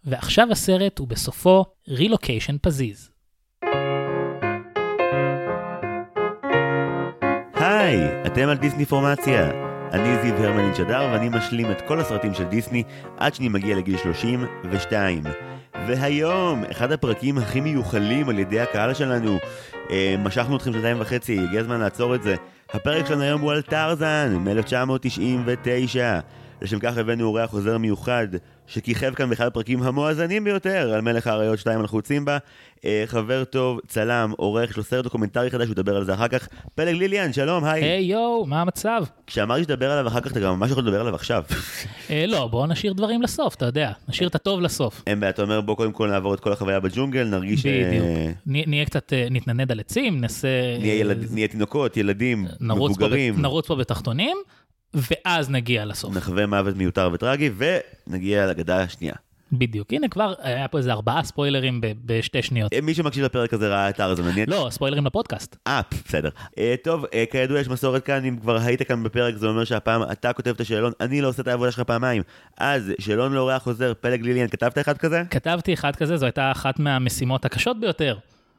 ועכשיו הסרט הוא בסופו רילוקיישן פזיז. היי, אתם על דיסני פורמציה. אני זיו הרמלין שדר ואני משלים את כל הסרטים של דיסני עד שאני מגיע לגיל 32. והיום, אחד הפרקים הכי מיוחלים על ידי הקהל שלנו. משכנו אתכם 2.5, הגיע הזמן לעצור את זה. הפרק שלנו היום הוא על טרזן, מ-1999. לשם כך הבאנו אורח חוזר מיוחד, שכיכב כאן באחד הפרקים המואזנים ביותר, על מלך האריות 2 מלכות בה. חבר טוב, צלם, עורך, יש לו סרט דוקומנטרי חדש, הוא ידבר על זה אחר כך. פלג ליליאן, שלום, היי. היי יו, מה המצב? כשאמרתי שתדבר עליו אחר כך, אתה גם ממש יכול לדבר עליו עכשיו. לא, בואו נשאיר דברים לסוף, אתה יודע. נשאיר את הטוב לסוף. אין בעיה, אתה אומר, בוא קודם כל נעבור את כל החוויה בג'ונגל, נרגיש... בדיוק. נהיה קצת, נתננד על עצים, נהיה תינוקות, ילדים, מבוגרים. נרוץ פה בתחתונים, ואז נגיע לסוף. נחווה מוות מיותר וטרגי, ונגיע לגדה השנייה. בדיוק, הנה כבר היה פה איזה 4 ספוילרים בשתי שניות. מי שמקשיב לפרק הזה ראה את טרזן. לא, ספוילרים לפודקאסט. בסדר. טוב, כידוע יש מסורת כאן, אם כבר היית כאן בפרק, זה אומר שהפעם אתה כותב את השאלון, אני לא עושה את העבודה שלך פעמיים. אז, שאלון לאורח חוזר, פלג ליליאן, כתבת אחד כזה? כתבתי אחד כזה, זו הייתה אחת מהמשימות הקשות ביותר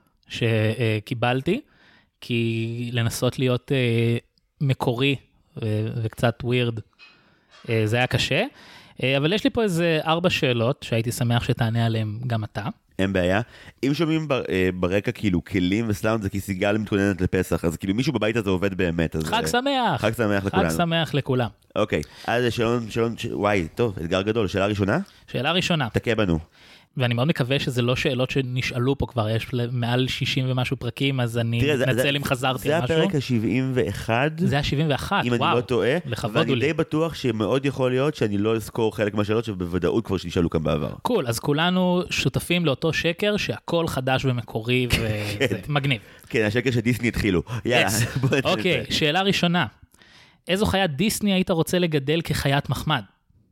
שקיבלתי, כי לנסות להיות מקורי וקצת ווירד, זה היה קשה. אבל יש לי פה איזה 4 שאלות שהייתי שמח שתענה עליהן גם אתה. אין בעיה. אם שומעים ברקע כאילו כלים וסלאונד, זה כי סיגל מתכוננת לפסח, אז כאילו מישהו בבית הזה עובד באמת. חג שמח. חג שמח לכולנו. חג שמח לכולם. אוקיי, אז שאלון, וואי, טוב, אתגר גדול. שאלה ראשונה? שאלה ראשונה. תקה בנו. ואני מאוד מקווה שזה לא שאלות שנשאלו פה כבר, יש מעל 60 ומשהו פרקים, אז אני מתנצל אם חזרתי על משהו. זה הפרק ה-71. זה ה-71, אם אני לא טועה, ואני לי. די בטוח שמאוד יכול להיות שאני לא אזכור חלק מהשאלות שבוודאות כבר שנשאלו כאן בעבר. קול, אז כולנו שותפים לאותו שקר שהכל חדש ומקורי ומגניב. כן, השקר שדיסני התחילו. יאללה, בוא נתחיל. אוקיי, שאלה ראשונה. איזו חיית דיסני היית רוצה לגדל כחיית מחמד?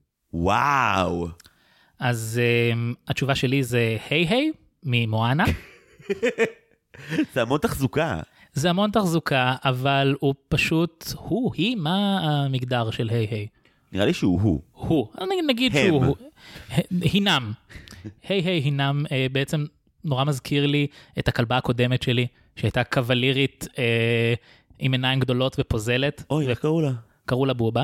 וואו. אז התשובה שלי זה היי ממואנה. זה המון תחזוקה. זה המון תחזוקה, אבל הוא פשוט, היא, מה המגדר של היי? נראה לי שהוא. הוא. נגיד שהוא. הינם. היי הינם בעצם נורא מזכיר לי את הכלבה הקודמת שלי, שהייתה קבלירית עם עיניים גדולות ופוזלת. אוי, איך קראו לה? קראו לה בובה.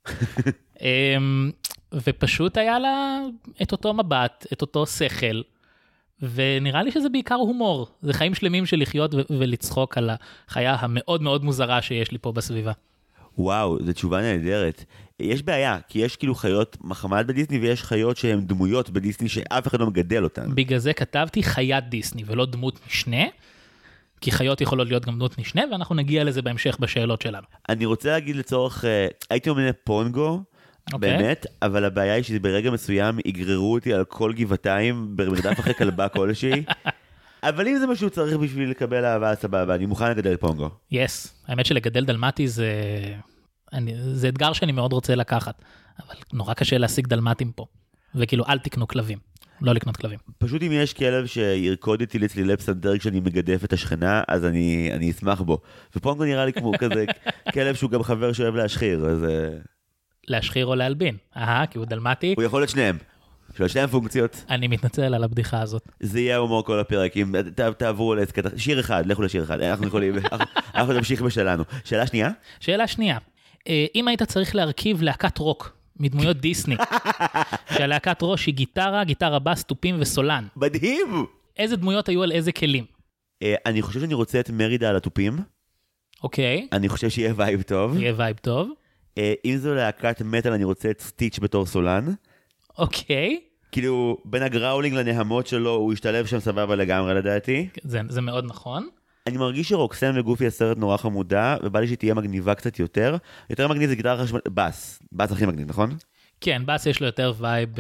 ופשוט היה לה את אותו מבט, את אותו שכל, ונראה לי שזה בעיקר הומור. זה חיים שלמים של לחיות ולצחוק על החיה המאוד מאוד מוזרה שיש לי פה בסביבה. וואו, זו תשובה נהדרת. יש בעיה, כי יש כאילו חיות מחמד בדיסני, ויש חיות שהן דמויות בדיסני שאף אחד לא מגדל אותן. בגלל זה כתבתי חיית דיסני, ולא דמות משנה, כי חיות יכולות להיות גם דמות משנה, ואנחנו נגיע לזה בהמשך בשאלות שלנו. אני רוצה להגיד לצורך, הייתי אומר פונגו, באמת, אבל הבעיה היא שברגע מסוים יגררו אותי על כל גבעתיים במרדף אחרי כלבה כלשהי, אבל אם זה משהו צריך בשביל לקבל אהבה סבבה, אני מוכן לגדל פונגו. יס, האמת שלגדל דלמטי זה אתגר שאני מאוד רוצה לקחת, אבל נורא קשה להשיג דלמטים פה, וכאילו אל תקנו כלבים, לא לקנות כלבים. פשוט אם יש כלב שירקוד איתי לצלילי פסנתר כשאני מגדף את השכנה, אז אני אשמח בו. ופונגו נראה לי כמו כזה כלב שהוא גם חבר שאוהב להשחיר, אז... להשחיר או להלבין. כי הוא דלמטי. הוא יכול להיות שניהם. יש לו שניהם פונקציות. אני מתנצל על הבדיחה הזאת. זה יהיה הומור כל הפרק. אם תעברו שיר אחד, לכו לשיר אחד. אנחנו יכולים, אנחנו נמשיך בשלנו. שאלה שנייה? שאלה שנייה. אם היית צריך להרכיב להקת רוק מדמויות דיסני, שהלהקת ראש היא גיטרה, גיטרה בס, תופים וסולן. מדהים! איזה דמויות היו על איזה כלים? אני חושב שאני רוצה את מרידה על התופים. אוקיי. אני חושב שיהיה וייב טוב. יהיה וייב טוב. אם זו להקת מטל, אני רוצה את סטיץ' בתור סולן. אוקיי. כאילו, בין הגראולינג לנהמות שלו, הוא ישתלב שם סבבה לגמרי לדעתי. זה מאוד נכון. אני מרגיש שרוקסן וגופי הסרט נורא חמודה, ובא לי שתהיה מגניבה קצת יותר. יותר מגניב זה גיטרה חשמלית, בס. בס הכי מגניב, נכון? כן, בס יש לו יותר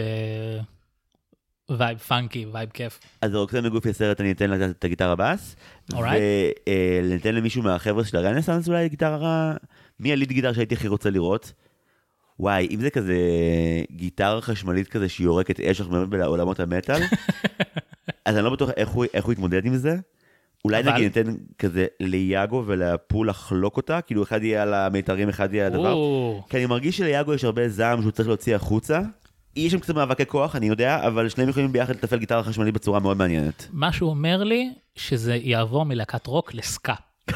וייב פאנקי, וייב כיף. אז רוקסן וגופי הסרט אני אתן לה את הגיטרה בס. וניתן למישהו מהחבר'ה של הרנסנס אולי גיטרה... מי הליד גיטר שהייתי הכי רוצה לראות? וואי, אם זה כזה גיטרה חשמלית כזה שהיא יורקת אש בעולמות המטל, אז אני לא בטוח איך הוא יתמודד עם זה. אולי נגיד ניתן כזה ליאגו ולפול לחלוק אותה, כאילו אחד יהיה על המיתרים, אחד יהיה על הדבר. כי אני מרגיש שליאגו יש הרבה זעם שהוא צריך להוציא החוצה. יש שם קצת מאבקי כוח, אני יודע, אבל שניהם יכולים ביחד לתפעל גיטרה חשמלית בצורה מאוד מעניינת. מה שהוא אומר לי, שזה יעבור מלהקת רוק לסקה.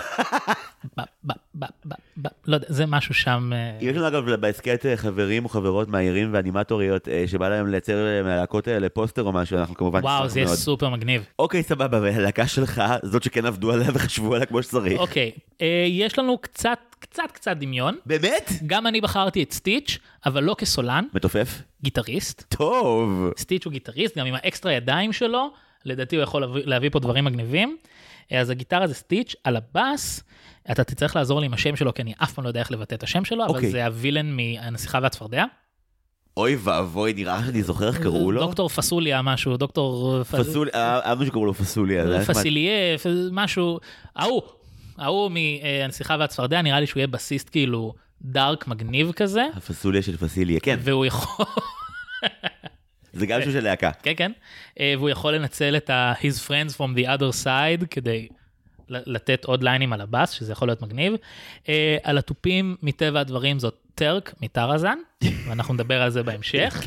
לא יודע, זה משהו שם... יש לנו אגב בהסקט חברים או חברות מהעירים ואנימטוריות שבא להם לייצר מהלהקות האלה פוסטר או משהו, אנחנו כמובן... וואו, זה יהיה סופר מגניב. אוקיי, סבבה, והלהקה שלך, זאת שכן עבדו עליה וחשבו עליה כמו שצריך. אוקיי, יש לנו קצת דמיון. באמת? גם אני בחרתי את סטיץ', אבל לא כסולן. מתופף? גיטריסט. טוב. סטיץ' הוא גיטריסט, גם עם האקסטרה ידיים שלו, לדעתי הוא יכול להביא פה דברים מגניבים. אז הגיטרה זה סטיץ', על הבאס, אתה תצטרך לעזור לי עם השם שלו, כי אני אף פעם לא יודע איך לבטא את השם שלו, אבל זה הווילן מהנסיכה והצפרדע. אוי ואבוי, נראה שאני זוכר איך קראו לו. דוקטור פסוליה, משהו, דוקטור... פסוליה, אבא שקראו לו פסוליה. פסיליה, משהו, ההוא מהנסיכה והצפרדע, נראה לי שהוא יהיה בסיסט כאילו דארק מגניב כזה. הפסוליה של פסיליה, כן. והוא יכול... זה גם של להקה. כן, כן. והוא יכול לנצל את his friends from the other side, כדי לתת עוד ליינים על הבאס, שזה יכול להיות מגניב. על התופים, מטבע הדברים, זאת טרק מטרזן, ואנחנו נדבר על זה בהמשך.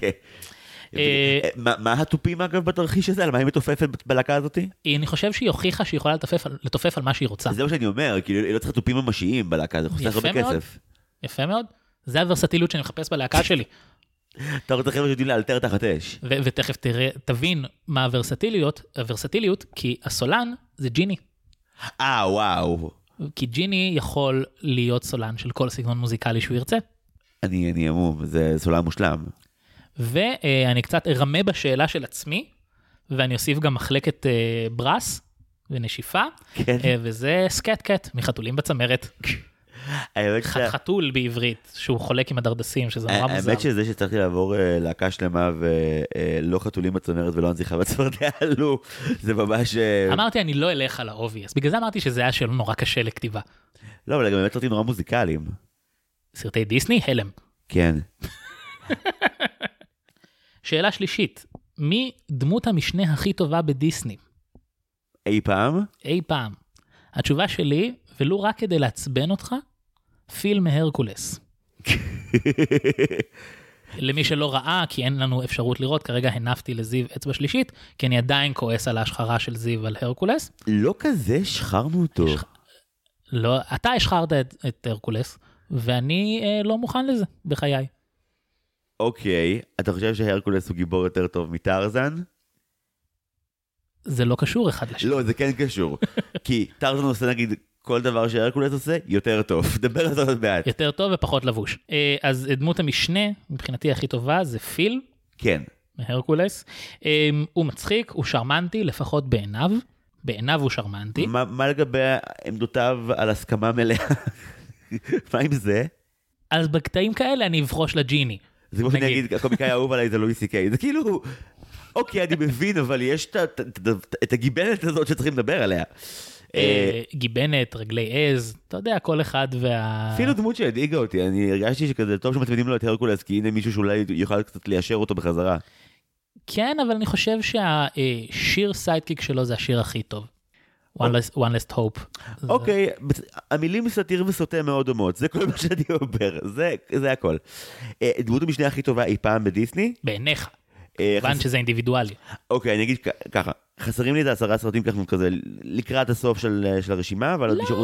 מה התופים אגב בתרחיש הזה? על מה היא מתופפת בלהקה הזאת? אני חושב שהיא הוכיחה שהיא יכולה לתופף על מה שהיא רוצה. זה מה שאני אומר, כאילו היא לא צריכה תופים ממשיים בלהקה, זה חוסך הרבה כסף. יפה מאוד. זה הוורסטיליות שאני מחפש בלהקה שלי. אתה רוצה חבר'ה שיודעים לאלתר תחת אש. ותכף תבין מה הוורסטיליות, כי הסולן זה ג'יני. וואו. כי ג'יני יכול להיות סולן של כל סגנון מוזיקלי שהוא ירצה. אני אמור, זה סולן מושלם. ואני קצת ארמה בשאלה של עצמי, ואני אוסיף גם מחלקת ברס ונשיפה, וזה סקט-קט מחתולים בצמרת. חתול בעברית, שהוא חולק עם הדרדסים, שזה נורא מוזר. האמת שזה שצריכתי לעבור להקה שלמה ולא חתולים בצמרת ולא הנציחה בצפרדע, זה ממש... אמרתי, אני לא אלך על האובייס, בגלל זה אמרתי שזה היה שאלה נורא קשה לכתיבה. לא, אבל גם באמת סרטים נורא מוזיקליים. סרטי דיסני? הלם. כן. שאלה שלישית, מי דמות המשנה הכי טובה בדיסני? אי פעם? אי פעם. התשובה שלי, ולו רק כדי לעצבן אותך, פיל מהרקולס. למי שלא ראה, כי אין לנו אפשרות לראות, כרגע הנפתי לזיו אצבע שלישית, כי אני עדיין כועס על ההשחרה של זיו על הרקולס. לא כזה, שחרנו אותו. לא, אתה השחרת את הרקולס, ואני לא מוכן לזה בחיי. אוקיי, אתה חושב שהרקולס הוא גיבור יותר טוב מטרזן? זה לא קשור אחד לשני. לא, זה כן קשור. כי טרזן עושה נגיד כל דבר שהרקולס עושה, יותר טוב. דבר על זה עוד מעט. יותר טוב ופחות לבוש. אז דמות המשנה, מבחינתי הכי טובה, זה פיל. כן. מהרקולס. הוא מצחיק, הוא שרמנטי, לפחות בעיניו. בעיניו הוא שרמנטי. מה לגבי עמדותיו על הסכמה מלאה? מה עם זה? אז בקטעים כאלה אני אבחוש לג'יני. זה כמו שאני אגיד, הקומיקאי האהוב עליי זה לואי סי-קיי. זה כאילו, אוקיי, אני מבין, אבל יש את הגיבנת הזאת שצריכים לדבר עליה. גיבנת, רגלי עז, אתה יודע, כל אחד אפילו דמות שהדאיגה אותי, אני הרגשתי שכזה טוב שמצמידים לו את הרקולס, כי הנה מישהו שאולי יוכל קצת ליישר אותו בחזרה. כן, אבל אני חושב שהשיר סיידקיק שלו זה השיר הכי טוב. One Last Hope. אוקיי, המילים סאטיר וסוטה מאוד דומות, זה כל מה שאני אומר, זה הכל. דמות המשנה הכי טובה אי פעם בדיסני? בעיניך. כיוון שזה אינדיבידואלי. אוקיי, אני אגיד ככה, חסרים לי את 10 סרטים כזה לקראת הסוף של הרשימה, אבל עוד נשארות...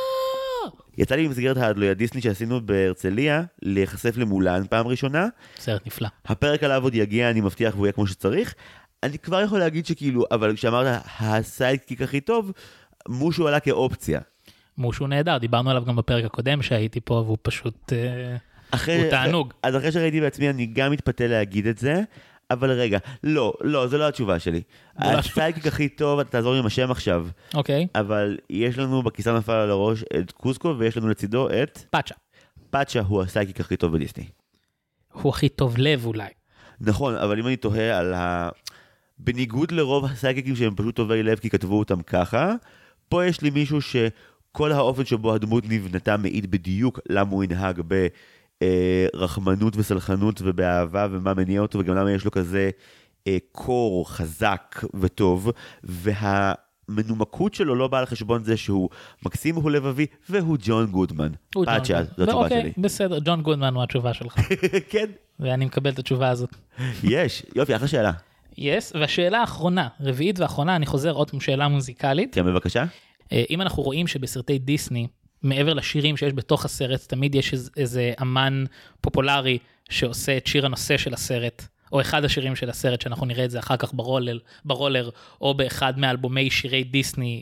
יצא לי במסגרת ההדלויה דיסני שעשינו בהרצליה, להיחשף למולן פעם ראשונה. סרט נפלא. הפרק עליו עוד יגיע, אני מבטיח, והוא יהיה כמו שצריך. אני כבר יכול להגיד שכאילו, אבל כשאמרת, הסיידקיק הכי טוב, מושו עלה כאופציה. מושו נהדר, דיברנו עליו גם בפרק הקודם שהייתי פה, והוא פשוט... הוא תענוג. אז אחרי שראיתי בעצמי, אני גם מתפתה להגיד את זה, אבל רגע, לא, זה לא התשובה שלי. הסיידקיק הכי טוב, אתה תעזור לי עם השם עכשיו. אוקיי. אבל יש לנו בכיסה נפל על הראש את קוסקו, ויש לנו לצידו את... פאצ'ה. פאצ'ה הוא הסיידקיק הכי טוב בדיסני. הוא הכי טוב לב אולי. נכון, אבל אם אני תוהה על בניגוד לרוב הסיידקיקים שהם פשוט טובי לב כי כתבו אותם ככה, פה יש לי מישהו שכל האופן שבו הדמות נבנתה מעיד בדיוק למה הוא ינהג ברחמנות וסלחנות ובאהבה ומה מניע אותו וגם למה יש לו כזה קור חזק וטוב, המנומקות שלו לא באה על חשבון זה שהוא מקסים, הוא לבבי, והוא ג'ון גודמן. פאצ'ה, זו התשובה שלי. בסדר, ג'ון גודמן הוא התשובה שלך. כן. ואני מקבל את התשובה הזאת. יש, יופי, אחלה שאלה. והשאלה האחרונה, רביעית ואחרונה, אני חוזר עוד עם שאלה מוזיקלית. כן, בבקשה. אם אנחנו רואים שבסרטי דיסני, מעבר לשירים שיש בתוך הסרט, תמיד יש איזה אמן פופולרי שעושה את שיר הנושא של הסרט, או אחד השירים של הסרט, שאנחנו נראה את זה אחר כך ברולר, או באחד מאלבומי שירי דיסני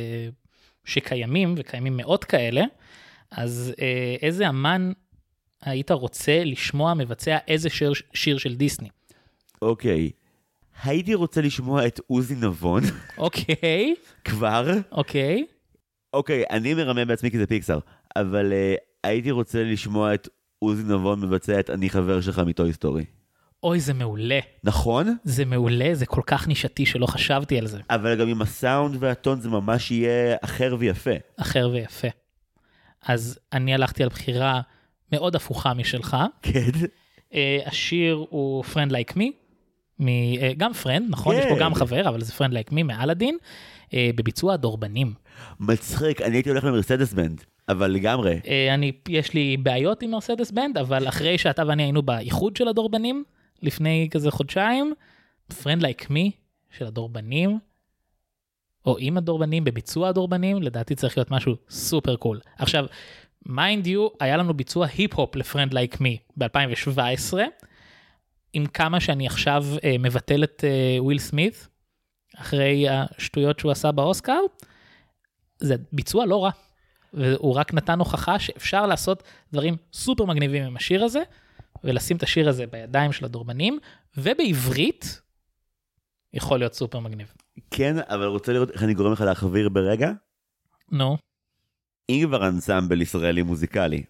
שקיימים, וקיימים מאות כאלה, אז איזה אמן היית רוצה לשמוע מבצע איזה שיר של דיסני? אוקיי. הייתי רוצה לשמוע את עוזי נבון. אוקיי. כבר. אוקיי. אוקיי, אני מרמה בעצמי כי זה פיקסאר, אבל הייתי רוצה לשמוע את עוזי נבון מבצע את אני חבר שלך מטוי סטורי. אוי, זה מעולה. נכון? זה מעולה, זה כל כך נישתי שלא חשבתי על זה. אבל גם עם הסאונד והטון זה ממש יהיה אחר ויפה. אחר ויפה. אז אני הלכתי על בחירה מאוד הפוכה משלך. כן. השיר הוא Friend Like Me, גם Friend, נכון? כן. יש פה גם חבר, אבל זה Friend Like Me מאלאדין, בביצוע הדורבנים. מצחיק, אני הייתי הולך למרסדס בנד, אבל לגמרי. יש לי בעיות עם מרסדס בנד, אבל אחרי שאתה ואני היינו באיחוד של הדורבנים, לפני כזה חודשיים, Friend Like Me של הדורבנים, או עם הדורבנים, בביצוע הדורבנים, לדעתי צריך להיות משהו סופר קול. עכשיו, מיינד יו, היה לנו ביצוע היפ-הופ ל-Friend Like Me ב-2017, עם כמה שאני עכשיו מבטל את וויל סמית, אחרי השטויות שהוא עשה באוסקר, זה ביצוע לא רע, והוא רק נתן הוכחה שאפשר לעשות דברים סופר מגניבים עם השיר הזה, ולשים את השיר הזה בידיים של הדורבנים, ובעברית יכול להיות סופר מגניב. כן, אבל רוצה לראות איך אני גורם לך להחביר ברגע? נו. אם כבר אנסמבל ישראלי מוזיקלי.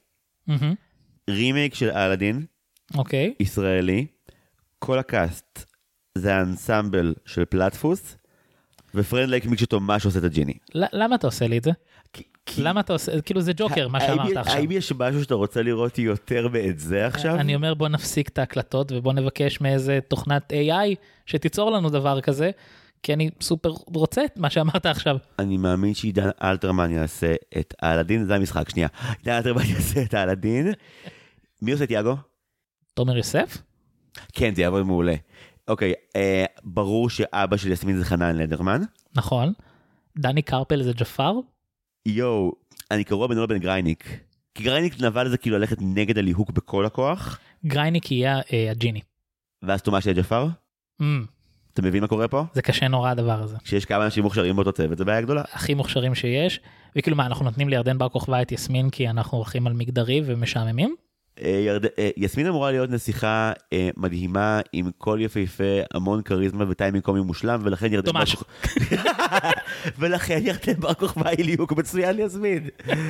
רימייק של אלאדין. אוקיי. ישראלי. כל הקאסט זה האנסמבל של פלטפוס, ופרנד לייק מי כשתומש עושה את הג'יני. למה אתה עושה לי את זה? למה אתה עושה, כאילו זה ג'וקר מה שאמרת עכשיו. האם יש משהו שאתה רוצה לראות יותר באת זה עכשיו? אני אומר בוא נפסיק את ההקלטות ובוא נבקש מאיזה תוכנת AI שתיצור לנו דבר כזה, כי אני סופר רוצה את מה שאמרת עכשיו. אני מאמין שעידן אלתרמן יעשה את אלאדין, זה המשחק, שנייה. עידן אלתרמן יעשה את אלאדין. מי עושה את יאגו? תומר יוסף? כן, זה יעבוד מעולה. אוקיי, ברור שאבא של יסמין זה חנן לדרמן. נכון. דני קרפל זה ג'פר? יואו, אני קרוע בינו לבין גרייניק. כי גרייניק נבל זה כאילו ללכת נגד הליהוק בכל הכוח. גרייניק יהיה הג'יני. ואז תומש יהיה ג'פר? אתה מבין מה קורה פה? זה קשה נורא הדבר הזה. שיש כמה אנשים מוכשרים באותו צוות, זה בעיה גדולה. הכי מוכשרים שיש. וכאילו מה, אנחנו נותנים לירדן בר כוכבא את יסמין כי אנחנו הולכים על מגדרי ומשעממים? יסמין אמורה להיות נסיכה מדהימה עם קול יפהפה, המון קריזמה וטיימינג קומי מושלם, ולכן ירדן בר כוכבא היא ליהוק מצוין יסמין.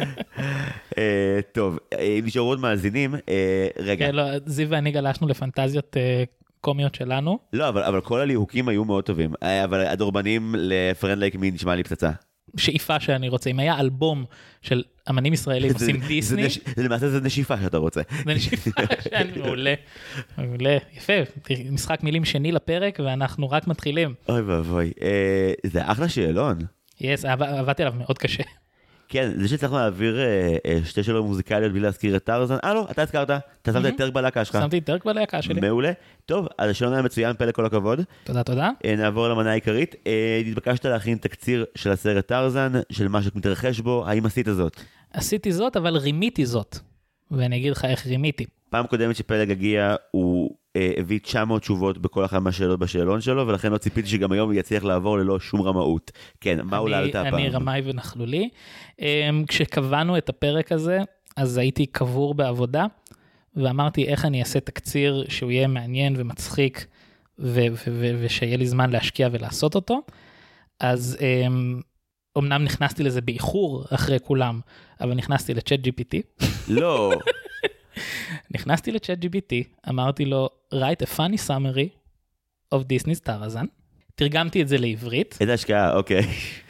טוב, נשארו עוד מאזינים, רגע. זיו ואני גלשנו לפנטזיות קומיות שלנו. לא, אבל כל הליהוקים היו מאוד טובים, אבל הדורבנים לפרנד לייק מי נשמע לי פצצה. שאיפה שאני רוצה, אם היה אלבום של אמנים ישראלים עושים דיסני. למעשה זה נשיפה שאתה רוצה. זה נשיפה שאני מעולה. מעולה, יפה, משחק מילים שני לפרק ואנחנו רק מתחילים. אוי ואבוי, זה אחלה שאלון. יס, עבדתי עליו מאוד קשה. כן, זה שצריך להעביר שתי שאלות מוזיקליות בלי להזכיר את טרזן. לא, אתה הזכרת, אתה שמת את טרק בלהקה שלך. שמתי את טרק בלהקה שלי. מעולה. טוב, אז השאלון היה מצוין, פלא כל הכבוד. תודה, תודה. נעבור למנה העיקרית. התבקשת להכין תקציר של הסרט טרזן, של מה שמתרחש בו, האם עשית זאת? עשיתי זאת, אבל רימיתי זאת. ואני אגיד לך איך רימיתי. פעם קודמת שפלג הגיע, הוא הביא 900 תשובות בכל אחת מהשאלות בשאלון שלו, ולכן לא ציפיתי שגם היום הוא יצליח לעבור ללא שום רמאות. כן, מה אולי עלתה הפעם? אני רמאי ונחלולי. כשקבענו את הפרק הזה, אז הייתי קבור בעבודה, ואמרתי איך אני אעשה תקציר שהוא יהיה מעניין ומצחיק, ושיהיה לי זמן להשקיע ולעשות אותו. אז אמנם נכנסתי לזה באיחור אחרי כולם, אבל נכנסתי לצ'אט GPT. לא. נכנסתי לצ'אט GPT, אמרתי לו, write a funny summary of Disney's Tarzan. תרגמתי את זה לעברית. איזה השקעה, אוקיי.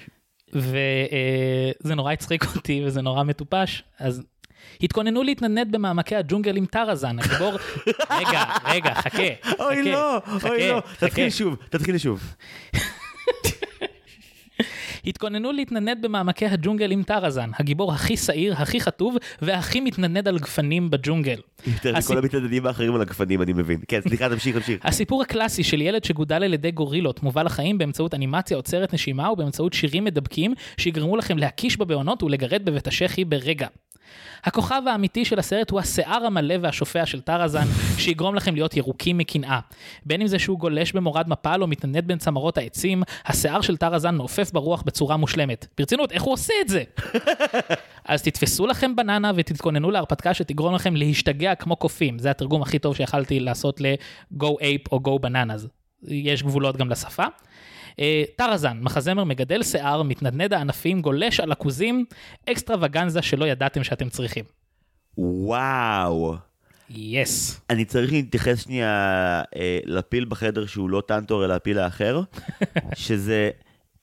וזה נורא הצחיק אותי, וזה נורא מטופש. אז התכוננו להתנדנד במעמקי הג'ונגל עם טרזן, הגיבור... רגע, חכה. אוי לא, תתחיל שוב. התכוננו להתננד במעמקי הג'ונגל עם טרזן, הגיבור הכי שעיר, הכי חטוב, והכי מתננד על גפנים בג'ונגל. יותר מכל המתנדדים האחרים על הגפנים, אני מבין. כן, סליחה, תמשיך. הסיפור הקלאסי של ילד שגודל על ידי גורילות מובא לחיים באמצעות אנימציה עוצרת נשימה ובאמצעות שירים מדבקים שיגרמו לכם להקיש בבעונות ולגרד בבית השחי ברגע. הכוכב האמיתי של הסרט הוא השיער המלא והשופע של טרזן, שיגרום לכם להיות ירוקים מקנאה. בין אם זה שהוא גולש במורד מפל או מתנדנד בין צמרות העצים, השיער של טרזן מעופף ברוח בצורה מושלמת. ברצינות, איך הוא עושה את זה? אז תתפסו לכם בננה ותתכוננו להרפתקה שתגרום לכם להשתגע כמו קופים. זה התרגום הכי טוב שיכלתי לעשות ל-Go Ape או Go Bananas. יש גבולות גם לשפה. טרזן, מחזמר מגדל שיער, מתנדנד הענפים, גולש על עכוזים, אקסטרווגנזה שלא ידעתם שאתם צריכים. וואו. יס. אני צריך להתייחס שנייה לפיל בחדר שהוא לא טנטור אלא הפיל האחר, שזה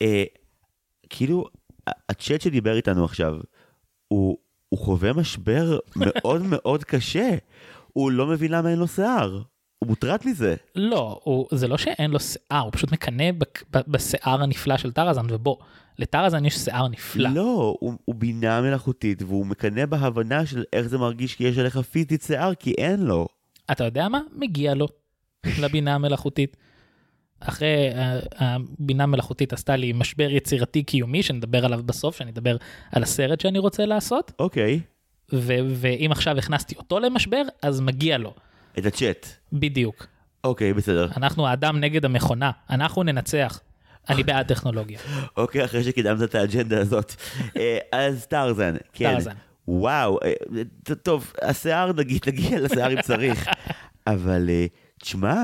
כאילו הצ'אט שדיבר איתנו עכשיו, הוא חווה משבר מאוד מאוד קשה. הוא לא מבין למה אין לו שיער. הוא מוטרד מזה. לא, זה לא שאין לו שיער, הוא פשוט מקנה בשיער הנפלא של טרזן, ובוא, לטרזן יש שיער נפלא. לא, הוא בינה מלאכותית, והוא מקנה בהבנה של איך זה מרגיש כי יש עליך פיזית שיער, כי אין לו. אתה יודע מה? מגיע לו, לבינה המלאכותית. אחרי הבינה המלאכותית עשתה לי משבר יצירתי קיומי, שנדבר עליו בסוף, שאני אדבר על הסרט שאני רוצה לעשות. אוקיי. ואם עכשיו הכנסתי אותו למשבר, אז מגיע לו. את הצ'אט. בדיוק. אוקיי, בסדר. אנחנו האדם נגד המכונה, אנחנו ננצח. אני בעד טכנולוגיה. אוקיי, אחרי שקידמת את האג'נדה הזאת. אז טרזן, כן. טרזן. וואו, טוב, השיער נגיע לשיער אם צריך. אבל תשמע,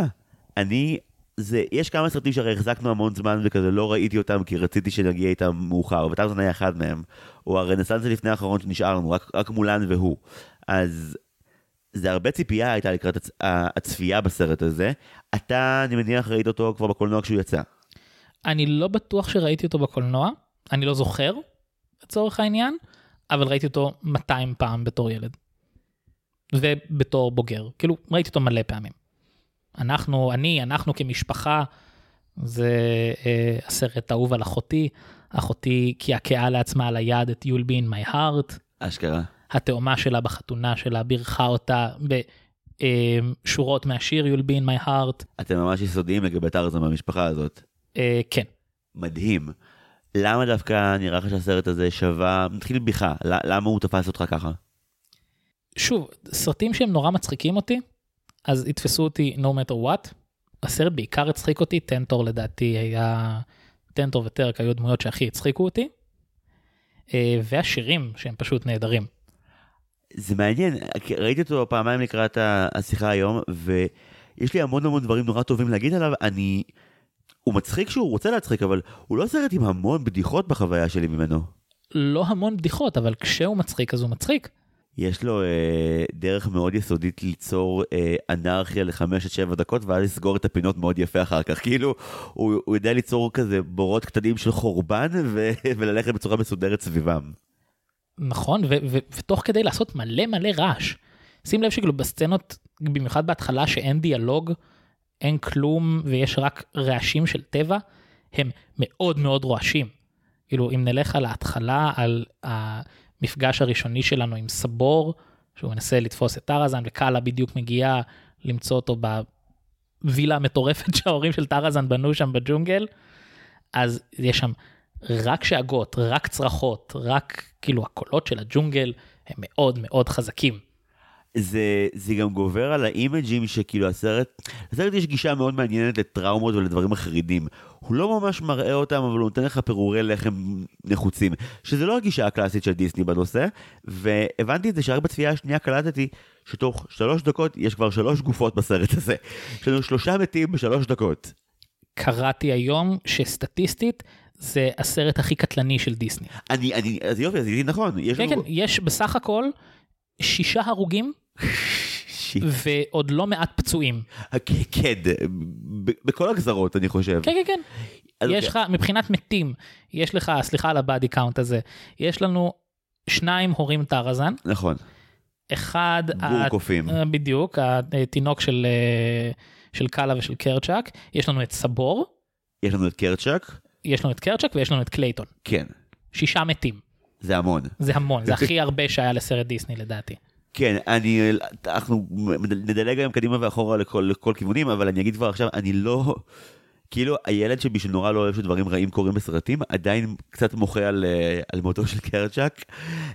יש כמה סרטים שהרי החזקנו המון זמן וכזה לא ראיתי אותם כי רציתי שנגיע איתם מאוחר, וטרזן היה אחד מהם. הוא הרנסנס לפני האחרון שנשאר לנו, רק מולן והוא. אז זה הרבה ציפייה הייתה לקראת הצפייה בסרט הזה. אתה, אני מניח, ראית אותו כבר בקולנוע כשהוא יצא. אני לא בטוח שראיתי אותו בקולנוע, אני לא זוכר, לצורך העניין, אבל ראיתי אותו 200 פעם בתור ילד. ובתור בוגר. כאילו, ראיתי אותו מלא פעמים. אנחנו כמשפחה, זה הסרט האהוב על אחותי קעקעה לעצמה על היד את You'll be in my heart. אשכרה. התאומה שלה בחתונה שלה בירכה אותה בשורות מהשיר You'll be in my heart. אתם ממש יסודיים לגבי טרזן במשפחה הזאת. כן. מדהים. למה דווקא נראה לך שהסרט הזה שווה, נתחיל בך, למה הוא תפס אותך ככה? שוב, סרטים שהם נורא מצחיקים אותי, אז יתפסו אותי no matter what. הסרט בעיקר הצחיק אותי, טנטור לדעתי היה, טנטור וטרק היו דמויות שהכי הצחיקו אותי, והשירים שהם פשוט נהדרים. זה מעניין, ראיתי אותו פעמיים לקראת השיחה היום, ויש לי המון דברים נורא טובים להגיד עליו. הוא מצחיק שהוא רוצה להצחיק, אבל הוא לא סרט עם המון בדיחות בחוויה שלי ממנו. לא המון בדיחות, אבל כשהוא מצחיק אז הוא מצחיק. יש לו דרך מאוד יסודית ליצור אנרכיה ל5-7 דקות, ואז לסגור את הפינות מאוד יפה אחר כך. כאילו, הוא יודע ליצור כזה בורות קטנים של חורבן, וללכת בצורה מסודרת סביבם. נכון, ותוך כדי לעשות מלא רעש. שים לב שכאילו בסצנות, במיוחד בהתחלה שאין דיאלוג, אין כלום ויש רק רעשים של טבע, הם מאוד רועשים. כאילו אם נלך על ההתחלה, על המפגש הראשוני שלנו עם סבור, שהוא מנסה לתפוס את טרזן, וקאלה בדיוק מגיעה למצוא אותו בווילה המטורפת שההורים של טרזן בנו שם בג'ונגל, אז יש שם רק שאגות, רק צרחות, רק כאילו הקולות של הג'ונגל הם מאוד חזקים. זה גם גובר על האימג'ים שכאילו הסרט יש גישה מאוד מעניינת לטראומות ולדברים מחרידים. הוא לא ממש מראה אותם, אבל הוא נותן לך פירורי לחם נחוצים, שזה לא הגישה הקלאסית של דיסני בנושא, והבנתי את זה שרק בצפייה השנייה קלטתי שתוך 3 דקות יש כבר 3 גופות בסרט הזה. יש לנו 3 מתים ב3 דקות. קראתי היום שסטטיסטית זה הסרט הכי קטלני של דיסני. אז יופי, אז זה נכון. כן, יש בסך הכל 6 הרוגים, ועוד לא מעט פצועים. כן, בכל הגזרות אני חושב. כן. יש לך, מבחינת מתים, יש לך, סליחה על הבאדי קאונט הזה, יש לנו 2 הורים טרזן. נכון. 1, גור קופים. בדיוק, התינוק של קאלה ושל קרצ'ק. יש לנו את סבור. יש לנו את קרצ'ק. יש לנו את קרצ'ק ויש לנו את קלייטון. כן. 6 מתים. זה המון. זה המון, זה הכי הרבה שהיה לסרט דיסני לדעתי. כן, אנחנו נדלג היום קדימה ואחורה לכל כיוונים, אבל אני אגיד כבר עכשיו, אני לא, כאילו הילד שבשביל נורא לא אוהב שדברים רעים קורים בסרטים, עדיין קצת מוחה על מותו של קרצ'ק,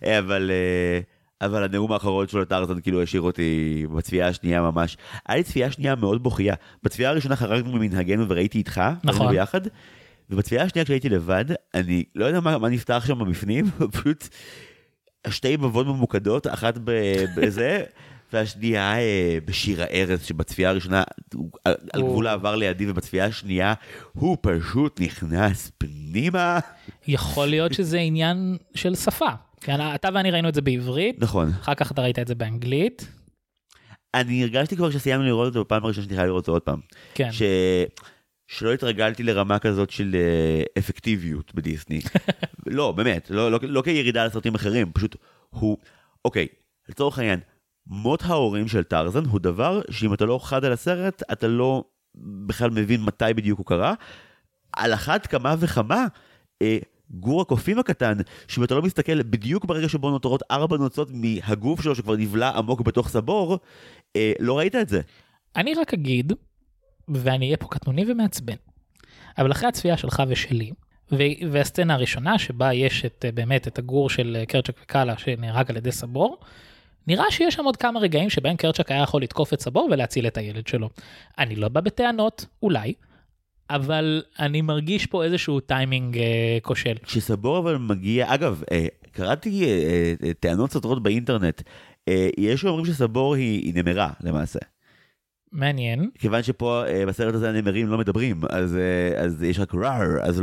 אבל הנאום האחרון שלו לטרזן כאילו השאיר אותי בצפייה השנייה ממש. היה לי צפייה שנייה מאוד בוכייה. בצפייה הראשונה חרגנו ממנהגנו וראיתי איתך, נכון. ביחד, ובצפייה השנייה כשהייתי לבד, אני לא יודע מה נפתח שם בפנים, פשוט שתי בבות ממוקדות, אחת בזה, והשנייה בשיר הארץ, שבצפייה הראשונה על גבול העבר לידי, ובצפייה השנייה הוא פשוט נכנס פנימה. יכול להיות שזה עניין של שפה. כן, אתה ואני ראינו את זה בעברית. נכון. אחר כך אתה ראית את זה באנגלית. אני הרגשתי כבר שסיימנו לראות אותו בפעם הראשונה שנתחילה לראות אותו עוד פעם. כן. שלא התרגלתי לרמה כזאת של אפקטיביות בדיסני. לא, באמת, לא כירידה לסרטים אחרים, פשוט הוא, אוקיי, לצורך העניין, מות ההורים של טרזן הוא דבר שאם אתה לא חד על הסרט, אתה לא בכלל מבין מתי בדיוק הוא קרה. על אחת כמה וכמה, גור הקופים הקטן, שאם אתה לא מסתכל בדיוק ברגע שבו נותרות 4 נוצות מהגוף שלו שכבר נבלע עמוק בתוך סבור, לא ראית את זה. אני רק אגיד, ואני אהיה פה קטנוני ומעצבן, אבל אחרי הצפייה שלך ושלי, והסצנה הראשונה שבה יש באמת את הגור של קרצ'ק וקאלה שנהרג על ידי סבור, נראה שיש שם עוד כמה רגעים שבהם קרצ'ק היה יכול לתקוף את סבור ולהציל את הילד שלו. אני לא בא בטענות, אולי, אבל אני מרגיש פה איזשהו טיימינג כושל. כשסבור אבל מגיע, אגב, קראתי טענות סותרות באינטרנט, יש שאומרים שסבור היא נמרה למעשה. מעניין. כיוון שפה בסרט הזה הנמרים לא מדברים, אז יש רק רער, אז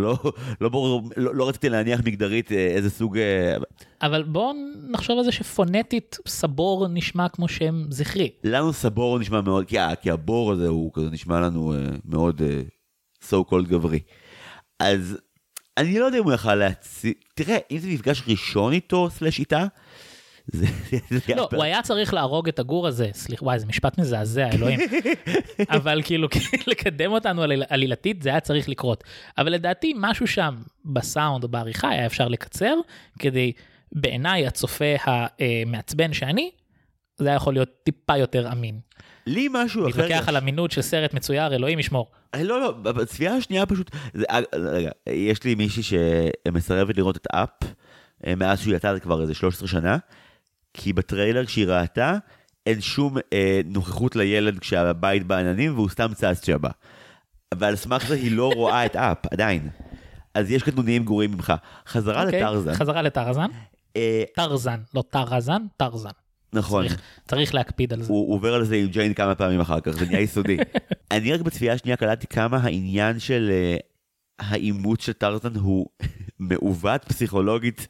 לא רציתי להניח מגדרית איזה סוג... אבל בואו נחשוב על זה שפונטית סבור נשמע כמו שם זכרי. לנו סבור נשמע מאוד, כי הבור הזה הוא כזה נשמע לנו מאוד so called גברי. אז אני לא יודע אם הוא יכל להציע... תראה, אם זה מפגש ראשון איתו סלש איתה, לא, הוא היה צריך להרוג את הגור הזה, סליחה, וואי, זה משפט מזעזע, אלוהים. אבל כאילו, לקדם אותנו עלילתית, זה היה צריך לקרות. אבל לדעתי, משהו שם בסאונד או בעריכה היה אפשר לקצר, כדי בעיניי הצופה המעצבן שאני, זה היה יכול להיות טיפה יותר אמין. לי משהו אחר... להתווכח על אמינות של סרט מצויר, אלוהים ישמור. לא, בצפייה השנייה פשוט... רגע, יש לי מישהי שמסרבת לראות את אפ, מאז שהוא יצא כבר איזה 13 שנה, כי בטריילר שהיא ראתה, אין שום נוכחות לילד כשהבית בעננים, והוא סתם צץ שבא. אבל סמך זה היא לא רואה את אפ, עדיין. אז יש קטנוניים גרועים ממך. חזרה לטרזן. חזרה לטרזן. טרזן, לא טרזן, טרזן. נכון. צריך להקפיד על זה. הוא עובר על זה עם ג'יין כמה פעמים אחר כך, זה נהיה יסודי. אני רק בצפייה השנייה קלטתי כמה העניין של האימוץ של טרזן הוא מעוות פסיכולוגית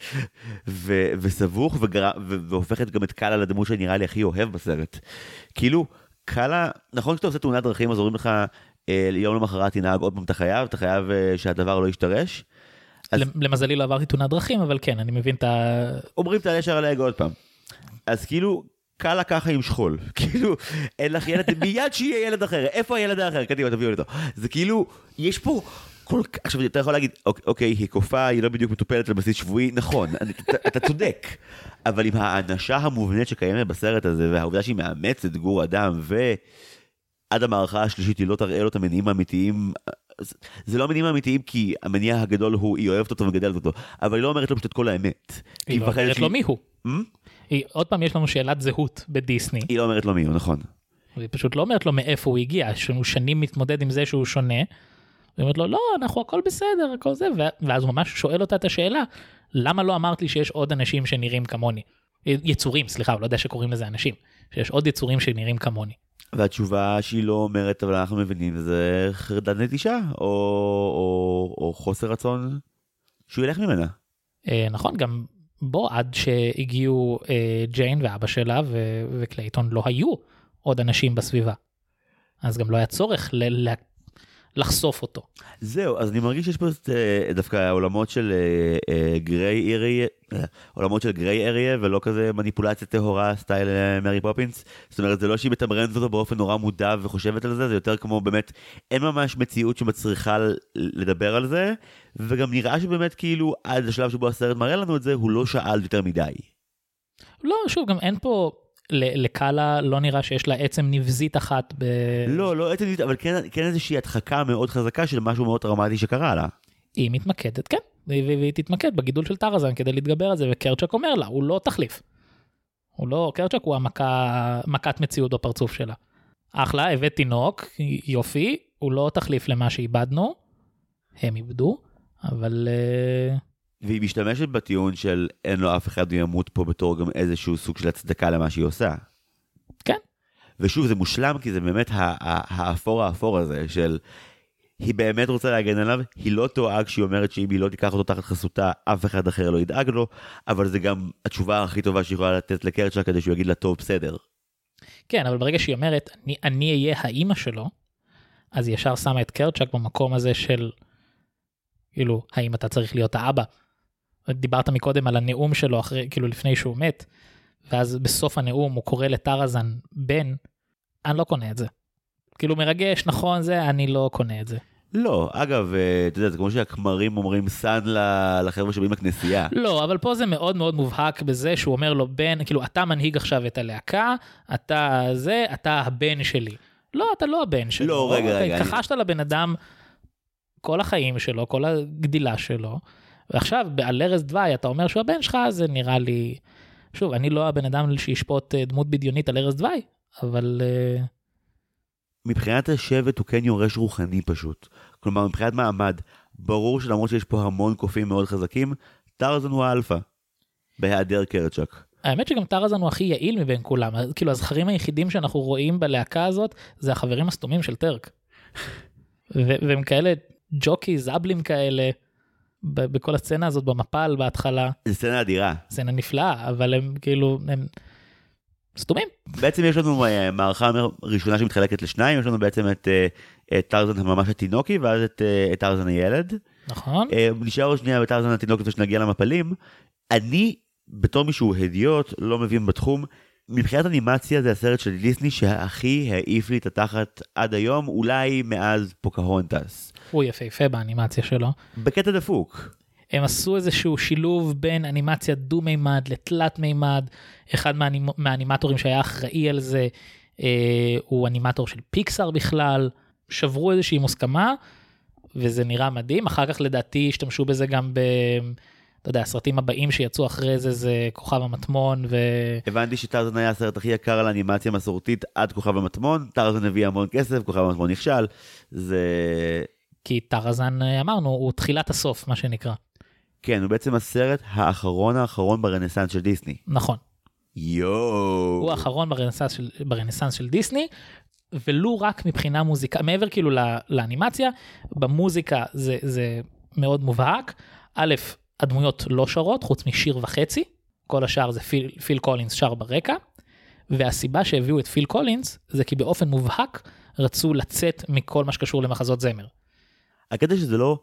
וסבוך, והופכת גם את קאלה לדמות שנראה לי הכי אוהב בסרט. כאילו, קאלה, נכון שאתה עושה תאונת דרכים, אז אומרים לך, יום למחרת תנהג עוד פעם אתה חייב שהדבר לא ישתרש. למזלי לא עברתי תאונת דרכים, אבל כן, אני מבין את ה... אומרים תעלה שער עליי עוד פעם. אז כאילו, קאלה ככה עם שכול. כאילו, אין לך ילד, מיד שיהיה ילד אחר. איפה הילד האחר? קדימה, תביאו אותו. זה כאילו, יש פה... עכשיו אתה יכול להגיד, אוקיי, היא קופה, היא לא בדיוק מטופלת לבסיס שבועי, נכון, אתה צודק, אבל עם האנשה המובנית שקיימת בסרט הזה, והעובדה שהיא מאמצת גור אדם, ועד המערכה השלישית היא לא תראה לו את המניעים האמיתיים, זה לא המניעים האמיתיים כי המניע הגדול הוא, היא אוהבת אותו ומגדלת אותו, אבל היא לא אומרת לו פשוט את כל האמת. היא לא אומרת לו מי הוא. עוד פעם יש לנו שאלת זהות בדיסני. היא לא אומרת לו מי הוא, נכון. היא פשוט לא אומרת לו מאיפה הוא הגיע, שהוא שנים מתמודד עם זה שהוא שונה, היא אומרת לו, לא, אנחנו הכל בסדר, הכל זה, ואז הוא ממש שואל אותה את השאלה, למה לא אמרת לי שיש עוד אנשים שנראים כמוני? יצורים, סליחה, הוא לא יודע שקוראים לזה אנשים, שיש עוד יצורים שנראים כמוני. והתשובה שהיא לא אומרת, אבל אנחנו מבינים, זה חרדת נטישה, או חוסר רצון שהוא ילך ממנה. נכון, גם בו עד שהגיעו ג'יין ואבא שלה וקלייטון, לא היו עוד אנשים בסביבה. אז גם לא היה צורך לחשוף אותו. זהו, אז אני מרגיש שיש פה דווקא עולמות של גריי אריה, ולא כזה מניפולציה טהורה, סטייל מרי פופינס. זאת אומרת, זה לא שהיא מתמרנת אותו באופן נורא מודע וחושבת על זה, זה יותר כמו באמת, אין ממש מציאות שמצריכה לדבר על זה, וגם נראה שבאמת כאילו, עד השלב שבו הסרט מראה לנו את זה, הוא לא שאל יותר מדי. לא, שוב, גם אין פה, לקאלה לא נראה שיש לה עצם נבזית אחת לא עצם נבזית, אבל כן איזושהי הדחקה מאוד חזקה של משהו מאוד דרמטי שקרה לה. היא מתמקדת, כן, והיא תתמקד בגידול של טרזן כדי להתגבר על זה, וקרצ'ק אומר לה, הוא לא תחליף. קרצ'ק הוא מכת מציאות בפרצוף שלה. אחלה, הבאת תינוק, יופי, הוא לא תחליף למה שאיבדנו, הם איבדו, אבל... והיא משתמשת בטיעון של אין לו אף אחד ימות פה בתור גם איזשהו סוג של הצדקה למה שהיא עושה. כן. ושוב, זה מושלם, כי זה באמת האפור הזה של... היא באמת רוצה להגן עליו, היא לא טועה כשהיא אומרת שאם היא לא תיקח אותו תחת חסותה, אף אחד אחר לא ידאג לו, אבל זה גם התשובה הכי טובה שהיא יכולה לתת לקרצ'ק כדי שהוא יגיד לה טוב, בסדר. כן, אבל ברגע שהיא אומרת, אני אהיה האמא שלו, אז היא ישר שמה את קרצ'ק במקום הזה של, כאילו, האם אתה צריך להיות האבא? דיברת מקודם על הנאום שלו, כאילו לפני שהוא מת, ואז בסוף הנאום הוא קורא לטרזן בן, אני לא קונה את זה. כאילו מרגש, נכון זה, אני לא קונה את זה. לא, אגב, אתה יודע, זה כמו שהכמרים אומרים סן לחבר'ה שבאים לכנסייה. לא, אבל פה זה מאוד מאוד מובהק בזה שהוא אומר לו, בן, כאילו, אתה מנהיג עכשיו את הלהקה, אתה הבן שלי. לא, אתה לא הבן שלו. לא, רגע. התכחשת לבן אדם כל החיים שלו, כל הגדילה שלו, ועכשיו, על ערש דווי, אתה אומר שהוא הבן שלך, זה נראה לי... שוב, אני לא הבן אדם שישפוט דמות בדיונית על ערש דווי, אבל... מבחינת השבט הוא כן יורש רוחני פשוט. כלומר, מבחינת מעמד, ברור שלמרות שיש פה המון קופים מאוד חזקים, טרזן הוא האלפא, בהיעדר קרצ'ק. האמת שגם טרזן הוא הכי יעיל מבין כולם. כאילו, הזכרים היחידים שאנחנו רואים בלהקה הזאת, זה החברים הסתומים של טרק. והם כאלה ג'וקי, זבלים כאלה, בכל הסצנה הזאת במפל בהתחלה. זו סצנה אדירה. סצנה נפלאה, אבל הם כאילו, הם סתומים. בעצם יש לנו מערכה ראשונה שמתחלקת לשניים, יש לנו בעצם את טרזן הממש התינוקי, ואז את טרזן הילד. נכון. נשאר שנייה בטרזן התינוקי ושנגיע למפלים. אני, בתור מישהו הדיוט, לא מבין בתחום, מבחינת אנימציה זה הסרט של דיסני שהכי העיף לי את התחת עד היום, אולי מאז פוקהונטס. הוא יפהפה באנימציה שלו. בקטע דפוק. הם עשו איזשהו שילוב בין אנימציה דו-מימד לתלת מימד. אחד מהאנימטורים שהיה אחראי על זה, הוא אנימטור של פיקסאר בכלל. שברו איזושהי מוסכמה, וזה נראה מדהים. אחר כך לדעתי השתמשו בזה גם אתה יודע, הסרטים הבאים שיצאו אחרי זה, זה כוכב המטמון הבנתי שטרזן היה הסרט הכי יקר על אנימציה מסורתית עד כוכב המטמון, טרזן הביא המון כסף, כוכב המטמון נכשל, זה... כי טרזן, אמרנו, הוא תחילת הסוף, מה שנקרא. כן, הוא בעצם הסרט האחרון ברנסנס של דיסני. נכון. יואו. הוא האחרון ברנסנס של דיסני, ולו רק מבחינה מוזיקה, מעבר כאילו לאנימציה, במוזיקה זה מאוד מובהק. א', הדמויות לא שרות, חוץ משיר וחצי, כל השאר זה פיל קולינס שר ברקע, והסיבה שהביאו את פיל קולינס, זה כי באופן מובהק רצו לצאת מכל מה שקשור למחזות זמר. הקטע שזה לא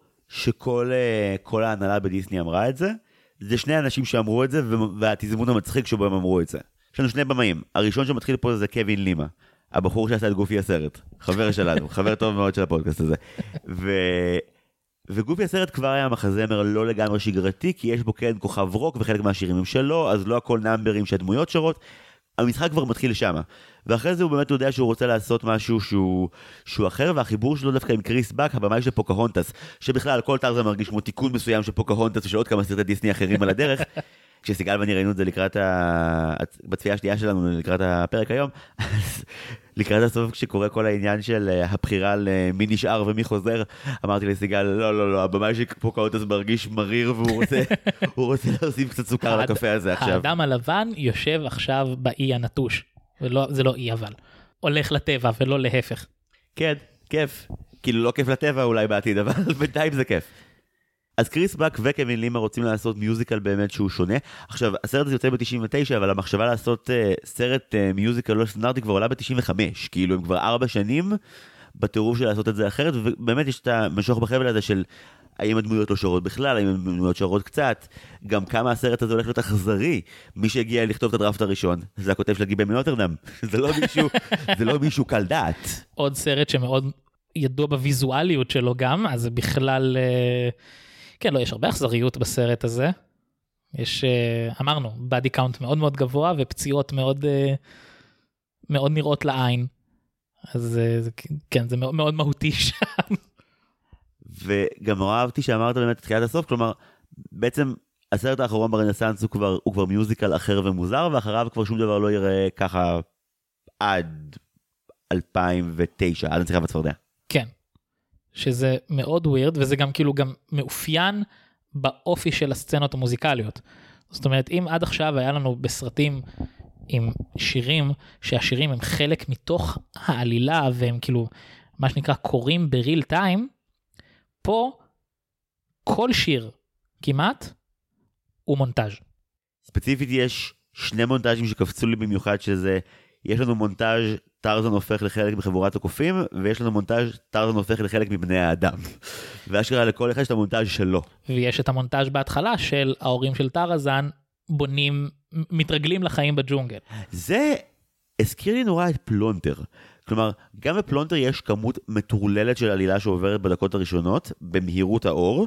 שכל ההנהלה בדיסני אמרה את זה, זה שני אנשים שאמרו את זה, והתזמון המצחיק שבו הם אמרו את זה. יש לנו שני במאים, הראשון שמתחיל פה זה קווין לימה, הבחור שעשה את גופי הסרט, חבר שלנו, חבר טוב מאוד של הפודקאסט הזה, וגופי הסרט כבר היה מחזמר לא לגמרי שגרתי, כי יש בו כן כוכב רוק וחלק מהשירים הם שלו, אז לא הכל נאמברים שהדמויות שרות, המשחק כבר מתחיל שם. ואחרי זה הוא באמת יודע שהוא רוצה לעשות משהו שהוא אחר, והחיבור שלו דווקא עם קריס בק, הבמאי של פוקהונטס, שבכלל כל טרזן מרגיש כמו תיקון מסוים של פוקהונטס ושל עוד כמה סרטי דיסני אחרים על הדרך, כשסיגל ואני ראינו את זה לקראת בצפייה השנייה שלנו, לקראת הפרק היום, אז לקראת הסוף כשקורה כל העניין של הבחירה למי נשאר ומי חוזר, אמרתי לסיגל, לא, הבמאי של פוקהונטס מרגיש מריר, והוא רוצה להוסיף קצת סוכר לקפה הזה עכשיו. האדם הלבן יושב עכשיו באי הנטוש, זה לא אי אבל, הולך לטבע ולא להפך. כן, כיף. כאילו לא כיף לטבע אולי בעתיד, אבל בינתיים זה כיף. אז קריס בק וקווין לימה רוצים לעשות מיוזיקל באמת שהוא שונה. עכשיו, הסרט הזה יוצא ב-99, אבל המחשבה לעשות סרט מיוזיקל לא סטנדרטי כבר עולה ב-95. כאילו, הם כבר 4 שנים בטירוף של לעשות את זה אחרת, ובאמת יש את המשוך בחבל הזה של האם הדמויות לא שרות בכלל, האם הדמויות שרות קצת, גם כמה הסרט הזה הולך להיות אכזרי, מי שהגיע לכתוב את הדראפט הראשון, זה הכותב של גיבי מנוטרדם, זה לא מישהו קל דעת. עוד סרט שמאוד ידוע בוויזואליות שלו גם, אז בכלל, כן, לא, יש הרבה אכזריות בסרט הזה, יש, אמרנו, בדי קאונט מאוד מאוד גבוה, ופציעות מאוד, מאוד נראות לעין, אז כן, זה מאוד מהותי שם. וגם נורא אהבתי שאמרת באמת את תחילת הסוף, כלומר, בעצם הסרט האחרון ברנסנס הוא כבר מיוזיקל אחר ומוזר, ואחריו כבר שום דבר לא יראה ככה עד 2009, עד הנציחה בצפרדע. כן, שזה מאוד ווירד, וזה גם כאילו גם מאופיין באופי של הסצנות המוזיקליות. זאת אומרת, אם עד עכשיו היה לנו בסרטים עם שירים, שהשירים הם חלק מתוך העלילה, והם כאילו, מה שנקרא, קוראים בריל טיים, פה כל שיר כמעט הוא מונטאז'. ספציפית יש שני מונטאז'ים שקפצו לי במיוחד, שזה, יש לנו מונטאז' טרזן הופך לחלק מחבורת הקופים, ויש לנו מונטאז' טרזן הופך לחלק מבני האדם. ואשכרה לכל אחד יש את המונטאז' שלו. ויש את המונטאז' בהתחלה של ההורים של טרזן בונים, מתרגלים לחיים בג'ונגל. זה הזכיר לי נורא את פלונטר. כלומר, גם בפלונטר יש כמות מטורללת של עלילה שעוברת בדקות הראשונות, במהירות האור,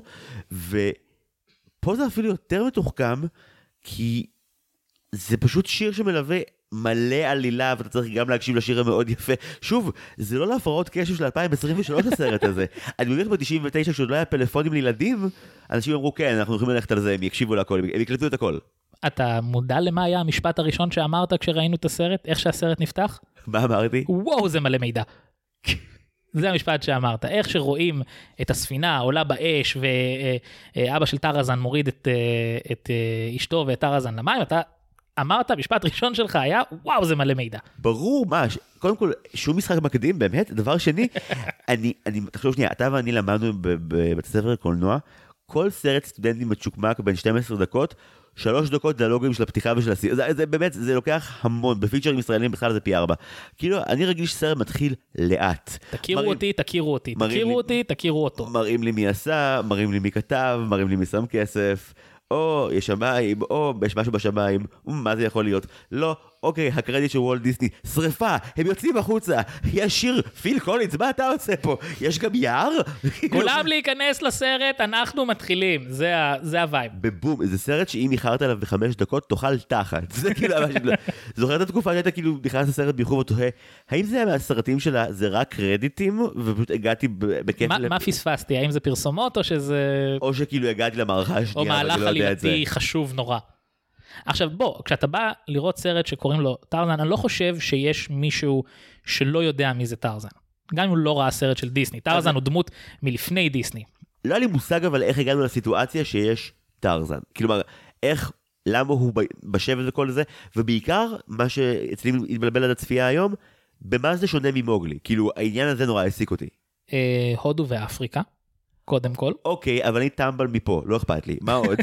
ופה זה אפילו יותר מתוחכם, כי זה פשוט שיר שמלווה מלא עלילה, ואתה צריך גם להקשיב לשיר המאוד יפה. שוב, זה לא להפרעות קשב של 2023 הסרט הזה. אני מניח ב-99, כשעוד לא היה פלאפונים לילדים, אנשים אמרו, כן, אנחנו יכולים ללכת על זה, הם יקשיבו להכל, הם יקלטו את הכל. אתה מודע למה היה המשפט הראשון שאמרת כשראינו את הסרט? איך שהסרט נפתח? מה אמרתי? וואו, זה מלא מידע. זה המשפט שאמרת. איך שרואים את הספינה עולה באש, ואבא של טרזן מוריד את אשתו ואת טרזן למים, אתה אמרת, משפט ראשון שלך היה, וואו, זה מלא מידע. ברור, מה, קודם כל, שום משחק מקדים, באמת, דבר שני, תחשוב שנייה, אתה ואני למדנו בבית הספר לקולנוע, כל סרט סטודנטים מצ'וקמק בין 12 דקות, 3 דקות דיאלוגים של הפתיחה ושל הסיום, זה באמת, זה לוקח המון, בפיצ'רים ישראלים בכלל זה פי 4. כאילו, אני רגיל שסרט מתחיל לאט. תכירו אותי, תכירו אותי, תכירו אותי, תכירו אותו. מראים לי מי עשה, מראים לי מי כתב, מראים לי מי שם כסף, או יש שמיים, או יש משהו בשמיים, מה זה יכול להיות? לא, אוקיי, הקרדיט של וולט דיסני, שריפה, הם יוצאים החוצה, יש שיר, פיל קולינס, מה אתה עושה פה? יש גם יער? כולם להיכנס לסרט, אנחנו מתחילים, זה הווייב. בבום, זה סרט שאם איחרת עליו ב5 דקות, תאכל תחת. זה כאילו, זוכרת את התקופה שהיית כאילו נכנס לסרט ביחוב ותוהה, האם זה מהסרטים שלה, זה רק קרדיטים, ופשוט הגעתי בכיף... מה פספסתי? האם זה פרסומות או שזה... או שכאילו הגעתי למערכה השנייה, או מהלך עלילתי חשוב נורא. עכשיו בוא, כשאתה בא לראות סרט שקוראים לו טרזן, אני לא חושב שיש מישהו שלא יודע מי זה טרזן. גם אם הוא לא ראה סרט של דיסני. טרזן הוא דמות מלפני דיסני. לא היה לי מושג אבל איך הגענו לסיטואציה שיש טרזן. כלומר, איך, למה הוא בשבט וכל זה, ובעיקר מה שאצלי התבלבל עד הצפייה היום, במה זה שונה ממוגלי. כאילו, העניין הזה נורא העסיק אותי. הודו ואפריקה, קודם כל. אוקיי, אבל אני טמבל מפה, לא אכפת לי. מה עוד?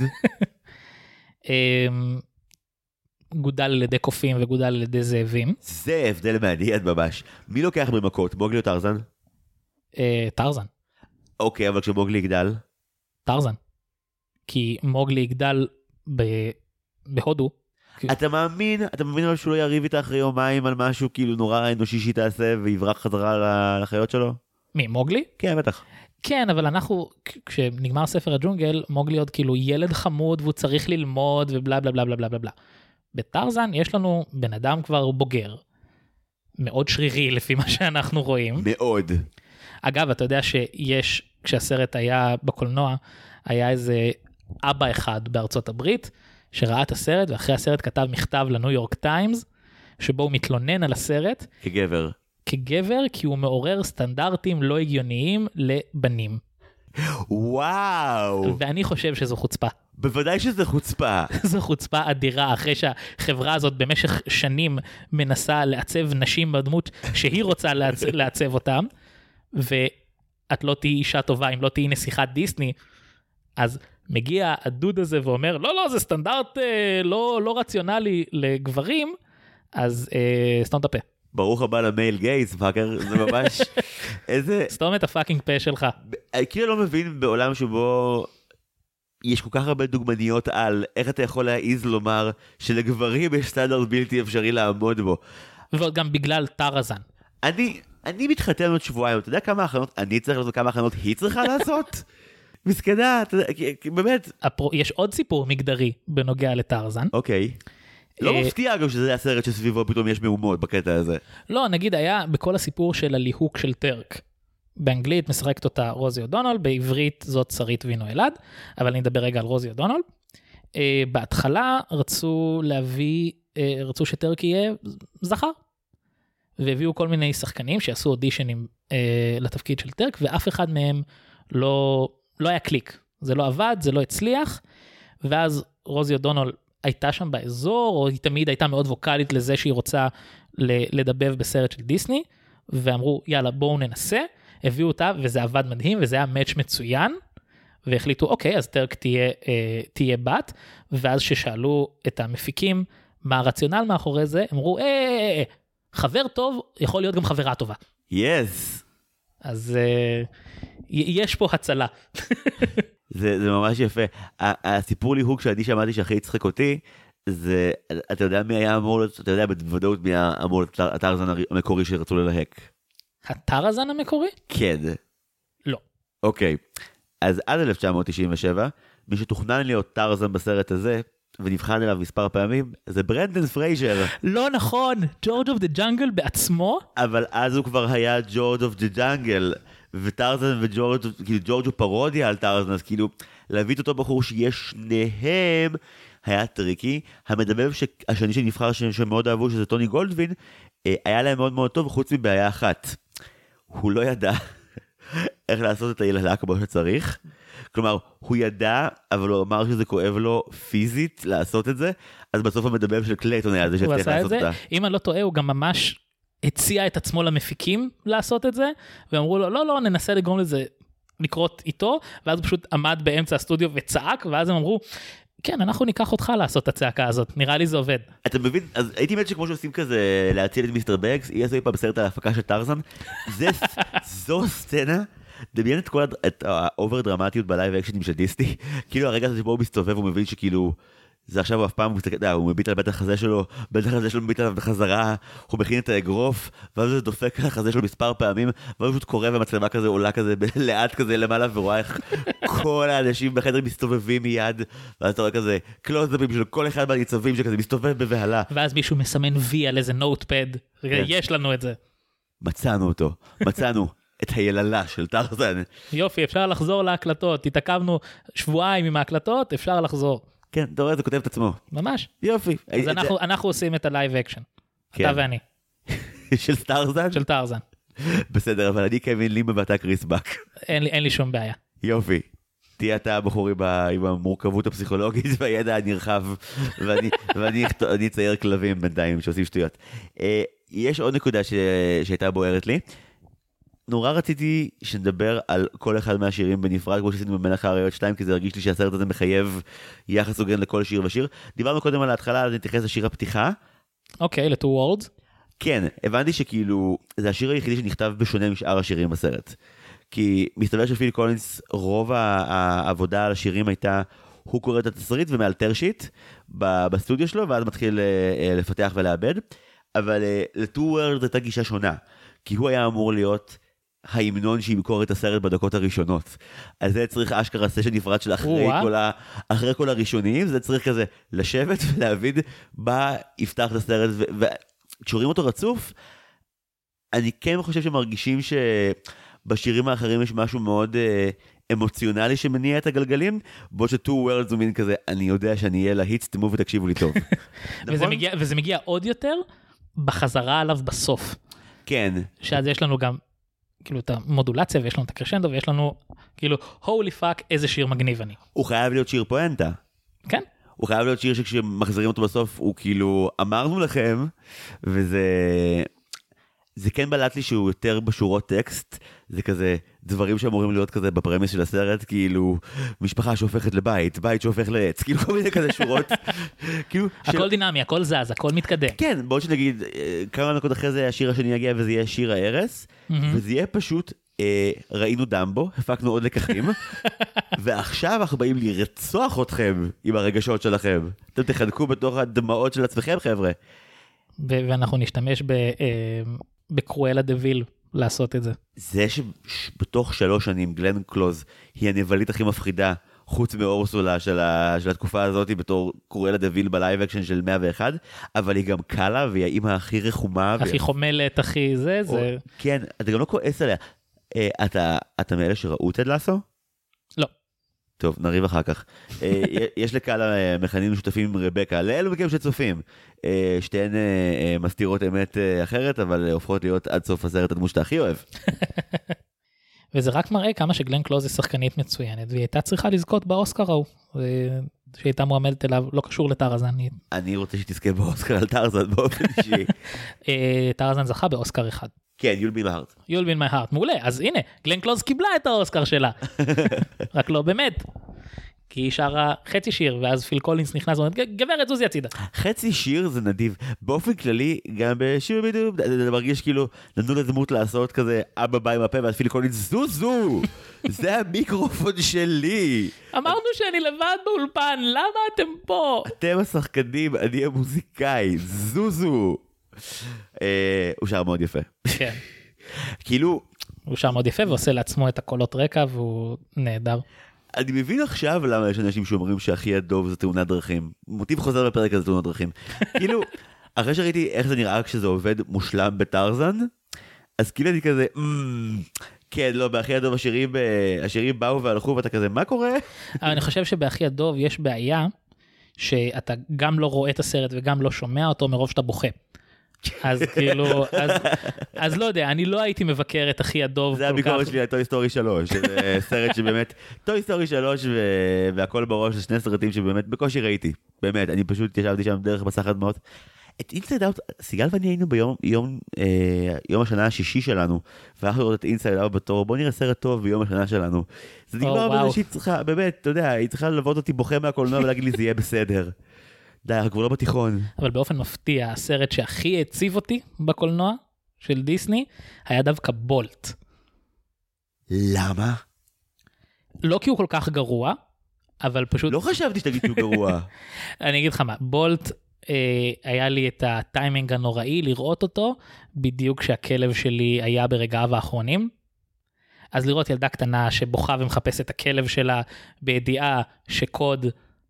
גודל על ידי קופים וגודל על ידי זאבים. זה הבדל מעניין ממש. מי לוקח במכות, מוגלי או טרזן? טרזן. אוקיי, אבל כשמוגלי יגדל? טרזן. כי מוגלי יגדל בהודו. אתה מאמין אבל שהוא לא יריב איתה אחרי יומיים על משהו כאילו נורא אנושי שהיא תעשה ויברח חזרה לחיות שלו? מי, מוגלי? כן, בטח. כן, אבל אנחנו, כשנגמר ספר הג'ונגל, מוגלי עוד כאילו ילד חמוד והוא צריך ללמוד ובלה בלה בלה בלה בלה בלה. בטרזן יש לנו בן אדם כבר בוגר, מאוד שרירי לפי מה שאנחנו רואים. מאוד. אגב, אתה יודע שיש, כשהסרט היה בקולנוע, היה איזה אבא אחד בארצות הברית, שראה את הסרט, ואחרי הסרט כתב מכתב לניו יורק טיימס, שבו הוא מתלונן על הסרט. כגבר, כי הוא מעורר סטנדרטים לא הגיוניים לבנים. וואו. ואני חושב שזו חוצפה. בוודאי שזה חוצפה. זו חוצפה אדירה, אחרי שהחברה הזאת במשך שנים מנסה לעצב נשים בדמות שהיא רוצה לעצב אותם, ואת לא תהיי אישה טובה אם לא תהיי נסיכת דיסני, אז מגיע הדוד הזה ואומר, לא, זה סטנדרט לא רציונלי לגברים, אז סתום את הפה. ברוך הבא למייל גייס, פאקר, זה ממש איזה... סתום את הפאקינג פה שלך. כאילו לא מבין בעולם שבו יש כל כך הרבה דוגמניות על איך אתה יכול להעיז לומר שלגברים יש סטנדרט בלתי אפשרי לעמוד בו. ועוד גם בגלל טרזן. אני מתחתן עוד שבועיים, אתה יודע כמה הכנות אני צריך לעשות, כמה הכנות היא צריכה לעשות? מסכנה, באמת. יש עוד סיפור מגדרי בנוגע לטרזן. אוקיי. לא מפתיע אגב שזה הסרט שסביבו פתאום יש מהומות בקטע הזה. לא, נגיד היה בכל הסיפור של הליהוק של טרק. באנגלית משחקת אותה רוזי אודונל, בעברית זאת שרית וינו אלעד, אבל אני אדבר רגע על רוזי אודונל. בהתחלה רצו שטרק יהיה זכר, והביאו כל מיני שחקנים שעשו אודישנים לתפקיד של טרק, ואף אחד מהם לא היה קליק. זה לא עבד, זה לא הצליח, ואז רוזי אודונל הייתה שם באזור, או היא תמיד הייתה מאוד ווקלית לזה שהיא רוצה לדבב בסרט של דיסני, ואמרו, יאללה, בואו ננסה, הביאו אותה, וזה עבד מדהים, וזה היה מאץ' מצוין, והחליטו, אוקיי, אז טרק תהיה בת, ואז ששאלו את המפיקים, מה הרציונל מאחורי זה, אמרו, חבר טוב יכול להיות גם חברה טובה. Yes. אז יש פה הצלה. זה ממש יפה. הסיפור ליהוק שאני שמעתי שהכי יצחק אותי, זה, אתה יודע מי היה אמור, אתה יודע בוודאות מי היה אמור הטרזן המקורי שרצו ללהק. הטרזן המקורי? כן. לא. אוקיי. אז עד 1997, מי שתוכנן להיות טרזן בסרט הזה, ונבחן אליו מספר פעמים, זה ברנדן פרייזר. לא נכון, ג'ורג' אוף דה ג'אנגל בעצמו? אבל אז הוא כבר היה ג'ורג' אוף דה ג'אנגל, וטרזן וג'ורג', כאילו ג'ורג' הוא פרודיה על טרזן, אז כאילו להביא את אותו בחור שיש שניהם, היה טריקי. המדבב השני שנבחר שמאוד אהבו, שזה טוני גולדווין, היה להם מאוד מאוד טוב, חוץ מבעיה אחת. הוא לא ידע איך לעשות את היללה כמו שצריך. כלומר, הוא ידע, אבל הוא אמר שזה כואב לו פיזית לעשות את זה, אז בסוף המדבב של קלייטון היה זה שצריך לעשות אותה. אם אני לא טועה, הוא גם ממש הציע את עצמו למפיקים לעשות את זה, ואמרו לו, לא, ננסה לגרום לזה לקרות איתו, ואז הוא פשוט עמד באמצע הסטודיו וצעק, ואז הם אמרו, כן, אנחנו ניקח אותך לעשות את הצעקה הזאת, נראה לי זה עובד. אתה מבין? אז הייתי מת שכמו שעושים כזה להציל את מיסטר בגס, יהיה עשוי פעם בסרט על ההפקה של טרזן, זו סצנה, דמיין את האובר דרמטיות בלייב אקשנים של דיסני, כאילו הרגע הזה שבו הוא מסתובב, הוא מבין שכאילו, זה עכשיו הוא אף פעם, הוא מביט על בית החזה שלו, בית החזה שלו מביט עליו בחזרה, הוא מכין את האגרוף, ואז זה דופק על החזה שלו מספר פעמים, ואז הוא פשוט קורא והמצלמה כזה עולה כזה, לאט כזה למעלה, ורואה איך כל האנשים בחדר מסתובבים מיד, ואז אתה רואה כזה קלוזאפים של כל אחד מהניצבים שכזה מסתובב בבהלה. ואז מישהו מסמן וי על איזה נוטפד, יש לנו את זה. מצאנו אותו, מצאנו. את היללה של טרזן. יופי, אפשר לחזור להקלטות, התעכבנו שבועיים עם ההקלטות, אפשר לחזור. כן, אתה רואה, זה כותב את עצמו. ממש. יופי. אז אנחנו עושים את הלייב אקשן. אתה ואני. של טרזן? של טרזן. בסדר, אבל אני קווין לימה ואתה קריס בק. אין לי שום בעיה. יופי. תהיה אתה הבחור עם המורכבות הפסיכולוגית והידע הנרחב, ואני אצייר כלבים בינתיים שעושים שטויות. יש עוד נקודה שהייתה בוערת לי. נורא רציתי שנדבר על כל אחד מהשירים בנפרד, כמו שעשינו במלך האריות 2, כי זה הרגיש לי שהסרט הזה מחייב יחס הוגן לכל שיר ושיר. דיברנו קודם על ההתחלה, אז נתייחס לשיר הפתיחה. אוקיי, ל-Two Worlds. כן, הבנתי שכאילו, זה השיר היחידי שנכתב בשונה משאר השירים בסרט. כי מסתבר שפיל קולינס, רוב העבודה על השירים הייתה, הוא קורא את התסריט ומאלתר שיט בסטודיו שלו, ואז מתחיל לפתח ולעבד. אבל ל-Two Worlds הייתה גישה שונה, כי הוא היה אמור להיות ההמנון שימכור את הסרט בדקות הראשונות. אז זה צריך אשכרה סשן נפרד של אחרי כל הראשונים, זה צריך כזה לשבת ולהבין מה יפתח את הסרט, וכשרואים אותו רצוף, אני כן חושב שמרגישים שבשירים האחרים יש משהו מאוד אמוציונלי שמניע את הגלגלים, בו ש-Two Worlds הוא מין כזה, אני יודע שאני אהיה להיט, תמו ותקשיבו לי טוב. וזה מגיע עוד יותר בחזרה עליו בסוף. כן. שאז יש לנו גם כאילו את המודולציה, ויש לנו את הקרשנדו, ויש לנו כאילו, holy fuck, איזה שיר מגניב אני. הוא חייב להיות שיר פואנטה. כן. הוא חייב להיות שיר שכשמחזירים אותו בסוף, הוא כאילו, אמרנו לכם, וזה... זה כן בלט לי שהוא יותר בשורות טקסט, זה כזה דברים שאמורים להיות כזה בפרמיס של הסרט, כאילו משפחה שהופכת לבית, בית שהופך לעץ, כאילו כל מיני כזה שורות. כאילו, הכל דינמי, הכל זז, הכל מתקדם. כן, בעוד שנגיד כמה דקות אחרי זה השיר השני יגיע וזה יהיה שיר ההרס, וזה יהיה פשוט, ראינו דמבו, הפקנו עוד לקחים, ועכשיו אנחנו באים לרצוח אתכם עם הרגשות שלכם. אתם תחנקו בתוך הדמעות של עצמכם, חבר'ה. ואנחנו נשתמש בקרואלה דוויל לעשות את זה. זה שבתוך 3 שנים גלן קלוז היא הנבלית הכי מפחידה, חוץ מאורסולה של התקופה הזאת בתור קרואלה דוויל בלייב אקשן של 101, אבל היא גם קלה והיא האמא הכי רחומה. הכי חומלת, הכי זה. כן, אתה גם לא כועס עליה. אתה מאלה שראו טד לאסו? לא. טוב, נריב אחר כך. יש לקהל מכנים משותפים עם רבקה, לאלו מכם שצופים. שתיהן מסתירות אמת אחרת, אבל הופכות להיות עד סוף הסרט הדמות שאתה הכי אוהב. וזה רק מראה כמה שגלן קלוז היא שחקנית מצוינת, והיא הייתה צריכה לזכות באוסקר ההוא, שהייתה מועמדת אליו, לא קשור לטרזן. אני רוצה שתזכה באוסקר על טרזן באופן אישי. טרזן זכה באוסקר אחד. כן, You'll be my heart. You'll be my heart, מעולה. אז הנה, גלן קלוז קיבלה את האוסקר שלה. רק לא באמת. כי היא שרה חצי שיר, ואז פיל קולינס נכנס ואומרת, גברת זוזי הצידה. חצי שיר זה נדיב. באופן כללי, גם בשיר בידוב, זה מרגיש כאילו, נתנו לדמות לעשות כזה, אבא בא עם הפה, ואז פיל קולינס, זוזו! זה המיקרופון שלי! אמרנו שאני לבד באולפן, למה אתם פה? אתם השחקנים, אני המוזיקאי, זוזו! הוא שר מאוד יפה. כן. כאילו... הוא שר מאוד יפה ועושה לעצמו את הקולות רקע והוא נהדר. אני מבין עכשיו למה יש אנשים שאומרים שהכי הדוב זה תאונת דרכים. מוטיב חוזר בפרק הזה תאונת דרכים. כאילו, אחרי שראיתי איך זה נראה כשזה עובד מושלם בטרזן, אז כאילו אני כזה, כן, לא, בהכי הדוב השירים באו והלכו ואתה כזה, מה קורה? אני חושב שבהכי הדוב יש בעיה שאתה גם לא רואה את הסרט וגם לא שומע אותו מרוב שאתה בוכה. אז כאילו, אז לא יודע, אני לא הייתי מבקר את הכי הדוב כל כך. זה הביקורת שלי על טוי סטורי 3, שזה סרט שבאמת, טוי סטורי 3 והכל בראש, זה 2 סרטים שבאמת בקושי ראיתי, באמת, אני פשוט ישבתי שם דרך מסך הדמעות. את אינסייד אאוט, סיגל ואני היינו ביום השנה השישי שלנו, ואנחנו לראות את אינסייד אאוט בתור, בוא נראה סרט טוב ביום השנה שלנו. זה נגמר בזה שהיא צריכה, באמת, אתה יודע, היא צריכה ללוות אותי בוכה מהקולנוע ולהגיד לי זה יהיה בסדר. די, אנחנו כבר לא בתיכון. אבל באופן מפתיע, הסרט שהכי הציב אותי בקולנוע של דיסני, היה דווקא בולט. למה? לא כי הוא כל כך גרוע, אבל פשוט... לא חשבתי שתגיד שהוא גרוע. אני אגיד לך מה, בולט היה לי את הטיימינג הנוראי לראות אותו, בדיוק כשהכלב שלי היה ברגעיו האחרונים. אז לראות ילדה קטנה שבוכה ומחפש את הכלב שלה, בידיעה שקוד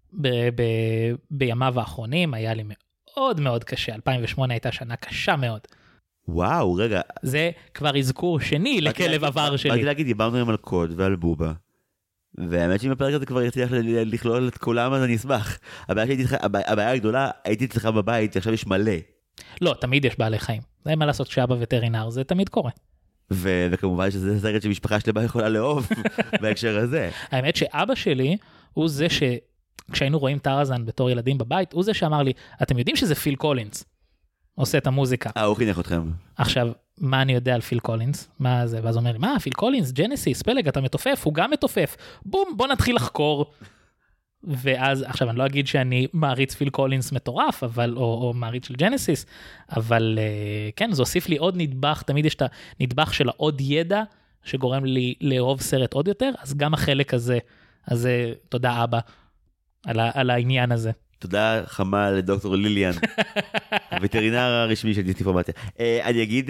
בימיו האחרונים, היה לי מאוד מאוד קשה. 2008 הייתה שנה קשה מאוד. וואו, רגע. זה כבר אזכור שני לכלב עבר שלי. באתי להגיד, דיברנו היום על קוד ועל בובה. והאמת שאם הפרק הזה כבר יצליח לכלול את כולם, אז אני אשמח. הבעיה הגדולה, הייתי אצלך בבית, עכשיו יש מלא. לא, תמיד יש בעלי חיים. זה מה לעשות שאבא וטרינר, זה תמיד קורה. וכמובן שזה סרט שמשפחה שלמה יכולה לאהוב בהקשר הזה. האמת שאבא שלי הוא זה כשהיינו רואים טרזן בתור ילדים בבית, הוא זה שאמר לי, אתם יודעים שזה פיל קולינס עושה את המוזיקה. הוא חינך אתכם. עכשיו, מה אני יודע על פיל קולינס? מה זה? ואז הוא אומר לי, מה, פיל קולינס, ג'נסיס, פלג, אתה מתופף, הוא גם מתופף. בום, בוא נתחיל לחקור. ואז, עכשיו, אני לא אגיד שאני מעריץ פיל קולינס מטורף, אבל, או מעריץ של ג'נסיס, אבל כן, זה הוסיף לי עוד נדבך, תמיד יש את הנדבך של העוד ידע, שגורם לי לאהוב סרט עוד יותר, אז גם החלק הזה, אז תודה אבא, על העניין הזה. תודה חמה לדוקטור ליליאן, הווטרינר הרשמי של דיסני פורמציה. אני אגיד,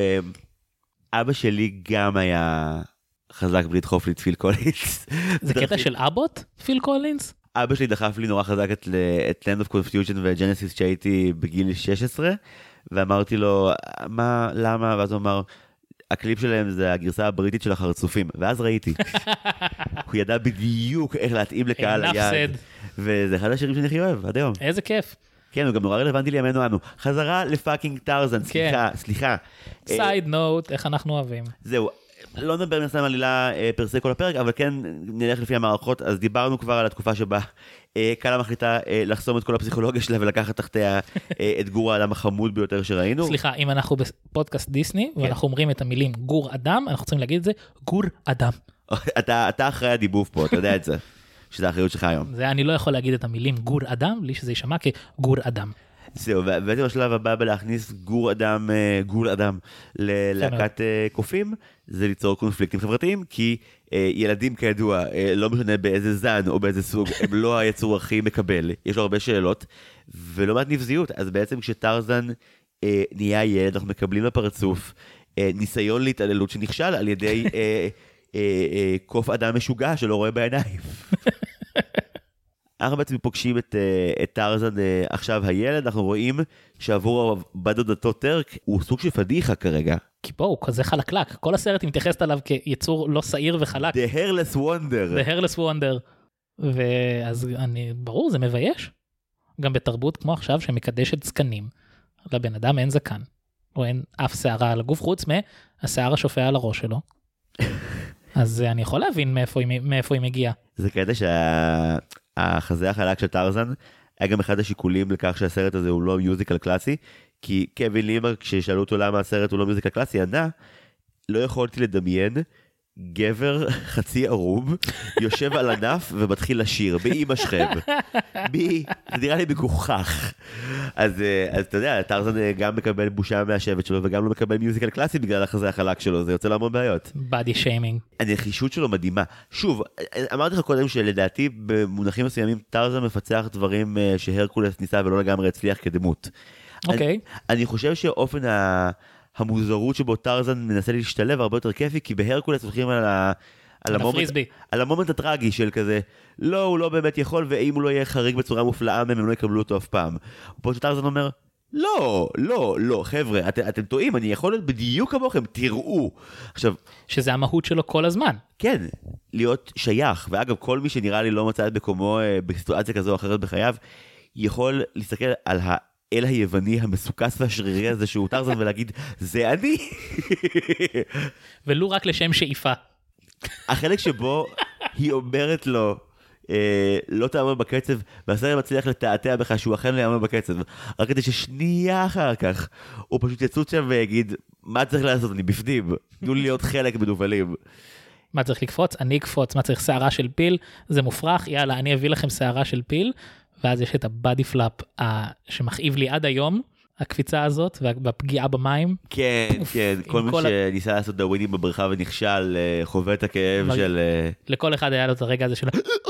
אבא שלי גם היה חזק בלי דחוף לי את פיל קולינס. זה קטע של אבות, פיל קולינס? אבא שלי דחף לי נורא חזק את Land of Confusion וג'נסיס כשהייתי בגיל 16, ואמרתי לו, מה, למה? ואז הוא אמר, הקליפ שלהם זה הגרסה הבריטית של החרצופים, ואז ראיתי. הוא ידע בדיוק איך להתאים לקהל היעד. וזה אחד השירים שאני הכי אוהב, עד היום. איזה כיף. כן, הוא גם נורא רלוונטי לימינו אנו. חזרה לפאקינג טרזן, סליחה. סייד נוט, איך אנחנו אוהבים. זהו, לא נדבר נסתם עלילה פרסי כל הפרק, אבל כן נלך לפי המערכות. אז דיברנו כבר על התקופה שבה קאלה מחליטה לחסום את כל הפסיכולוגיה שלה ולקחת תחתיה את גור האדם החמוד ביותר שראינו. סליחה, אם אנחנו בפודקאסט דיסני, ואנחנו אומרים את המילים גור אדם, אנחנו צריכים להגיד את זה, גור אדם. אתה אחראי הדיבוב פה, אתה יודע את זה, שזה האחריות שלך היום. אני לא יכול להגיד את המילים גור אדם, בלי שזה יישמע כגור אדם. זהו, ובעצם השלב הבא בלהכניס גור אדם ללהקת קופים, זה ליצור קונפליקטים חברתיים, כי ילדים כידוע, לא משנה באיזה זן או באיזה סוג, הם לא היצור הכי מקבל, יש לו הרבה שאלות, ולא מעט נבזיות, אז בעצם כשטרזן נהיה ילד, אנחנו מקבלים לפרצוף ניסיון להתעללות שנכשל על ידי קוף אדם משוגע שלא רואה בעיניים. אנחנו בעצם פוגשים את טרזן עכשיו הילד, אנחנו רואים שעבור בת דודתו טרק הוא סוג של פדיחה כרגע. כי בוא, הוא כזה חלקלק, כל הסרט מתייחסת עליו כיצור לא שעיר וחלק. The Hairless Wonder. The Hairless Wonder. ואז ברור, זה מבייש. גם בתרבות כמו עכשיו שמקדשת זקנים, לבן אדם אין זקן, או אין אף שערה על הגוף חוץ מהשיער השופע על הראש שלו. אז אני יכול להבין מאיפה היא מגיעה. זה כדי שהחזה החלק של טרזן היה גם אחד השיקולים לכך שהסרט הזה הוא לא מיוזיקל קלאסי, כי קווין לימר כששאלו אותו למה הסרט הוא לא מיוזיקל קלאסי, ענה, לא יכולתי לדמיין גבר חצי ערוב יושב על ענף ומתחיל לשיר באמא שכם. זה נראה לי מגוחך. אז אתה יודע, טרזן גם מקבל בושה מהשבט שלו וגם לא מקבל מיוזיקל קלאסי בגלל החזה החלק שלו, זה יוצא להמון בעיות. בדי שיימינג. הנחישות שלו מדהימה. שוב, אמרתי לך קודם שלדעתי במונחים מסוימים טרזן מפצח דברים שהרקולס ניסה ולא לגמרי הצליח כדמות. אוקיי. אני חושב שאופן המוזרות שבו טרזן מנסה להשתלב הרבה יותר כיפי, כי בהרקולס הולכים על המומנט הטרגי של כזה, לא, הוא לא באמת יכול, ואם הוא לא יהיה חריג בצורה מופלאה, הם לא יקבלו אותו אף פעם. פה שטרזן אומר, לא, חבר'ה, אתם טועים, אני יכול להיות בדיוק כמוכם, תראו. עכשיו, שזה המהות שלו כל הזמן. כן, להיות שייך, ואגב, כל מי שנראה לי לא מצא את מקומו בסיטואציה כזו או אחרת בחייו, יכול להסתכל על האל היווני המסוכס והשרירי הזה שהוא טרזן ולהגיד, זה אני. ולו רק לשם שאיפה. החלק שבו היא אומרת לו, לא תעמוד בקצב, והסרט מצליח לתעתע בך שהוא אכן לא יעמוד בקצב, רק כדי ששנייה אחר כך הוא פשוט יצוץ שם ויגיד, מה צריך לעשות? אני בפנים, תנו לי להיות חלק בנובלים. מה צריך לקפוץ? אני אקפוץ. מה צריך? שערה של פיל? זה מופרך, יאללה, אני אביא לכם שערה של פיל, ואז יש את הבאדי פלאפ שמכאיב לי עד היום, הקפיצה הזאת, והפגיעה במים. כן, כל מי שניסה לעשות דאווינים בבריכה ונכשל, חווה את הכאב של... לכל אחד היה לו את הרגע הזה של...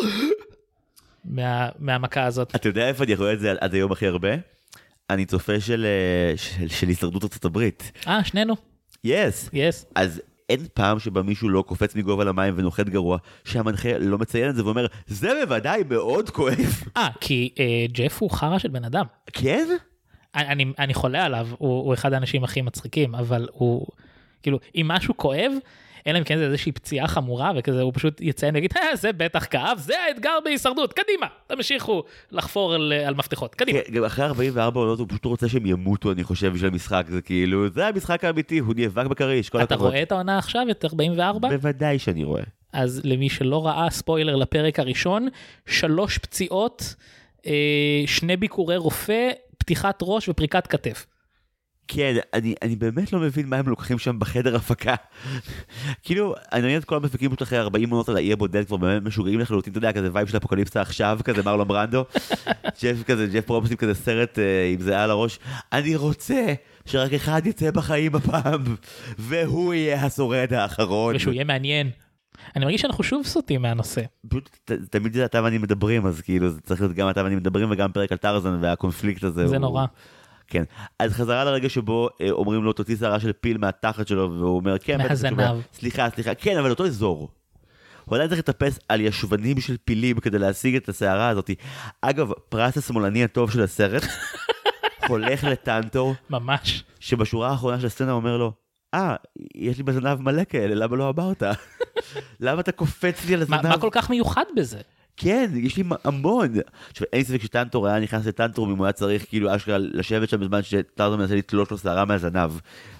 מהמכה הזאת. אתה יודע איפה אני רואה את זה עד היום הכי הרבה? אני צופה של הישרדות ארצות הברית. שנינו. Yes. אז אין פעם שבה מישהו לא קופץ מגובה למים ונוחת גרוע, שהמנחה לא מציין את זה ואומר, זה בוודאי מאוד כואב. כי ג'ף הוא חרא של בן אדם. כן? אני חולה עליו, הוא אחד האנשים הכי מצחיקים, אבל הוא, כאילו, אם משהו כואב, אלא אם כן זה איזושהי פציעה חמורה, וכזה הוא פשוט יציין ויגיד, זה בטח כאב, זה האתגר בהישרדות, קדימה, תמשיכו לחפור על מפתחות, קדימה. גם אחרי 44 עונות הוא פשוט רוצה שהם ימותו, אני חושב, בשביל המשחק, זה כאילו, זה המשחק האמיתי, הוא נאבק בכריש, כל הכבוד. אתה רואה את העונה עכשיו, את 44? בוודאי שאני רואה. אז למי שלא ראה, ספוילר לפרק הראשון, 3 פציעות, 2 ביקורי רופא, פתיחת ראש ופריקת כתף. כן, אני באמת לא מבין מה הם לוקחים שם בחדר הפקה. כאילו, אני מבין את כל המפיקים פשוט אחרי 40 עונות על האי הבודד, כבר באמת משוגעים לחלוטין, אתה יודע, כזה וייב של אפוקליפסה עכשיו, כזה מרלון ברנדו, ג'ף פרופסים כזה סרט עם זה על הראש. אני רוצה שרק אחד יצא בחיים הפעם, והוא יהיה השורד האחרון. ושהוא יהיה מעניין. אני מרגיש שאנחנו שוב סוטים מהנושא. תמיד זה אתה ואני מדברים, אז כאילו, זה צריך להיות גם אתה ואני מדברים, וגם פרק על טרזן והקונפליקט הזה. זה נורא. כן, אז חזרה לרגע שבו אומרים לו, תוציא שערה של פיל מהתחת שלו, והוא אומר, כן, מהזנב. סליחה, כן, אבל אותו אזור. הוא עדיין צריך לטפס על ישבנים של פילים כדי להשיג את השערה הזאת. אגב, פרס השמאלני הטוב של הסרט, הולך לטנטור, ממש. שבשורה האחרונה של הסצנה אומר לו, יש לי בזנב מלא כאלה, למה לא אמרת? למה אתה קופץ לי על הזנב? מה כל כך מיוחד בזה? כן, יש לי המון. עכשיו, אין ספק שטנטור היה נכנס לטנטור, אם הוא היה צריך כאילו אשכרה לשבת שם בזמן שטרזן מנסה לתלוש לו שערה מהזנב.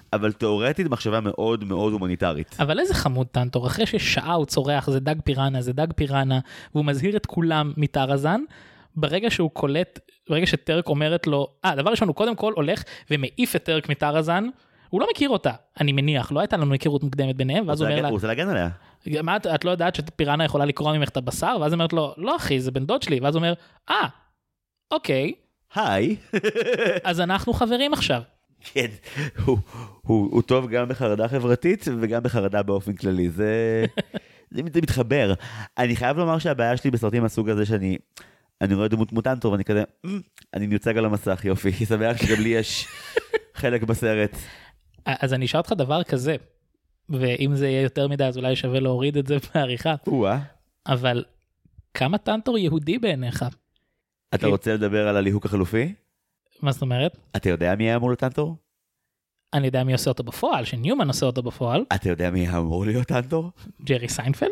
אבל תיאורטית מחשבה מאוד מאוד הומניטרית. אבל איזה חמוד טנטור, אחרי ששעה הוא צורח, זה דג פירנה, זה דג פירנה, והוא מזהיר את כולם מטרזן, ברגע שהוא קולט, ברגע שטרק אומרת לו, דבר ראשון, הוא קודם כל הולך ומעיף את טרק מטרזן, הוא לא מכיר אותה, אני מניח, לא הייתה לנו היכרות מוקדמת ביניהם, ואז הוא אומר לה, הוא רוצה להגן עליה. מה, את לא יודעת שפירנה יכולה לקרוא ממך את הבשר? ואז היא אומרת לו, לא אחי, זה בן דוד שלי, ואז הוא אומר, אוקיי. היי. אז אנחנו חברים עכשיו. כן, הוא טוב גם בחרדה חברתית וגם בחרדה באופן כללי, זה מתחבר. אני חייב לומר שהבעיה שלי בסרטים מהסוג הזה שאני רואה דמות מוטנטור ואני כזה, אני מיוצג על המסך, יופי, שמח שגם לי יש חלק בסרט. אז אני אשאל אותך דבר כזה, ואם זה יהיה יותר מדי אז אולי שווה להוריד את זה בעריכה. אבל כמה טנטור יהודי בעיניך? אתה רוצה לדבר על הליהוק החלופי? מה זאת אומרת? אתה יודע מי היה אמור לטנטור? אני יודע מי עושה אותו בפועל, שניומן עושה אותו בפועל. אתה יודע מי היה אמור להיות טנטור? ג'רי סיינפלד?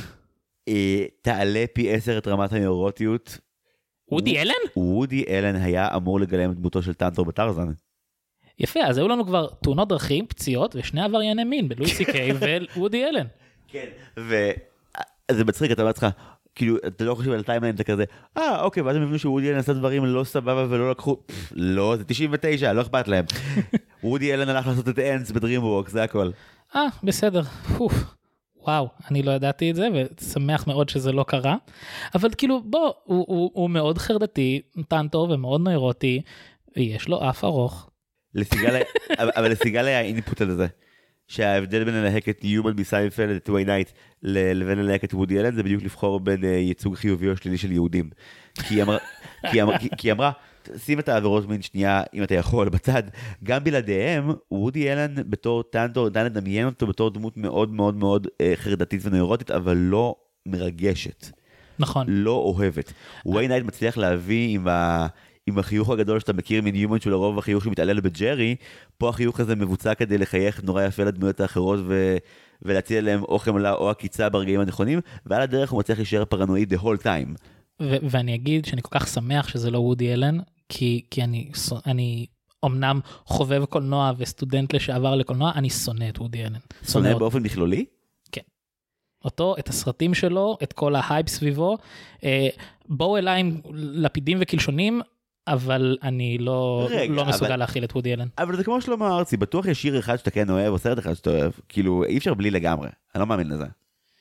תעלה פי 10 את רמת הנוירוטיות. וודי אלן? וודי אלן היה אמור לגלם את דמותו של טנטור בטרזן. יפה, אז היו לנו כבר תאונות דרכים, פציעות ושני עברייני מין, בלואי סי קיי ווודי אלן. כן, וזה מצחיק, אתה אומר לך, כאילו, אתה לא חושב על טיימליין, אתה כזה, אוקיי, ואז הם הבינו שוודי אלן עשה דברים לא סבבה ולא לקחו, לא, זה 99, לא אכפת להם. וודי אלן הלך לעשות את אנס בדרימוורק, זה הכל. בסדר, וואו, אני לא ידעתי את זה, ושמח מאוד שזה לא קרה, אבל כאילו, בוא, הוא מאוד חרדתי, טנטור ומאוד נוירוטי, ויש לו אף ארוך. אבל לסיגל היה אינפוט על זה. שההבדל בין ללהק את ניומן מסיינפלד את ווי נייט לבין ללהק את וודי אלן זה בדיוק לבחור בין ייצוג חיובי או שלילי של יהודים. כי היא אמרה, שים את העבירות מין שנייה אם אתה יכול בצד, גם בלעדיהם וודי אלן בתור טנטור דן לדמיין אותו בתור דמות מאוד מאוד מאוד חרדתית ונוירוטית אבל לא מרגשת. נכון. לא אוהבת. ווי נייט מצליח להביא עם החיוך הגדול שאתה מכיר מניומן שהוא לרוב החיוך שמתעלל בג'רי, פה החיוך הזה מבוצע כדי לחייך נורא יפה לדמויות האחרות ולהציע להם או חמלה או עקיצה ברגעים הנכונים, ועל הדרך הוא מצליח להישאר פרנואיד the whole time. ואני אגיד שאני כל כך שמח שזה לא וודי אלן, כי אני אמנם חובב קולנוע וסטודנט לשעבר לקולנוע, אני שונא את וודי אלן. שונא באופן מכלולי? כן. אותו, את הסרטים שלו, את כל ההייפ סביבו, בואו אליי עם לפידים וקלשונים, אבל אני לא מסוגל להכיל את וודי אלן. אבל זה כמו שלמה ארצי, בטוח יש שיר אחד שאתה כן אוהב, או סרט אחד שאתה אוהב, כאילו אי אפשר בלי לגמרי, אני לא מאמין לזה.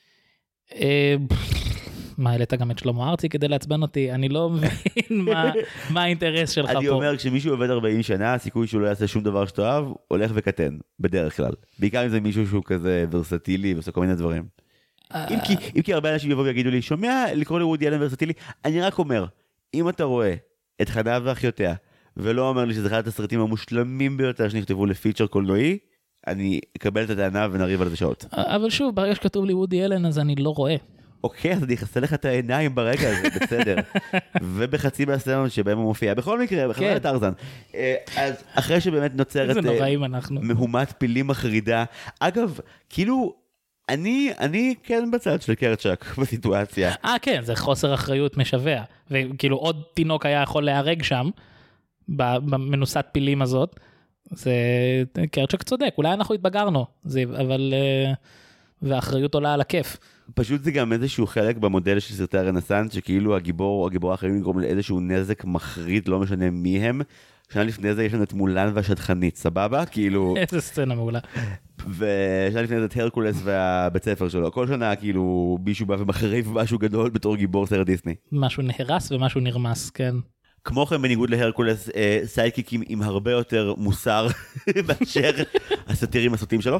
מה, העלית גם את שלמה ארצי כדי לעצבן אותי? אני לא מבין מה האינטרס שלך פה. אני אומר, כשמישהו עובד 40 שנה, הסיכוי שהוא לא יעשה שום דבר שאתה אוהב, הולך וקטן, בדרך כלל. בעיקר אם זה מישהו שהוא כזה ורסטילי, ועושה כל מיני דברים. אם כי הרבה אנשים יבואו ויגידו לי, שומע לקרוא לוודי אלן ורסטילי, אני רק אומר, אם אתה רואה את חנה ואחיותיה, ולא אומר לי שזה אחד הסרטים המושלמים ביותר שנכתבו לפיצ'ר קולנועי, אני אקבל את הטענה ונריב על זה שעות. אבל שוב, ברגע שכתוב לי וודי אלן, אז אני לא רואה. אוקיי, אז אני אחסה לך את העיניים ברגע הזה, בסדר. ובחצי מהסצנות שבהם הוא מופיע. בכל מקרה, בחזרה לטרזן. אז אחרי שבאמת נוצרת מהומת פילים מחרידה, אגב, כאילו, אני כן בצד של קרצ'ק בסיטואציה. כן, זה חוסר אחריות משווע. וכאילו עוד תינוק היה יכול להיהרג שם, במנוסת פילים הזאת. זה קרצ'ק צודק, אולי אנחנו התבגרנו, אבל... והאחריות עולה על הכיף. פשוט זה גם איזשהו חלק במודל של סרטי הרנסנס, שכאילו הגיבור או הגיבור האחרים יגרום לאיזשהו נזק מחריד, לא משנה מי הם. שנה לפני זה יש לנו את מולן והשטחנית, סבבה? כאילו... איזה סצנה מעולה. ושנה לפני זה את הרקולס והבית ספר שלו. כל שנה כאילו מישהו בא ומחריב משהו גדול בתור גיבור סרט דיסני. משהו נהרס ומשהו נרמס, כן. כמו כן בניגוד להרקולס, סיידקיקים עם הרבה יותר מוסר מאשר הסאטירים הסוטים שלו.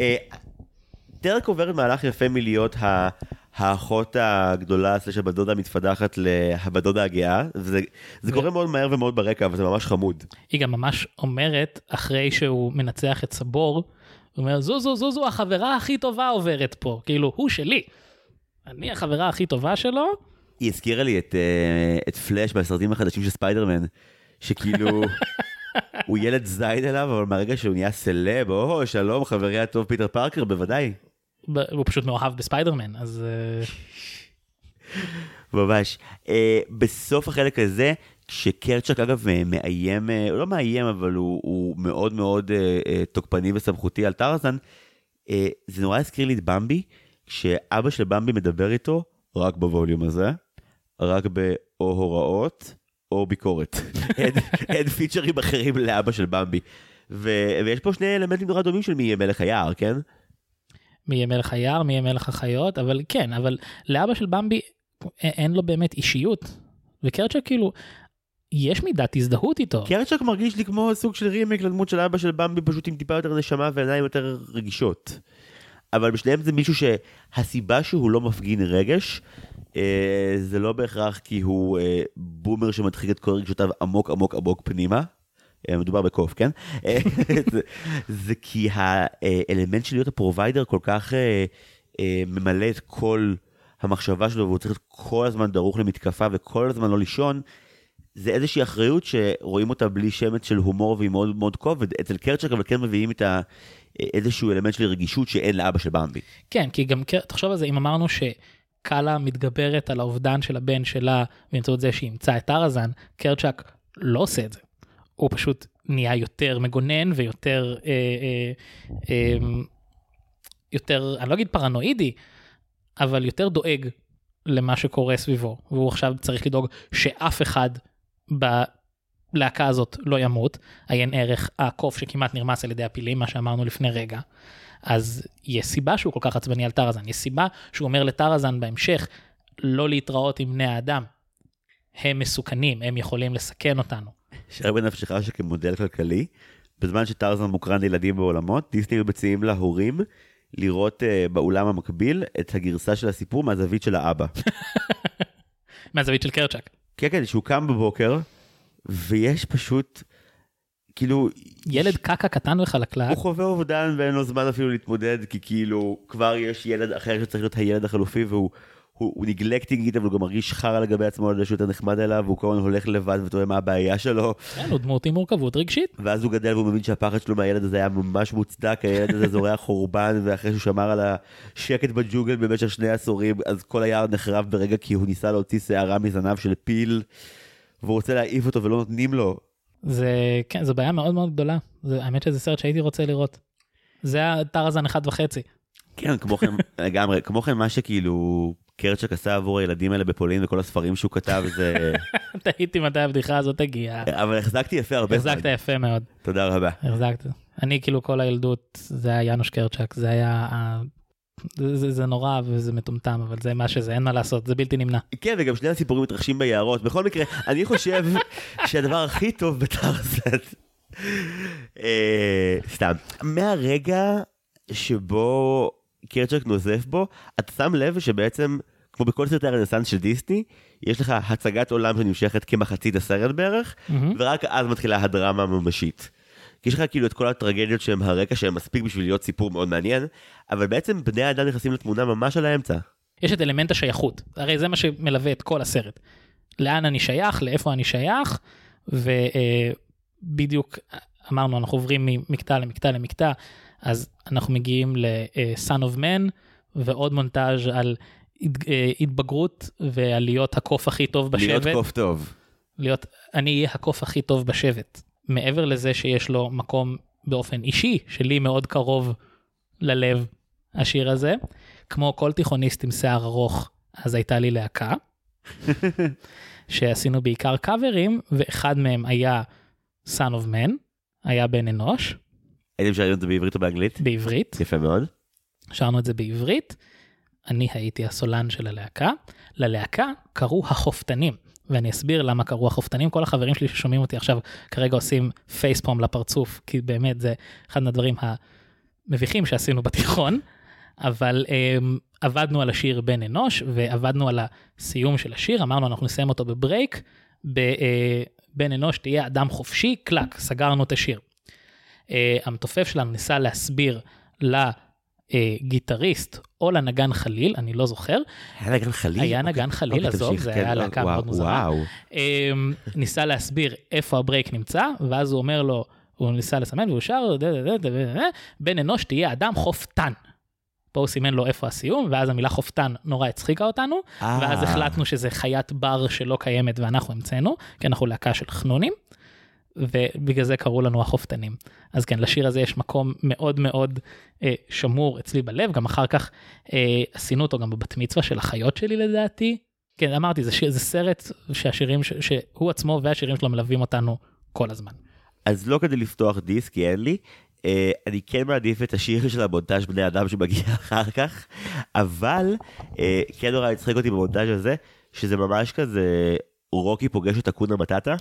טרק עוברת מהלך יפה מלהיות האחות הגדולה סלש הבדודה המתפדחת להבדודה הגאה, וזה קורה מאוד מהר ומאוד ברקע, אבל זה ממש חמוד. היא גם ממש אומרת, אחרי שהוא מנצח את סבור, הוא אומר, זו, החברה הכי טובה עוברת פה, כאילו, הוא שלי. אני החברה הכי טובה שלו. היא הזכירה לי את פלאש בסרטים החדשים של ספיידרמן, שכאילו... הוא ילד זין אליו, אבל מהרגע שהוא נהיה סלב, שלום, חברי הטוב פיטר פארקר, בוודאי. הוא פשוט מאוהב בספיידרמן, אז... ממש. בסוף החלק הזה, כשקרצ'ק אגב מאיים, הוא לא מאיים, אבל הוא מאוד מאוד תוקפני וסמכותי על טרזן, זה נורא הזכיר לי את במבי, כשאבא של במבי מדבר איתו, רק בווליום הזה, רק או הוראות, או ביקורת. אין פיצ'רים אחרים לאבא של במבי. ויש פה שני אלמנטים נורא דומים של מי יהיה מלך היער, כן? מי יהיה מלך היער, מי יהיה מלך החיות, אבל כן, אבל לאבא של במבי אין לו באמת אישיות, וקרצ'ק כאילו, יש מידת הזדהות איתו. קרצ'ק מרגיש לי כמו סוג של רימייק לדמות של אבא של במבי, פשוט עם טיפה יותר נשמה ועיניים יותר רגישות. אבל בשניהם זה מישהו שהסיבה שהוא לא מפגין רגש, זה לא בהכרח כי הוא בומר שמדחיק את כל רגשותיו עמוק עמוק עמוק פנימה, מדובר בקוף, כן? זה כי האלמנט של להיות הפרוביידר כל כך ממלא את כל המחשבה שלו, והוא צריך להיות כל הזמן דרוך למתקפה וכל הזמן לא לישון, זה איזושהי אחריות שרואים אותה בלי שמץ של הומור והיא מאוד מאוד כובד. אצל קרצ'ק אבל כן מביאים את איזשהו אלמנט של רגישות שאין לאבא של במבי. כן, כי גם תחשוב על זה, אם אמרנו שקאלה מתגברת על האובדן של הבן שלה, באמצעות זה שהיא ימצא את טרזן, קרצ'ק לא עושה את זה. הוא פשוט נהיה יותר מגונן ויותר, יותר, אני לא אגיד פרנואידי, אבל יותר דואג למה שקורה סביבו. והוא עכשיו צריך לדאוג שאף אחד בלהקה הזאת לא ימות. עיין ערך הקוף שכמעט נרמס על ידי הפילים, מה שאמרנו לפני רגע. אז יש סיבה שהוא כל כך עצבני על טרזן. יש סיבה שהוא אומר לטרזן בהמשך, לא להתראות עם בני האדם. הם מסוכנים, הם יכולים לסכן אותנו. שער בנפשך שכמודל כלכלי, בזמן שטרזן מוקרן לילדים בעולמות, דיסני מציעים להורים לראות באולם המקביל את הגרסה של הסיפור מהזווית של האבא. מהזווית של קרצ'ק. כן, כן, שהוא קם בבוקר, ויש פשוט, כאילו... ילד קקה קטן וחלקלק. הוא חווה אובדן ואין לו זמן אפילו להתמודד, כי כאילו כבר יש ילד אחר שצריך להיות הילד החלופי, והוא נגלקטינג, אבל הוא גם מרגיש חרא לגבי עצמו, על זה שהוא יותר נחמד אליו, והוא כל הזמן הולך לבד וטועה מה הבעיה שלו. כן, הוא דמות עם מורכבות רגשית. ואז הוא גדל והוא מבין שהפחד שלו מהילד הזה היה ממש מוצדק, הילד הזה זורע חורבן, ואחרי שהוא שמר על השקט בג'וגל במשך 2 עשורים, אז כל היער נחרב ברגע כי הוא ניסה להוציא שערה מזנב של פיל, והוא רוצה להעיף אותו ולא נותנים לו. כן, זו בעיה מאוד מאוד גדולה. האמת שזה סרט שהייתי רוצה לראות. זה טרזן 1.5. כן, כמו כן, לגמרי, כמו כן מה שכאילו קרצ'ק עשה עבור הילדים האלה בפולין וכל הספרים שהוא כתב, זה... תהיתי מתי הבדיחה הזאת הגיעה. אבל החזקתי יפה הרבה. החזקת יפה מאוד. תודה רבה. החזקת. אני כאילו כל הילדות, זה היה יאנוש קרצ'ק, זה היה... זה נורא וזה מטומטם, אבל זה מה שזה, אין מה לעשות, זה בלתי נמנע. כן, וגם שני הסיפורים מתרחשים ביערות. בכל מקרה, אני חושב שהדבר הכי טוב בטרזן, סתם, מהרגע שבו קרצ'ק נוזף בו, אתה שם לב שבעצם, כמו בכל סרטי הרנסנס של דיסני, יש לך הצגת עולם שנמשכת כמחצית הסרט בערך, ורק אז מתחילה הדרמה הממשית. כי יש לך כאילו את כל הטרגדיות שהם הרקע, שהם מספיק בשביל להיות סיפור מאוד מעניין, אבל בעצם בני האדם נכנסים לתמונה ממש על האמצע. יש את אלמנט השייכות, הרי זה מה שמלווה את כל הסרט. לאן אני שייך, לאיפה אני שייך, ובדיוק אמרנו, אנחנו עוברים ממקטע למקטע למקטע, אז אנחנו מגיעים ל-Son of Man, ועוד מונטאז' על התבגרות, ועל להיות הקוף הכי טוב בשבט. להיות קוף טוב. אני אהיה הקוף הכי טוב בשבט. מעבר לזה שיש לו מקום באופן אישי, שלי מאוד קרוב ללב השיר הזה, כמו כל תיכוניסט עם שיער ארוך, אז הייתה לי להקה, שעשינו בעיקר קאברים, ואחד מהם היה Son of Man, היה בן אנוש. הייתם שרים את זה בעברית או באנגלית? בעברית. יפה מאוד. שרנו את זה בעברית, אני הייתי הסולן של הלהקה, ללהקה קראו החופתנים, ואני אסביר למה קראו החופתנים, כל החברים שלי ששומעים אותי עכשיו כרגע עושים פייספום לפרצוף, כי באמת זה אחד מהדברים המביכים שעשינו בתיכון, אבל עבדנו על השיר בן אנוש, ועבדנו על הסיום של השיר, אמרנו אנחנו נסיים אותו בברייק, בן אנוש תהיה אדם חופשי, קלק, סגרנו את השיר. המתופף שלנו ניסה להסביר לגיטריסט או לנגן חליל, אני לא זוכר. היה נגן חליל? היה נגן חליל, עזוב, זה היה להקה מאוד מוזרה. ניסה להסביר איפה הברייק נמצא, ואז הוא אומר לו, הוא ניסה לסמן, והוא שר, בן אנוש תהיה אדם חופתן. פה הוא סימן לו איפה הסיום, ואז המילה חופתן נורא הצחיקה אותנו, ואז החלטנו שזה חיית בר שלא קיימת, ואנחנו המצאנו, כי אנחנו להקה של חנונים, ובגלל זה קראו לנו החופתנים. אז כן, לשיר הזה יש מקום מאוד מאוד שמור אצלי בלב, גם אחר כך עשינו אותו גם בבת מצווה של החיות שלי לדעתי. כן, אמרתי, זה סרט שהשירים, שהוא עצמו והשירים שלו מלווים אותנו כל הזמן. אז לא כדי לפתוח דיסק, כי אין לי, אני כן מעדיף את השיר של המונטאז' בני אדם שמגיע אחר כך, אבל כן נורא הצחיק אותי במונטאז' הזה, שזה ממש כזה רוקי פוגש את אקונה מטאטה.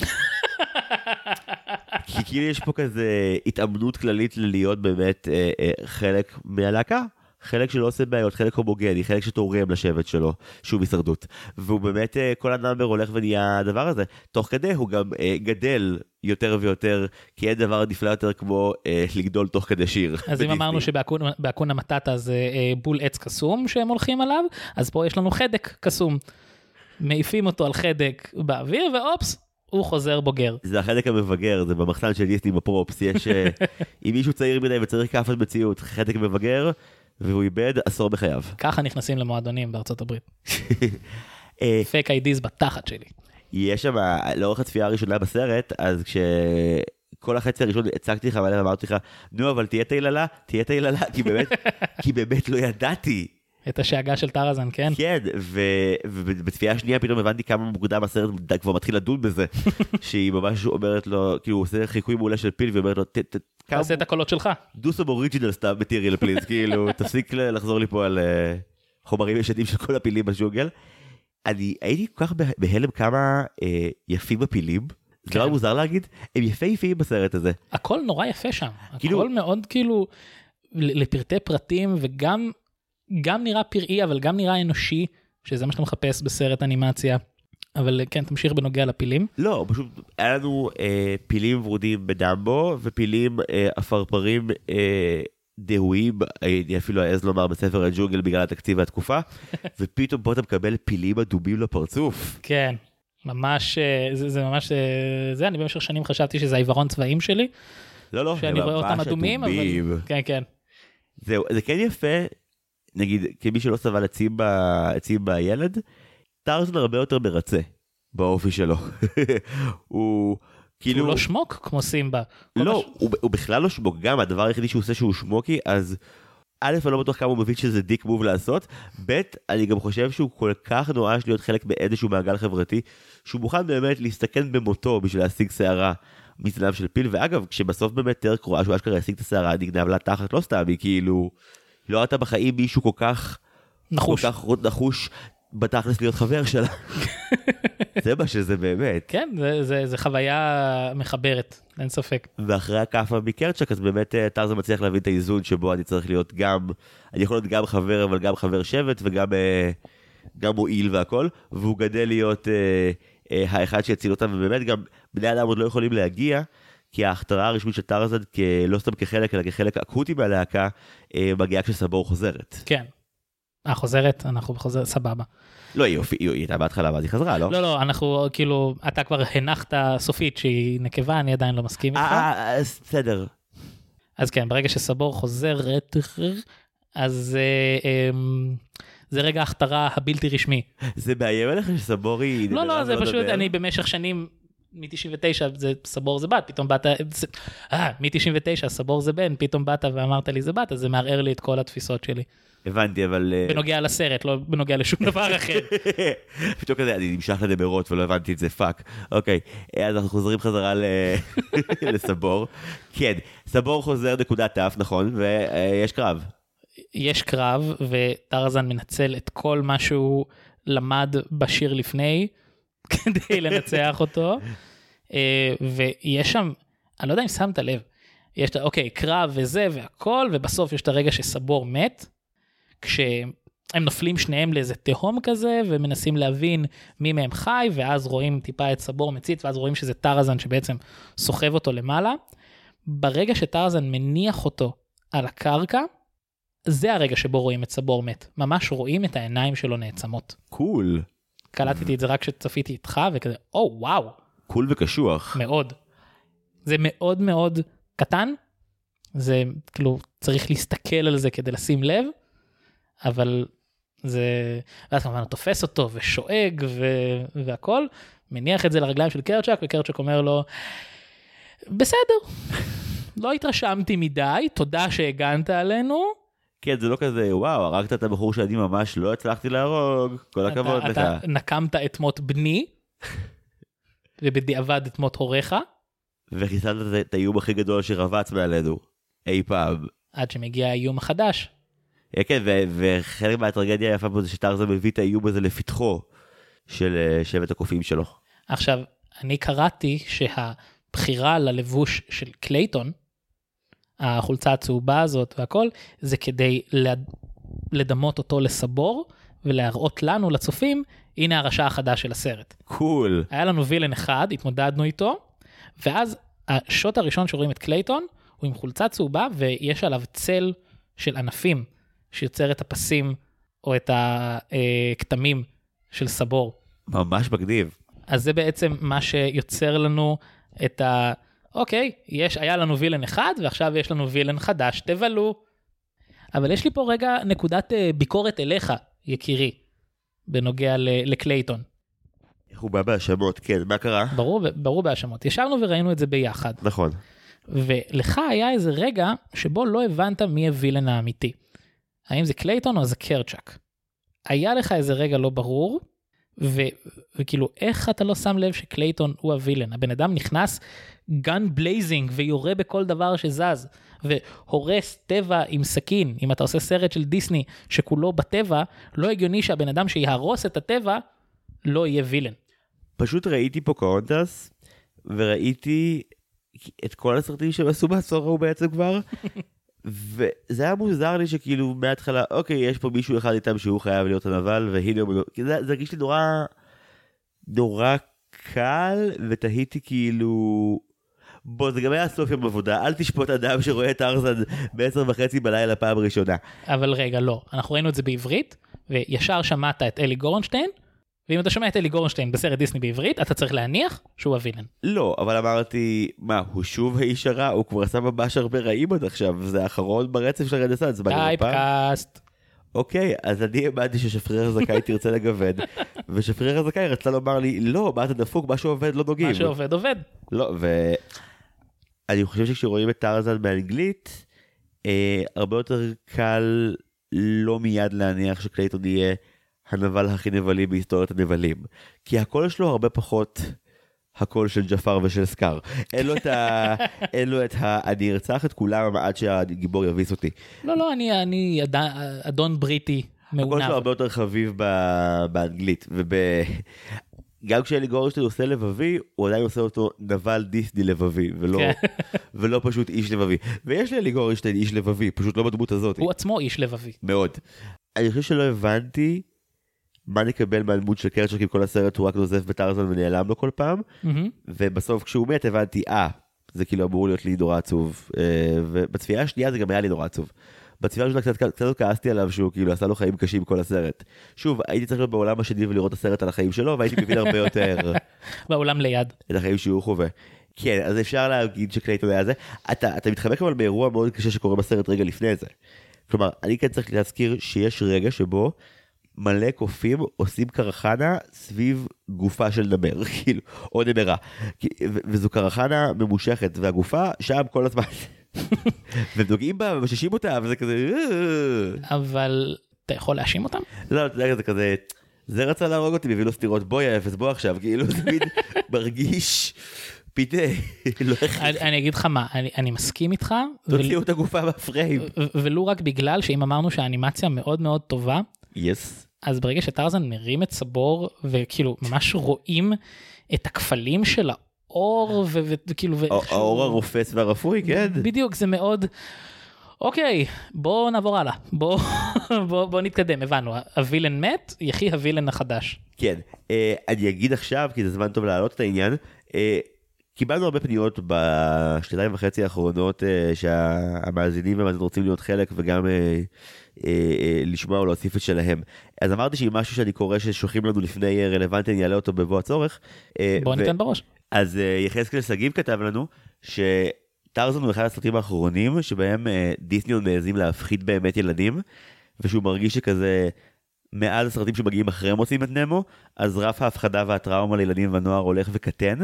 כי כאילו יש פה כזה התאמנות כללית ללהיות באמת חלק מהלהקה, חלק שלא עושה בעיות, חלק הומוגני, חלק שתורם לשבט שלו, שוב הישרדות. והוא באמת, כל הנאמבר הולך ונהיה הדבר הזה. תוך כדי הוא גם גדל יותר ויותר, כי אין דבר נפלא יותר כמו לגדול תוך כדי שיר. אז אם אמרנו שבאקונה מטאטה זה בול עץ קסום שהם הולכים עליו, אז פה יש לנו חדק קסום. מעיפים אותו על חדק באוויר, ואופס, הוא חוזר בוגר. זה החלק המבגר, זה במחסן של דיסני בפרופס. יש, אם מישהו צעיר מדי וצריך כאפת מציאות, חלק מבגר, והוא איבד עשור בחייו. ככה נכנסים למועדונים בארצות הברית. פייק איי-דיז בתחת שלי. יש שם, לאורך הצפייה הראשונה בסרט, אז כשכל החצי הראשון הצגתי לך, ואמרתי לך, נו, אבל תהיה תהיללה, כי באמת לא ידעתי. את השאגה של טרזן, כן? כן, ובצפייה השנייה פתאום הבנתי כמה מוקדם הסרט כבר מתחיל לדון בזה, שהיא ממש אומרת לו, כאילו הוא עושה חיקוי מעולה של פיל, ואומרת לו, תעשה את הקולות שלך. do some original stuff material please, כאילו תפסיק לחזור לי פה על חומרים ישנים של כל הפילים בג'ונגל. אני הייתי כל כך בהלם כמה יפים הפילים, זה לא מוזר להגיד, הם יפים בסרט הזה. הכל נורא יפה שם, הכל מאוד כאילו לפרטי פרטים, וגם נראה פראי, אבל גם נראה אנושי, שזה מה שאתה מחפש בסרט אנימציה. אבל כן, תמשיך בנוגע לפילים. לא, פשוט היה לנו פילים ורודים בדמבו, ופילים אפרפרים דהויים, אני אפילו אעז לומר בספר הג'ונגל בגלל התקציב והתקופה, ופתאום פה אתה מקבל פילים אדומים לפרצוף. כן, ממש, זה ממש, זה, אני במשך שנים חשבתי שזה העיוורון צבעים שלי. לא, שאני רואה אותם אדומים, אבל כן, כן. זהו, זה כן יפה, נגיד, כמי שלא סבל עצים בילד, טרזן הרבה יותר מרצה באופי שלו. הוא כאילו... הוא לא שמוק כמו סימבה. לא, הוא בכלל לא שמוק. גם הדבר היחידי שהוא עושה שהוא שמוקי, אז א', אני לא בטוח כמה הוא מבין שזה דיק מוב לעשות. ב', אני גם חושב שהוא כל כך נואש להיות חלק באיזשהו מעגל חברתי, שהוא מוכן באמת להסתכן במותו בשביל להשיג שערה מזנב של פיל. ואגב, כשבסוף באמת טרק רואה שהוא אשכרה ישיג את השערה, נגנב לה תחת, לא סתם, היא כאילו... לא הייתה בחיים מישהו כל כך נחוש בתכלס להיות חבר שלה. זה מה שזה באמת. כן, זה חוויה מחברת, אין ספק. ואחרי הכאפה מקרצ'ק, אז באמת טרזן מצליח להבין את האיזון שבו אני צריך להיות גם, אני יכול להיות גם חבר, אבל גם חבר שבט, וגם מועיל והכל, והוא גדל להיות האחד שיציל אותם, ובאמת גם בני אדם עוד לא יכולים להגיע, כי ההכתרה הרשמית של טרזן, לא סתם כחלק, אלא כחלק אקוטי מהלהקה, מגיעה כשסבור חוזרת. כן. חוזרת, אנחנו בחוזרת, סבבה. לא, היא הייתה בהתחלה, ואז היא חזרה, לא? לא, אנחנו כאילו, אתה כבר הנחת סופית שהיא נקבה, אני עדיין לא מסכים איתך. בסדר. אז כן, ברגע שסבור חוזרת, אז זה רגע ההכתרה הבלתי רשמי. זה בעיה עליך שסבור היא... לא, זה פשוט, אני במשך שנים... מ-99 סבור זה בת, פתאום באת, מ-99 סבור זה בן, פתאום באת ואמרת לי זה בת, אז זה מערער לי את כל התפיסות שלי. הבנתי, אבל... בנוגע לסרט, לא בנוגע לשום דבר אחר. פתאום כזה, אני נמשך לדברות ולא הבנתי את זה, פאק. אוקיי, אז אנחנו חוזרים חזרה לסבור. כן, סבור חוזר נקודת תף, נכון, ויש קרב. יש קרב, וטרזן מנצל את כל מה שהוא למד בשיר לפני, כדי לנצח אותו, ויש שם, אני לא יודע אם שמת לב, יש את, אוקיי, קרב וזה והכל, ובסוף יש את הרגע שסבור מת, כשהם נופלים שניהם לאיזה תהום כזה, ומנסים להבין מי מהם חי, ואז רואים טיפה את סבור מציץ, ואז רואים שזה טרזן שבעצם סוחב אותו למעלה. ברגע שטרזן מניח אותו על הקרקע, זה הרגע שבו רואים את סבור מת. ממש רואים את העיניים שלו נעצמות. קול. קלטתי את זה רק כשצפיתי איתך, וכזה, וואו. קול וקשוח. מאוד. זה מאוד מאוד קטן, זה כאילו צריך להסתכל על זה כדי לשים לב, אבל זה, ואז כמובן הוא תופס אותו ושואג והכל, מניח את זה לרגליים של קרצ'ק, וקרצ'ק אומר לו, בסדר, לא התרשמתי מדי, תודה שהגנת עלינו. כן, זה לא כזה, וואו, הרגת את הבחור שאני ממש לא הצלחתי להרוג, כל הכבוד לך. אתה נקמת את מות בני, ובדיעבד את מות הוריך. וחיסלת את האיום הכי גדול שרבץ מעלינו, אי פעם. עד שמגיע האיום החדש. כן, וחלק מהטרגדיה היפה פה זה שטרזן מביא את האיום הזה לפתחו של שבט הקופים שלו. עכשיו, אני קראתי שהבחירה ללבוש של קלייטון, החולצה הצהובה הזאת והכל, זה כדי לדמות אותו לסבור, ולהראות לנו, לצופים, הנה הרשע החדש של הסרט. קול. היה לנו וילן אחד, התמודדנו איתו, ואז השוט הראשון שרואים את קלייטון, הוא עם חולצה צהובה, ויש עליו צל של ענפים, שיוצר את הפסים, או את הכתמים של סבור. ממש מגניב. אז זה בעצם מה שיוצר לנו את אוקיי, היה לנו וילן אחד, ועכשיו יש לנו וילן חדש, תבלו. אבל יש לי פה רגע נקודת ביקורת אליך, יקירי, בנוגע לקלייטון. איך הוא בא בהאשמות, כן, מה קרה? ברור בהאשמות. ישבנו וראינו את זה ביחד. נכון. ולך היה איזה רגע שבו לא הבנת מי הווילן האמיתי. האם זה קלייטון או זה קרצ'ק? היה לך איזה רגע לא ברור, וכאילו איך אתה לא שם לב שקלייטון הוא הווילן? הבן אדם נכנס גן בלייזינג ויורה בכל דבר שזז, והורס טבע עם סכין. אם אתה עושה סרט של דיסני שכולו בטבע, לא הגיוני שהבן אדם שיהרוס את הטבע לא יהיה וילן. פשוט ראיתי פה קאונטס, וראיתי את כל הסרטים שהם עשו בעשור ההוא בעצם כבר, וזה היה מוזר לי שכאילו מההתחלה, אוקיי, יש פה מישהו אחד איתם שהוא חייב להיות הנבל, והנה הוא... זה הרגיש לי נורא קל, ותהיתי כאילו... בוא, זה גם היה סוף יום עבודה, אל תשפוט אדם שרואה את טרזן ב10:30 בלילה פעם ראשונה. אבל רגע, לא. אנחנו ראינו את זה בעברית, וישר שמעת את אלי גורנשטיין, ואם אתה שומע את אלי גורנשטיין בסרט דיסני בעברית, אתה צריך להניח שהוא הווילן. לא, אבל אמרתי, מה, הוא שוב האיש הרע? הוא כבר עשה ממש הרבה רעים עד עכשיו, זה האחרון ברצף של הרנסנס. טייפקאסט. אוקיי, אז אני הבנתי ששפריר הזכאי תרצה לגוון, ושפריר הזכאי רצה לומר לי, לא, מה אתה דפוק, מה שעובד לא נוגעים. מה שעובד עובד. לא, ואני חושב שכשרואים את טרזן באנגלית, הרבה יותר קל לא מיד להניח שקלייטון יהיה הנבל הכי נבלי בהיסטוריית הנבלים. כי הקול שלו הרבה פחות הקול של ג'פר ושל סקאר. אין לו את אני ארצח את כולם עד שהגיבור יביס אותי. לא, אני אדון בריטי מעונב. הקול שלו הרבה יותר חביב באנגלית. גם כשאלי גורנשטיין עושה לבבי, הוא עדיין עושה אותו נבל דיסני לבבי, ולא פשוט איש לבבי. ויש לאלי גורנשטיין איש לבבי, פשוט לא בדמות הזאת. הוא עצמו איש לבבי. מאוד. אני חושב שלא הבנתי מה נקבל מהדמות של קרצ'ק עם כל הסרט, הוא רק נוזף בטרזן ונעלם לו כל פעם, ובסוף כשהוא מת הבנתי, זה כאילו אמור להיות לי נורא עצוב, ובצפייה השנייה זה גם היה לי נורא עצוב. בצפייה השנייה קצת כעסתי עליו שהוא כאילו עשה לו חיים קשים כל הסרט. שוב, הייתי צריך להיות בעולם השני ולראות את הסרט על החיים שלו, והייתי מבין הרבה יותר בעולם ליד את החיים שהוא חווה. כן, אז אפשר להגיד שקלייטון היה זה. אתה מתחמק אבל באירוע מאוד קשה שקורה בסרט רגע לפני זה. כלומר, אני כן צריך להזכיר שיש רגע שבו מלא קופים עושים קרחנה סביב גופה של נמר, כאילו, או נמרה. וזו קרחנה ממושכת, והגופה שם כל הזמן. והם דוגעים בה ומששים אותה, וזה כזה... אבל אתה יכול להאשים אותם? לא, זה כזה... זה רצה להרוג אותי, מביא לו סתירות, בוא יא אפס, בוא עכשיו, כאילו, זה תמיד מרגיש... פיתה, לא הכרח. אני אגיד לך מה, אני מסכים איתך. תוציאו את הגופה בפריים. ולא רק בגלל שאם אמרנו שהאנימציה מאוד מאוד טובה, אז ברגע שטרזן מרים את סבור, וכאילו ממש רואים את הכפלים של האור, וכאילו... האור הרופס והרפוי, כן. בדיוק, זה מאוד... אוקיי, בוא נעבור הלאה. בוא נתקדם, הבנו. הווילן מת, יחי הווילן החדש. כן, אני אגיד עכשיו, כי זה זמן טוב להעלות את העניין, קיבלנו הרבה פניות בשנתיים וחצי האחרונות שהמאזינים והמאזינים רוצים להיות חלק וגם לשמוע או להוסיף את שלהם. אז אמרתי שאם משהו שאני קורא ששולחים לנו לפני רלוונטי, אני אעלה אותו בבוא הצורך. בוא ניתן בראש. אז יחזקאל שגיב כתב לנו שטרזן הוא אחד הסרטים האחרונים שבהם דיסני מעזים להפחיד באמת ילדים, ושהוא מרגיש שכזה, מעל הסרטים שמגיעים אחרי הם מוצאים את נמו, אז רף ההפחדה והטראומה לילדים ונוער הולך וקטן,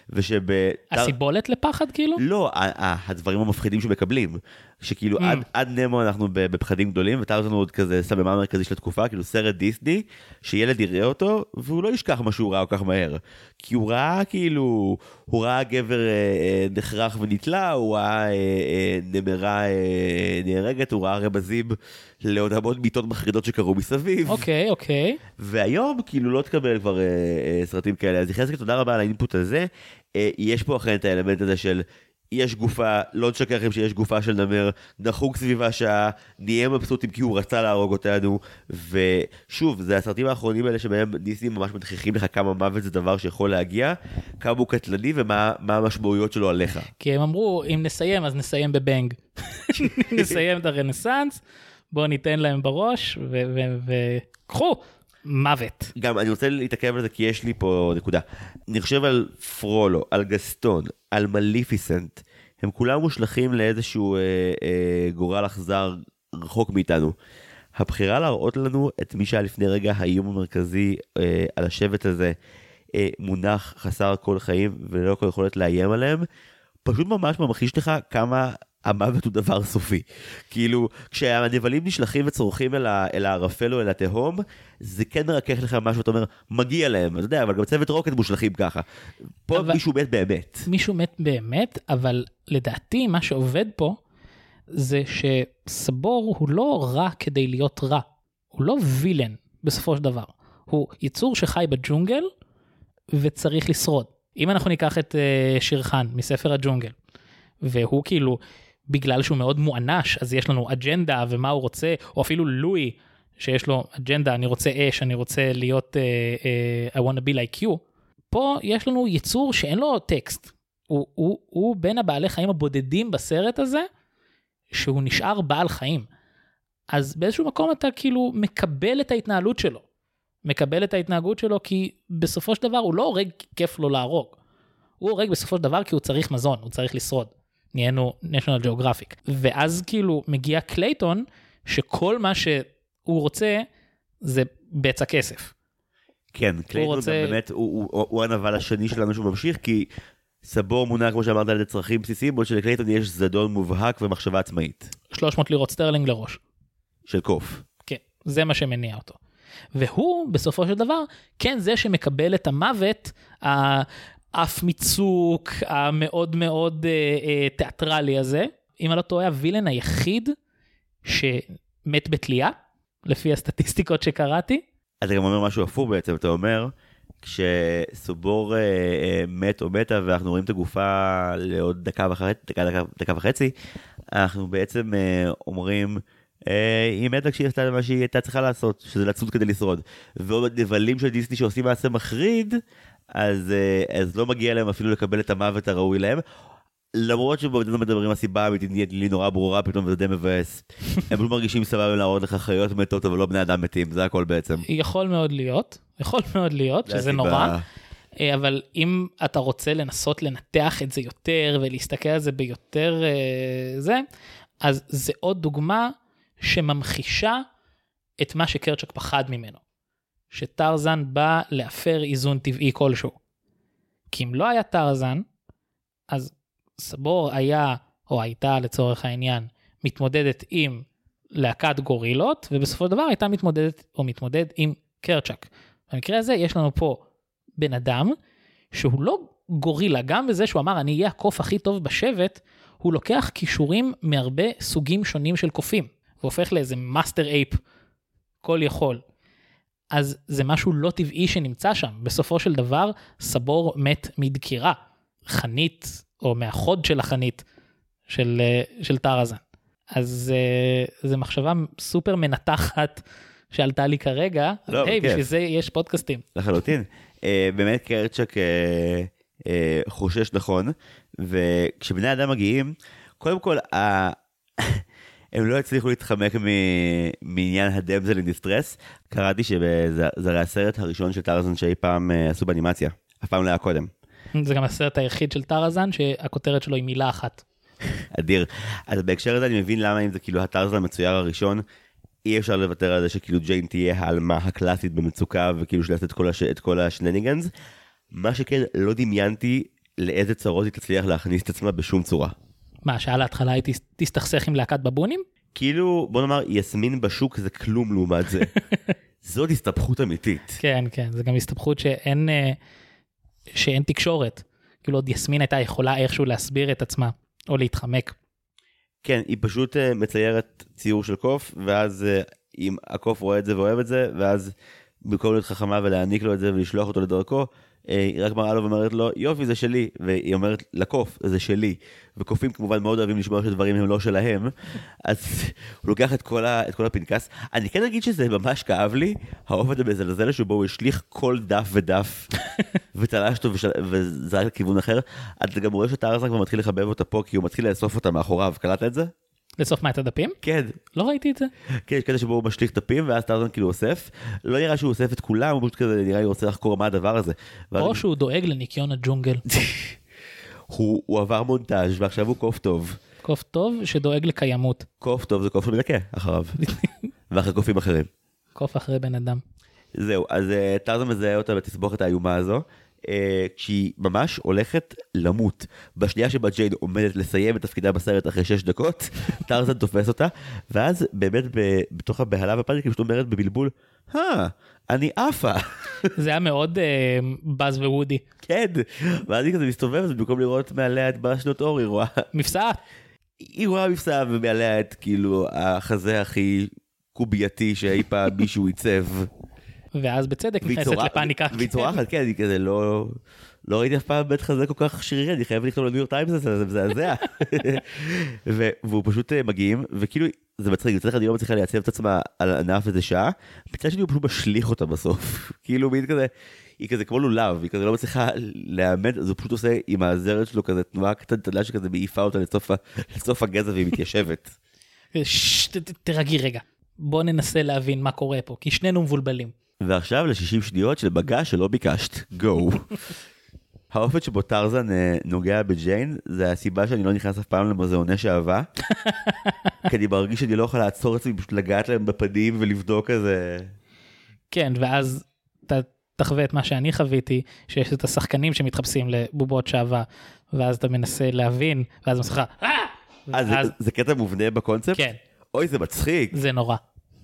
הסיבולת לפחד כאילו? לא, הדברים המפחידים שמקבלים, שכאילו עד נמו אנחנו בפחדים גדולים, וטרזן הוא עוד כזה סממן מרכזי של התקופה, כאילו סרט דיסני, שילד יראה אותו, והוא לא ישכח מה שהוא ראה כל כך מהר, כי הוא ראה כאילו, הוא ראה גבר נחרח ונתלה, הוא ראה נמרה נהרגת, הוא ראה רבזים לעוד המון מיטות מחרידות שקרו מסביב. אוקיי. והיום כאילו לא תקבל כבר סרטים כאלה, אז יחזק תודה רבה על האינפוט הזה. יש פה אכן את האלמנט הזה של יש גופה, לא תשכח לכם שיש גופה של נמר, נחוג סביבה שעה, נהיה מבסוטים כי הוא רצה להרוג אותנו, ושוב, זה הסרטים האחרונים האלה שבהם דיסני ממש מדחיכים לך כמה מוות זה דבר שיכול להגיע, כמה הוא קטלני ומה המשמעויות שלו עליך. כי הם אמרו, אם נסיים אז נסיים בבנג. נסיים את הרנסנס, בואו ניתן להם בראש, וקחו. מוות. גם אני רוצה להתעכב על זה כי יש לי פה נקודה. אני חושב על פרולו, על גסטון, על מליפיסנט, הם כולם מושלכים לאיזשהו גורל אכזר רחוק מאיתנו. הבחירה להראות לנו את מי שהיה לפני רגע האיום המרכזי על השבט הזה, מונח חסר כל חיים ולא כל יכולת לאיים עליהם, פשוט ממש ממחיש לך כמה המוות הוא דבר סופי. כאילו, כשהנבלים נשלחים וצורכים אל הערפל או אל התהום, זה כן מרכך לך משהו, אתה אומר, מגיע להם, אתה יודע, אבל גם צוות רוקט מושלכים ככה. פה מישהו מת באמת. מישהו מת באמת, אבל לדעתי מה שעובד פה, זה שסבור הוא לא רע כדי להיות רע. הוא לא וילן בסופו של דבר. הוא יצור שחי בג'ונגל, וצריך לשרוד. אם אנחנו ניקח את שירחן מספר הג'ונגל, והוא כאילו, בגלל שהוא מאוד מואנש, אז יש לנו אג'נדה ומה הוא רוצה, או אפילו לואי, שיש לו אג'נדה, אני רוצה אש, אני רוצה להיות, I want to be like you. פה יש לנו יצור שאין לו טקסט. הוא בין הבעלי חיים הבודדים בסרט הזה, שהוא נשאר בעל חיים. אז באיזשהו מקום אתה כאילו מקבל את ההתנהלות שלו. מקבל את ההתנהגות שלו, כי בסופו של דבר הוא לא הורג כיף לו להרוג. הוא הורג בסופו של דבר כי הוא צריך מזון, הוא צריך לשרוד. נהיינו National Geographic. ואז כאילו מגיע קלייטון, שכל מה שהוא רוצה, זה בצע כסף. כן, קלייטון גם באמת, הוא הנבל השני שלנו שהוא ממשיך, כי סבור מונע, כמו שאמרת, על צרכים בסיסיים, בעוד שלקלייטון יש זדון מובהק ומחשבה עצמאית. 300 לירות סטרלינג לראש. של קוף. כן, זה מה שמניע אותו. והוא, בסופו של דבר, כן זה שמקבל את המוות, האף מצוק, המאוד מאוד תיאטרלי הזה. אם אני לא טועה, הווילן היחיד שמת בתלייה, לפי הסטטיסטיקות שקראתי. אתה גם אומר משהו הפוך בעצם, אתה אומר, כשסובור מת או מתה, ואנחנו רואים את הגופה לעוד דקה וחצי, אנחנו בעצם אומרים, היא מתה כשהיא עשתה מה שהיא הייתה צריכה לעשות, שזה לצוד כדי לשרוד. ועוד נבלים של דיסני שעושים מעשה מחריד, אז לא מגיע להם אפילו לקבל את המוות הראוי להם, למרות שבמדינות מדברים הסיבה האמיתית נהיית לי נורא ברורה, פתאום וזה די מבאס. הם לא מרגישים סבבה להראות לך חיות מתות, אבל לא בני אדם מתים, זה הכל בעצם. יכול מאוד להיות, שזה נורא. אבל אם אתה רוצה לנסות לנתח את זה יותר, ולהסתכל על זה ביותר אז זה עוד דוגמה שממחישה את מה שקרצ'ק פחד ממנו. שטרזן בא לאפר איזון טבעי כלשהו. כי אם לא היה טרזן, אז סבור היה, או הייתה לצורך העניין, מתמודדת עם להקת גורילות, ובסופו של דבר הייתה מתמודדת או מתמודד עם קרצ'ק. במקרה הזה יש לנו פה בן אדם, שהוא לא גורילה, גם בזה שהוא אמר, אני אהיה הקוף הכי טוב בשבט, הוא לוקח קישורים מהרבה סוגים שונים של קופים, והופך לאיזה מאסטר אייפ, כל יכול. אז זה משהו לא טבעי שנמצא שם. בסופו של דבר, סבור מת מדקירה. חנית, או מהחוד של החנית, של טרזן. אז זו מחשבה סופר מנתחת, שעלתה לי כרגע. לא, היי, בשביל זה יש פודקאסטים. לחלוטין. באמת קרצ'ק חושש נכון, וכשבני אדם מגיעים, קודם כל, הם לא הצליחו להתחמק מעניין הדמזל אין דיסטרס. קראתי שזה הרי הסרט הראשון של טרזן שאי פעם עשו באנימציה. אף פעם לא היה קודם. זה גם הסרט היחיד של טרזן שהכותרת שלו היא מילה אחת. אדיר. אז בהקשר הזה אני מבין למה אם זה כאילו הטרזן המצויר הראשון, אי אפשר לוותר על זה שכאילו ג'יין תהיה העלמה הקלאסית במצוקה, וכאילו שלעשות את כל השנניגנס. מה שכן, לא דמיינתי לאיזה צרות היא תצליח להכניס את עצמה בשום צורה. מה, שעל ההתחלה היא תסתכסך עם להקת בבונים? כאילו, בוא נאמר, יסמין בשוק זה כלום לעומת זה. זאת הסתבכות אמיתית. כן, כן, זה גם הסתבכות שאין תקשורת. כאילו עוד יסמין הייתה יכולה איכשהו להסביר את עצמה, או להתחמק. כן, היא פשוט מציירת ציור של קוף, ואז אם הקוף רואה את זה ואוהב את זה, ואז במקום להיות חכמה ולהעניק לו את זה ולשלוח אותו לדרכו, היא רק מראה לו ואומרת לו, יופי זה שלי, והיא אומרת לקוף, זה שלי, וקופים כמובן מאוד אוהבים לשמוע שדברים הם לא שלהם, אז הוא לוקח את כל הפנקס. אני כן אגיד שזה ממש כאב לי, האופן המזלזל שבו הוא השליך כל דף ודף, ותלש אותו וזרק לכיוון אחר. אתה גם רואה שטרזן כבר מתחיל לחבב אותה פה, כי הוא מתחיל לאסוף אותה מאחוריו, קלטת את זה? לסוף מה, את הדפים? כן. לא ראיתי את זה. כן, יש כזה שבו הוא משליך דפים, ואז טרזן כאילו אוסף. לא נראה שהוא אוסף את כולם, הוא פשוט כזה נראה לי רוצה לחקור מה הדבר הזה. או שהוא דואג לניקיון הג'ונגל. הוא עבר מונטאז' ועכשיו הוא קוף טוב. קוף טוב שדואג לקיימות. קוף טוב זה קוף שמנקה אחריו. ואחרי קופים אחרים. קוף אחרי בן אדם. זהו, אז טרזן מזהה אותה בתסבוכת האיומה הזו. כשהיא ממש הולכת למות. בשנייה שבה ג'יין עומדת לסיים את תפקידה בסרט אחרי 6 דקות, טרזן תופס אותה, ואז באמת בתוך הבהלה והפאניקה פשוט אומרת בבלבול, אני עפה. זה היה מאוד באז ווודי. כן, ואז היא כזה מסתובבת, במקום לראות מעליה את בשנות אור, היא רואה... מבצעה. היא רואה מבצעה ומעליה את כאילו החזה הכי קובייתי שאי פעם מישהו ייצב. ואז בצדק נכנסת לפאניקה. והיא צורחת, כן, היא כזה לא ראיתי אף פעם בית חזה כל כך שרירי, אני חייב לכתוב לניו יורק טיימס הזה, זה מזעזע. והוא פשוט מגיעים, וכאילו, זה מצחיק, מצליח, אני לא מצליחה לייצב את עצמה על ענף איזה שעה, מצד שני הוא פשוט משליך אותה בסוף. כאילו, היא כזה כמו לולב, היא כזה לא מצליחה לאמן, אז הוא פשוט עושה עם הזרת שלו כזה תנועה קטנטנה שכזה מעיפה אותה לסוף הגזע והיא מתיישבת. תרגי רגע, בוא ננסה להבין מה קורה פה, כי שנינו מבולבלים. ועכשיו ל-60 שניות של מגע שלא ביקשת. גו. האופן שבו טרזן נוגע בג'יין, זה הסיבה שאני לא נכנס אף פעם למוזיאוני שעבה. כי אני מרגיש שאני לא יכול לעצור עצמי, פשוט לגעת להם בפנים ולבדוק איזה... כן, ואז אתה תחווה את מה שאני חוויתי, שיש את השחקנים שמתחפשים לבובות שעבה, ואז אתה מנסה להבין, ואז מסכה, זה קטע מובנה בקונספט? כן. אוי, זה מצחיק. זה נורא.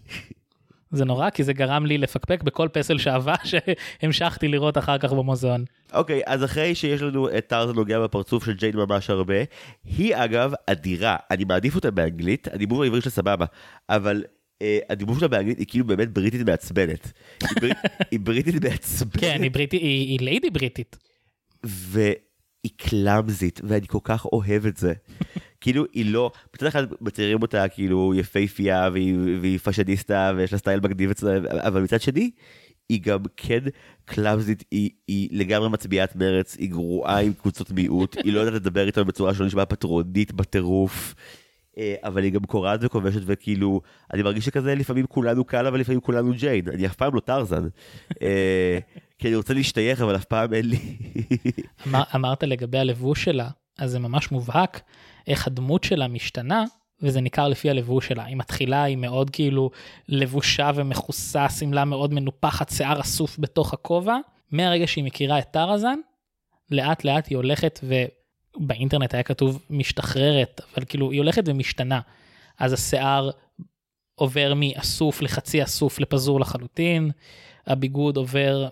זה נורא, כי זה גרם לי לפקפק בכל פסל שעבה שהמשכתי לראות אחר כך במוזיאון. אוקיי, אז אחרי שיש לנו את טרזן נוגע בפרצוף של ג'יין ממש הרבה, היא אגב אדירה, אני מעדיף אותה באנגלית, הדיבור העברי שלה סבבה, אבל הדיבור שלה באנגלית היא כאילו באמת בריטית מעצבנת. היא בריטית מעצבנת. כן, היא ליידי בריטית. והיא קלאמזית, ואני כל כך אוהב את זה. כאילו היא לא, מצד אחד מציירים אותה כאילו יפהפייה והיא פאשניסטה ויש לה סטייל מגניב אצלה, אבל מצד שני היא גם כן קלאמזית, היא לגמרי מצביעת מרץ, היא גרועה עם קבוצות מיעוט, היא לא יודעת לדבר איתה בצורה שלא נשמע פטרונית בטירוף, אבל היא גם קורעת וכובשת, וכאילו אני מרגיש שכזה לפעמים כולנו קל אבל לפעמים כולנו ג'יין, אני אף פעם לא טרזן, כי אני רוצה להשתייך אבל אף פעם אין לי. אמרת לגבי הלבוש שלה, אז זה ממש מובהק איך הדמות שלה משתנה, וזה ניכר לפי הלבוש שלה. היא מתחילה, היא מאוד כאילו לבושה ומכוסה, סמלה מאוד מנופחת, שיער אסוף בתוך הכובע. מהרגע שהיא מכירה את טרזן, לאט לאט היא הולכת, ובאינטרנט היה כתוב משתחררת, אבל כאילו היא הולכת ומשתנה. אז השיער עובר מאסוף לחצי אסוף לפזור לחלוטין, הביגוד עובר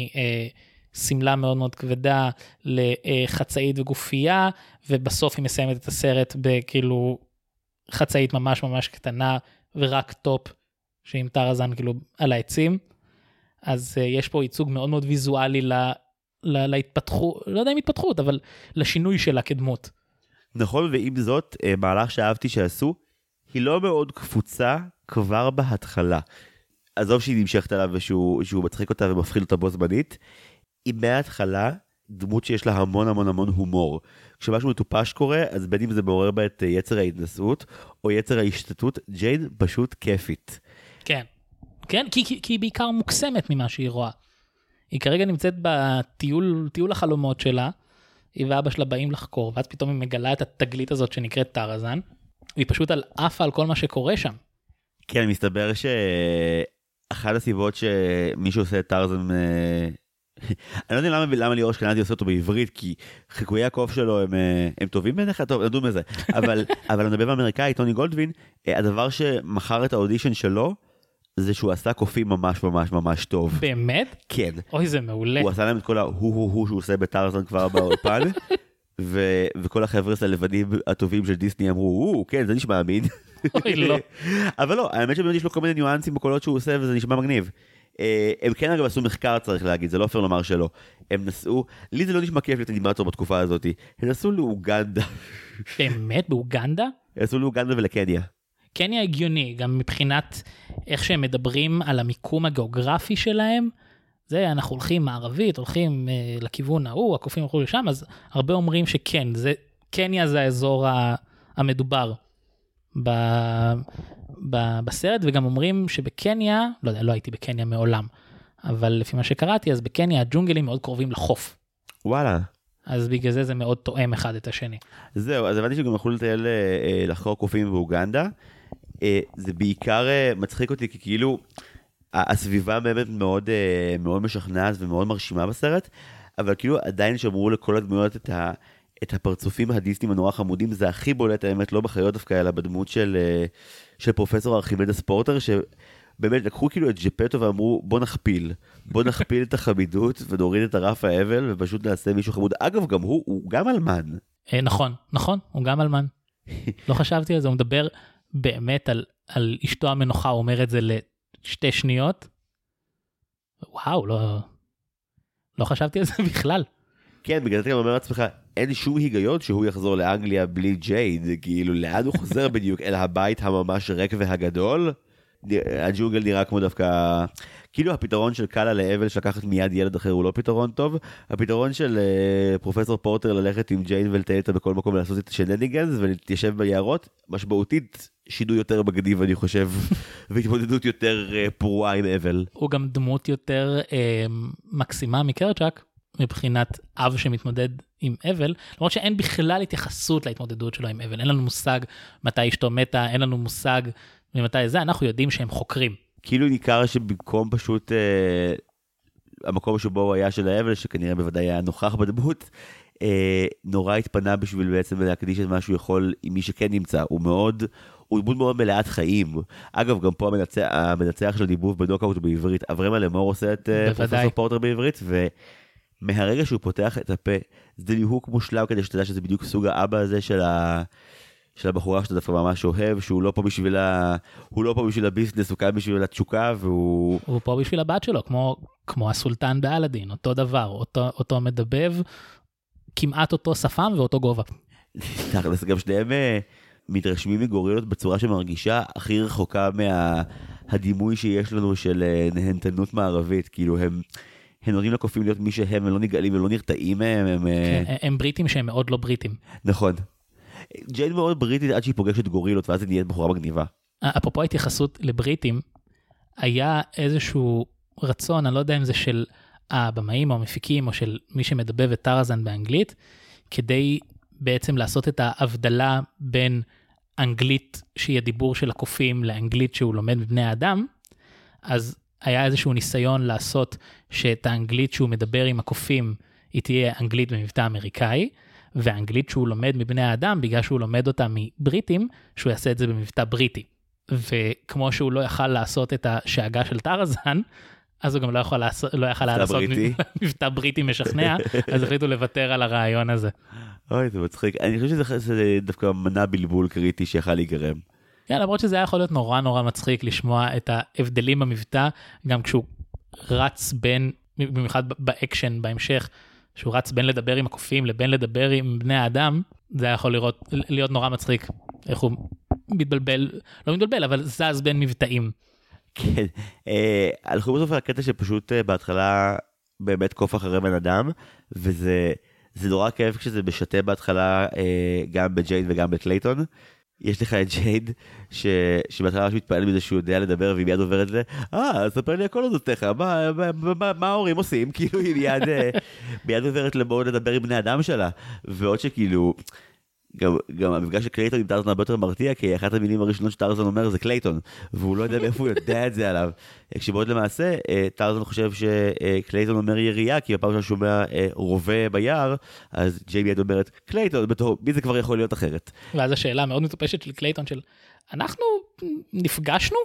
סמלה מאוד מאוד כבדה לחצאית וגופייה, ובסוף היא מסיימת את הסרט בכאילו חצאית ממש ממש קטנה, ורק טופ שעם טרזן כאילו על העצים. אז יש פה ייצוג מאוד מאוד ויזואלי להתפתחות, לא יודע אם התפתחות, אבל לשינוי שלה כדמות. נכון, ועם זאת, מהלך שאהבתי שעשו, היא לא מאוד קפוצה כבר בהתחלה. עזוב שהיא נמשכת עליו ושהוא מצחיק אותה ומפחיד אותה בו זמנית, היא מההתחלה דמות שיש לה המון המון המון הומור. כשמשהו מטופש קורה, אז בין אם זה מעורר בה את יצר ההתנסות, או יצר ההשתתות, ג'יין פשוט כיפית. כן, כן, כי היא בעיקר מוקסמת ממה שהיא רואה. היא כרגע נמצאת בטיול החלומות שלה, היא ואבא שלה באים לחקור, ואז פתאום היא מגלה את התגלית הזאת שנקראת טרזן, והיא פשוט על אף על כל מה שקורה שם. כן, מסתבר שאחת הסיבות שמי שעושה את טרזן, אני לא יודע למה ליאור אשכנזי עושה אותו בעברית, כי חיקויי הקוף שלו הם טובים בעיניך, טוב, נדון בזה. אבל המדבב האמריקאי, טוני גולדווין, הדבר שמכר את האודישן שלו, זה שהוא עשה קופים ממש ממש ממש טוב. באמת? כן. אוי, זה מעולה. הוא עשה להם את כל ההוא שהוא עושה בטרזן כבר באולפן, וכל החבר'ה הלבנים הטובים של דיסני אמרו, כן, זה נשמע אמין. אוי, לא. אבל לא, האמת שבאמת יש לו כל מיני ניואנסים בקולות שהוא עושה, וזה נשמע מגניב. הם כן אגב עשו מחקר, צריך להגיד, זה לא אפשר לומר שלא. הם נסעו, לי זה לא נשמע כיף להיות אנימטור בתקופה הזאת, הם נסעו לאוגנדה. באמת? באוגנדה? הם נסעו לאוגנדה ולקניה. קניה הגיוני, גם מבחינת איך שהם מדברים על המיקום הגיאוגרפי שלהם, זה אנחנו הולכים מערבית, הולכים לכיוון ההוא, הקופים הולכו לשם, אז הרבה אומרים שכן, קניה זה האזור המדובר בסרט, וגם אומרים שבקניה, לא יודע, לא הייתי בקניה מעולם, אבל לפי מה שקראתי, אז בקניה הג'ונגלים מאוד קרובים לחוף. וואלה. אז בגלל זה מאוד תואם אחד את השני. זהו, אז הבנתי שגם יכולו לטייל לחקור קופים באוגנדה. זה בעיקר מצחיק אותי, כי כאילו הסביבה באמת מאוד, מאוד משכנעת ומאוד מרשימה בסרט, אבל כאילו עדיין שמרו לכל הדמויות את הפרצופים הדיסטיים הנורא חמודים, זה הכי בולט האמת, לא בחיות דווקא, אלא בדמות של פרופסור ארכימדס פורטר, שבאמת לקחו כאילו את ג'פטו ואמרו, בוא נכפיל את החמידות ונוריד את הרף האבל, ופשוט נעשה מישהו חמוד. אגב, גם הוא גם אלמן. נכון, הוא גם אלמן. לא חשבתי על זה, הוא מדבר באמת על אשתו המנוחה, הוא אומר את זה לשתי שניות. וואו, לא חשבתי על זה בכלל. כן, בגלל זה גם אומר לעצמך, אין שום היגיון שהוא יחזור לאנגליה בלי ג'ייד, כאילו לאן הוא חוזר בדיוק? אל הבית הממש ריק והגדול? הג'ונגל נראה כמו דווקא, כאילו הפתרון של קאלה לאבל שלקחת מיד ילד אחר הוא לא פתרון טוב, הפתרון של פרופסור פורטר ללכת עם ג'יין ולטייל אותה בכל מקום ולעשות את השנניגנס ולהתיישב ביערות, משמעותית שידוי יותר מגניב אני חושב, והתמודדות יותר פרועה עם אבל. הוא גם דמות יותר מקסימה מקרצ'אק, מבחינת אב שמתמודד עם אבל, למרות שאין בכלל התייחסות להתמודדות שלו עם אבל, אין לנו מושג מתי אשתו מתה, אין לנו מושג ממתי זה, אנחנו יודעים שהם חוקרים. כאילו ניכר שבמקום פשוט, המקום שבו הוא היה של האבל, שכנראה בוודאי היה נוכח בדמות, נורא התפנה בשביל בעצם להקדיש את מה שהוא יכול עם מי שכן נמצא, הוא דמות מאוד מלאת חיים. אגב, גם פה המנצח של דיבוב בנוקאוט בעברית, אברהם אלמור עושה את פרופסור פורטר בעברית, מהרגע שהוא פותח את הפה, זה ליהוק מושלם כדי שתדע שזה בדיוק סוג האבא הזה של הבחורה שאתה דווקא ממש אוהב, שהוא לא פה בשביל הביזנס, הוא כאן בשביל התשוקה, הוא פה בשביל הבת שלו, כמו הסולטן באלאדין, אותו דבר, אותו מדבב, כמעט אותו שפם ואותו גובה. גם שניהם מתרשמים מגורילות בצורה שמרגישה הכי רחוקה מהדימוי שיש לנו של נהנתנות מערבית, כאילו הם נותנים לקופים להיות מי שהם, הם לא נגעלים ולא נרתעים מהם. הם בריטים שהם מאוד לא בריטים. נכון. ג'יין מאוד בריטית עד שהיא פוגשת גורילות, ואז היא נהיית בחורה מגניבה. אפרופו התייחסות לבריטים, היה איזשהו רצון, אני לא יודע אם זה של הבמאים או המפיקים, או של מי שמדבב את טרזן באנגלית, כדי בעצם לעשות את ההבדלה בין אנגלית שהיא הדיבור של הקופים, לאנגלית שהוא לומד מבני האדם, אז היה איזשהו ניסיון לעשות שאת האנגלית שהוא מדבר עם הקופים, היא תהיה אנגלית במבטא אמריקאי, והאנגלית שהוא לומד מבני האדם, בגלל שהוא לומד אותה מבריטים, שהוא יעשה את זה במבטא בריטי. וכמו שהוא לא יכל לעשות את השאגה של טרזן, אז הוא גם לא יכל לעשות מבטא בריטי משכנע, אז החליטו לוותר על הרעיון הזה. אוי, זה מצחיק. אני חושב שזה דווקא מנע בלבול קריטי שיכל להיגרם. כן, למרות שזה היה יכול להיות נורא נורא מצחיק לשמוע את ההבדלים במבטא, גם כשהוא רץ במיוחד באקשן בהמשך, שהוא רץ בין לדבר עם הקופים לבין לדבר עם בני האדם, זה היה יכול להיות נורא מצחיק. איך הוא לא מתבלבל, אבל זז בין מבטאים. כן, הלכו בסוף על הקטע שפשוט בהתחלה באמת קוף אחרי בן אדם, וזה נורא כיף כשזה בשתה בהתחלה גם בג'ייד וגם בקלייטון. יש לך את ג'ייד, שבהתחלה שהוא מתפעל מזה שהוא יודע לדבר, והיא מיד עוברת זה, ספר לי הכל אודותיך, מה ההורים עושים? כאילו היא מיד עוברת לבואו לדבר עם בני אדם שלה, ועוד שכאילו, גם המפגש של קלייטון עם טרזן הרבה יותר מרתיע, כי אחת המילים הראשונות שטרזן אומר זה קלייטון, והוא לא יודע מאיפה הוא יודע את זה עליו. כשבעוד למעשה, טרזן חושב שקלייטון אומר ירייה, כי בפעם שהוא שומע רובה ביער, אז ג'יימי עד אומרת, קלייטון, בתור, מי זה כבר יכול להיות אחרת? ואז השאלה מאוד מטופשת של קלייטון של, אנחנו נפגשנו?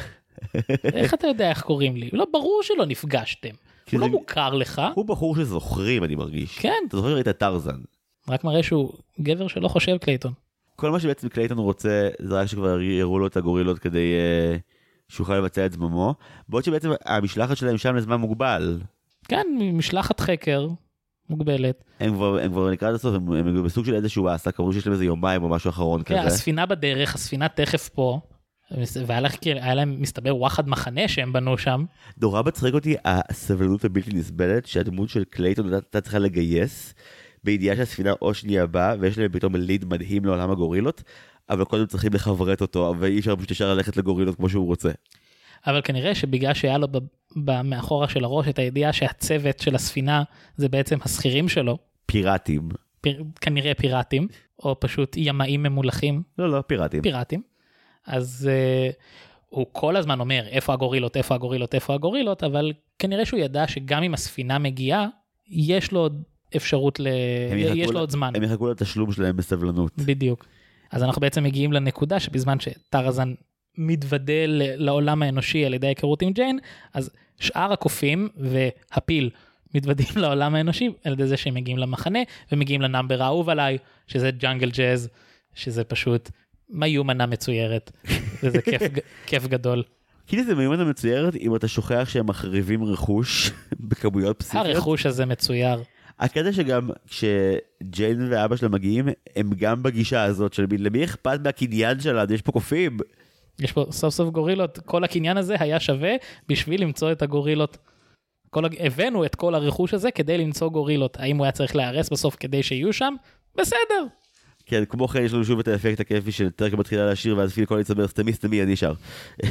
איך אתה יודע איך קוראים לי? לא, ברור שלא נפגשתם. הוא לא מוכר לך. הוא בחור שזוכרים, אני מרגיש. כן. אתה זוכר ראית טרזן. רק מראה שהוא גבר שלא חושב קלייטון. כל מה שבעצם קלייטון רוצה, זה רק שכבר יראו לו את הגורילות כדי שיוכל לבצע את זממו. בעוד שבעצם המשלחת שלהם שם לזמן מוגבל. כן, משלחת חקר מוגבלת. הם כבר לקראת הסוף, הם בסוג של איזשהו העסק, אמרו שיש להם איזה יומיים או משהו אחרון כזה. הספינה בדרך, הספינה תכף פה. והיה להם מסתבר וואחד מחנה שהם בנו שם. נורא מצחיק אותי הסבלנות הבלתי נסבלת שהדמות של קלייטון הייתה צריכה לגייס בידיעה שהספינה או שנייה באה ויש להם פתאום ליד מדהים לעולם הגורילות, אבל קודם צריכים לחברת אותו ואי אפשר פשוט ישר ללכת לגורילות כמו שהוא רוצה. אבל כנראה שבגלל שהיה לו מאחורה של הראש את הידיעה שהצוות של הספינה זה בעצם הסחירים שלו. פיראטים. כנראה פיראטים, או פשוט ימאים ממולכים. לא, פיראטים. פיראטים. אז הוא כל הזמן אומר איפה הגורילות, איפה הגורילות, איפה הגורילות, אבל כנראה שהוא ידע שגם אם הספינה מגיעה, יש לו עוד אפשרות, יש לו עוד זמן. הם יחכו לתשלום שלהם בסבלנות. בדיוק. אז אנחנו בעצם מגיעים לנקודה שבזמן שטרזן מתוודה לעולם האנושי על ידי ההיכרות עם ג'יין, אז שאר הקופים והפיל מתוודים לעולם האנושי על ידי זה שהם מגיעים למחנה, ומגיעים לנאמבר האהוב עליי, שזה ג'אנגל ג'אז, שזה פשוט מיומנה מצוירת, וזה כיף גדול. כאילו זה מיומנה מצוירת אם אתה שוכח שהם מחריבים רכוש בכמויות פסיכיות. הרכוש הזה מצויר. הקטע שגם כשג'יין ואבא שלה מגיעים, הם גם בגישה הזאת של למי אכפת מהקניין שלה, יש פה קופים. יש פה סוף סוף גורילות, כל הקניין הזה היה שווה בשביל למצוא את הגורילות. הבאנו את כל הרכוש הזה כדי למצוא גורילות. האם הוא היה צריך להירס בסוף כדי שיהיו שם? בסדר. כן, כמו כן יש לנו שוב את האפקט הכיפי של טרקה מתחילה להשאיר ואז פיל קולינס אומר סתמי אני שר.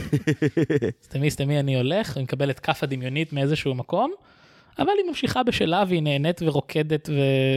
סתמי אני הולך, אני מקבל את כף הדמיונית מאיזשהו מקום, אבל היא ממשיכה בשלה והיא נהנית ורוקדת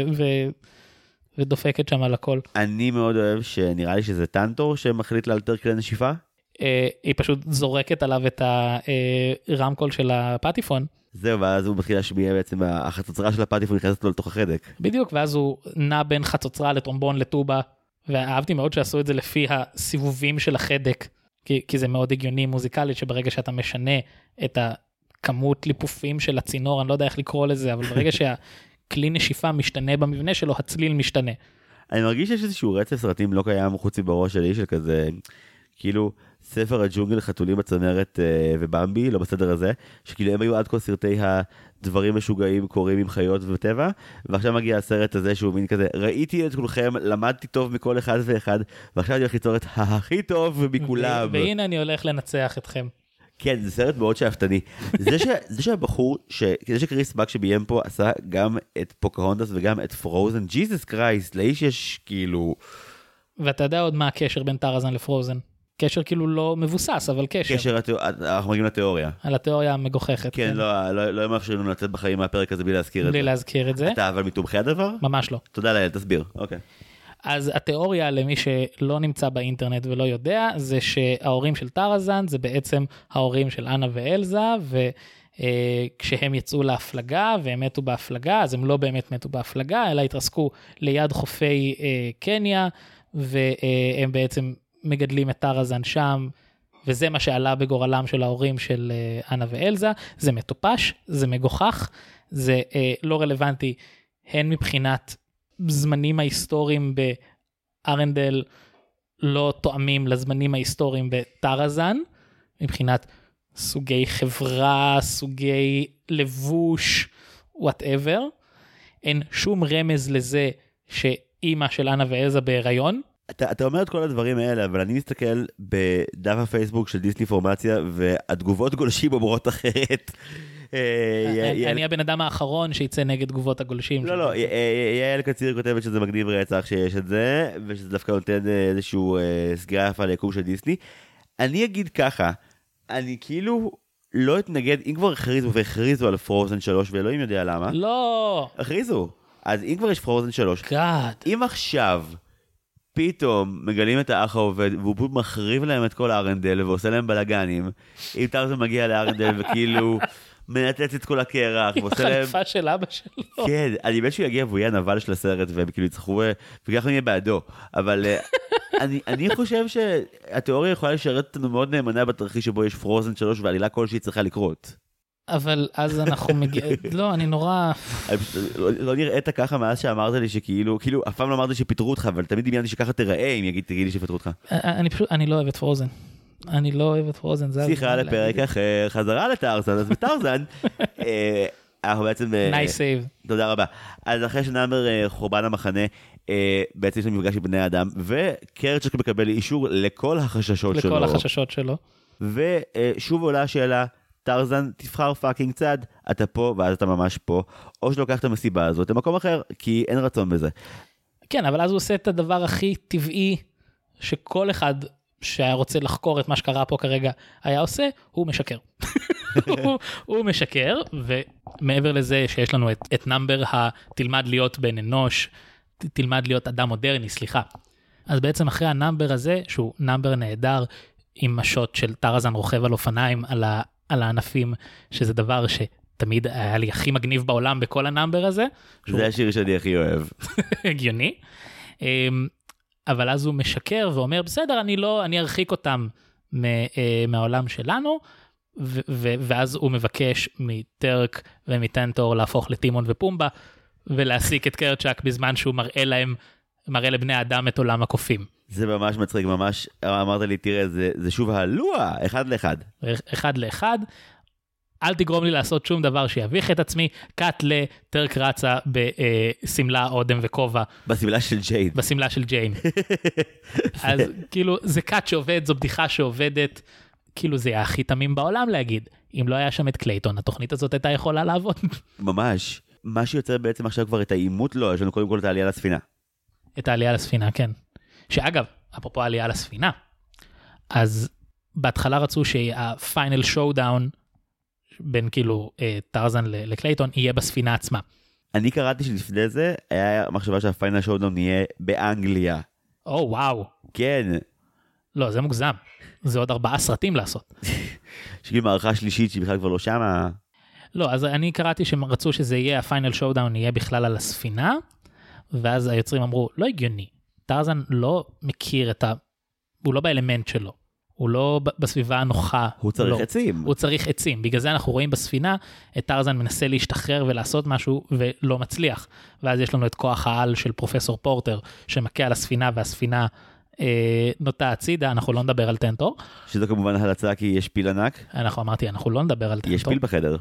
ודופקת שם על הכל. אני מאוד אוהב שנראה לי שזה טנטור שמחליט לאלתר כלי נשיפה. היא פשוט זורקת עליו את הרמקול של הפטיפון. זהו, ואז הוא מתחיל להשמיע בעצם, החצוצרה של הפטיפון נכנסת לו לתוך החדק. בדיוק, ואז הוא נע בין חצוצרה לטרומבון לטובה, ואהבתי מאוד שעשו את זה לפי הסיבובים של החדק, כי זה מאוד הגיוני מוזיקלית, שברגע שאתה משנה את הכמות ליפופים של הצינור, אני לא יודע איך לקרוא לזה, אבל ברגע שהכלי נשיפה משתנה במבנה שלו, הצליל משתנה. אני מרגיש שיש איזשהו רצף סרטים לא קיים חוץ מבראש שלי, של כזה, כאילו, ספר הג'ונגל, חתולים בצמרת ובמבי, לא בסדר הזה, שכאילו הם היו עד כה סרטי הדברים משוגעים קורים עם חיות וטבע, ועכשיו מגיע הסרט הזה שהוא מין כזה, ראיתי את כולכם, למדתי טוב מכל אחד ואחד, ועכשיו אני הולך ליצור את הכי טוב מכולם. והנה אני הולך לנצח אתכם. כן, זה סרט מאוד שאפתני. זה שהבחור, זה שקריס בק שביים פה, עשה גם את פוקהונטס וגם את פרוזן, ג'יזוס קרייסט, לאיש יש כאילו... ואתה יודע עוד מה הקשר בין טרזן לפרוזן? קשר כאילו לא מבוסס, אבל קשר. קשר, אנחנו מגיעים לתיאוריה. על התיאוריה המגוחכת. כן, לא מאפשרים לנו לצאת בחיים מהפרק הזה בלי להזכיר את זה. בלי להזכיר את זה. אתה אבל מתומכי הדבר? ממש לא. תודה לאל, תסביר. אוקיי. אז התיאוריה למי שלא נמצא באינטרנט ולא יודע, זה שההורים של טרזן זה בעצם ההורים של אנה ואלזה, וכשהם יצאו להפלגה והם מתו בהפלגה, אז הם לא באמת מתו בהפלגה, אלא התרסקו ליד חופי קניה, והם בעצם מגדלים את טרזן שם, וזה מה שעלה בגורלם של ההורים של אנה ואלזה. זה מטופש, זה מגוחך, זה לא רלוונטי, הן מבחינת זמנים ההיסטוריים בארנדל לא תואמים לזמנים ההיסטוריים בטרזן, מבחינת סוגי חברה, סוגי לבוש, whatever. אין שום רמז לזה שאימא של אנה ואלזה בהיריון. אתה אומר את כל הדברים האלה, אבל אני מסתכל בדף הפייסבוק של דיסני פורמציה, והתגובות גולשים אומרות אחרת. אני הבן אדם האחרון שיצא נגד תגובות הגולשים. לא, יעל קציר כותבת שזה מגניב רצח שיש את זה, ושזה דווקא נותן איזשהו סגירה יפה ליקום של דיסני. אני אגיד ככה, אני כאילו לא אתנגד, אם כבר הכריזו על פרוזן 3, ואלוהים יודע למה. לא. הכריזו. אז אם כבר יש פרוזן 3, אם עכשיו פתאום מגלים את האח העובד, והוא פשוט מחריב להם את כל הארנדל, ועושה להם בלגנים. אם טרזן מגיע לארנדל, וכאילו מנתץ את כל הקרח, עם החליפה של אבא שלו. כן, אני באמת שהוא יגיע, והוא יהיה הנבל של הסרט, והם כאילו יצחו, וככה נהיה בעדו. אבל אני חושב שהתיאוריה יכולה לשרת אותנו מאוד נאמנה בתרחיש שבו יש פרוזן 3, ועלילה כלשהי צריכה לקרות. אבל אז אנחנו מגיעים, לא, אני נורא... לא נראית ככה מאז שאמרת לי שכאילו, אף פעם לא אמרתי שפיטרו אותך, אבל תמיד דמיינתי שככה תראה אם תגיד לי שפיטרו אותך. אני לא אוהב את פרוזן. אני לא אוהב את פרוזן. שיחה לפרק אחר, חזרה לטרזן, אז בטרזן, אנחנו בעצם... נייס סייב. תודה רבה. אז אחרי שנאמר חורבן המחנה, בעצם יש לנו מפגש עם בני אדם, וקרצ'ק מקבל אישור לכל החששות שלו. לכל החששות שלו. ושוב עולה השאלה, טרזן, תבחר פאקינג צד, אתה פה ואז אתה ממש פה, או שלוקח את המסיבה הזאת למקום אחר, כי אין רצון בזה. כן, אבל אז הוא עושה את הדבר הכי טבעי, שכל אחד שהיה רוצה לחקור את מה שקרה פה כרגע היה עושה, הוא משקר. הוא משקר, ומעבר לזה שיש לנו את נאמבר תלמד להיות בן אנוש, תלמד להיות אדם מודרני, סליחה. אז בעצם אחרי הנאמבר הזה, שהוא נאמבר נהדר, עם השוט של טרזן רוכב על אופניים על הענפים, שזה דבר שתמיד היה לי הכי מגניב בעולם בכל הנאמבר הזה. זה השיר שאני הכי אוהב. הגיוני. אבל אז הוא משקר ואומר, בסדר, אני ארחיק אותם מהעולם שלנו, ואז הוא מבקש מטרק ומטנטור להפוך לטימון ופומבה, ולהסיק את קרצ'ק בזמן שהוא מראה לבני האדם את עולם הקופים. זה ממש מצחיק, ממש אמרת לי, תראה, זה שוב הלוע, 1-1. 1-1, אל תגרום לי לעשות שום דבר שיביך את עצמי, קאט לטרק רצה בסמלה, אודם וכובע. בסמלה של ג'יין. בסמלה של ג'יין. אז כאילו, זה קאט שעובד, זו בדיחה שעובדת, כאילו זה היה הכי תמים בעולם להגיד. אם לא היה שם את קלייטון, התוכנית הזאת הייתה יכולה לעבוד. ממש. מה שיוצר בעצם עכשיו כבר את האימות לו, יש לנו קודם כל את העלייה לספינה. את העלייה לספינה, כן. שאגב, אפרופו העלייה לספינה, אז בהתחלה רצו שהפיינל שואודאון, בין כאילו טרזן לקלייטון, יהיה בספינה עצמה. אני קראתי שלפני זה, היה מחשבה שהפיינל שואודאון יהיה באנגליה. וואו. כן. לא, זה מוגזם. זה עוד 4 סרטים לעשות. שגיל מערכה שלישית שבכלל כבר לא שמה. לא, אז אני קראתי שרצו שזה יהיה, הפיינל שואודאון יהיה בכלל על הספינה, ואז היוצרים אמרו, לא הגיוני. טרזן לא מכיר הוא לא באלמנט שלו. הוא לא בסביבה הנוחה. הוא צריך עצים. הוא צריך עצים. בגלל זה אנחנו רואים בספינה, את טרזן מנסה להשתחרר ולעשות משהו, ולא מצליח. ואז יש לנו את כוח העל של פרופסור פורטר, שמכה על הספינה, והספינה נוטה הצידה. אנחנו לא נדבר על טנטור. שזה כמובן הלצה, כי יש פיל ענק. אנחנו לא נדבר על טנטור. יש פיל בחדר.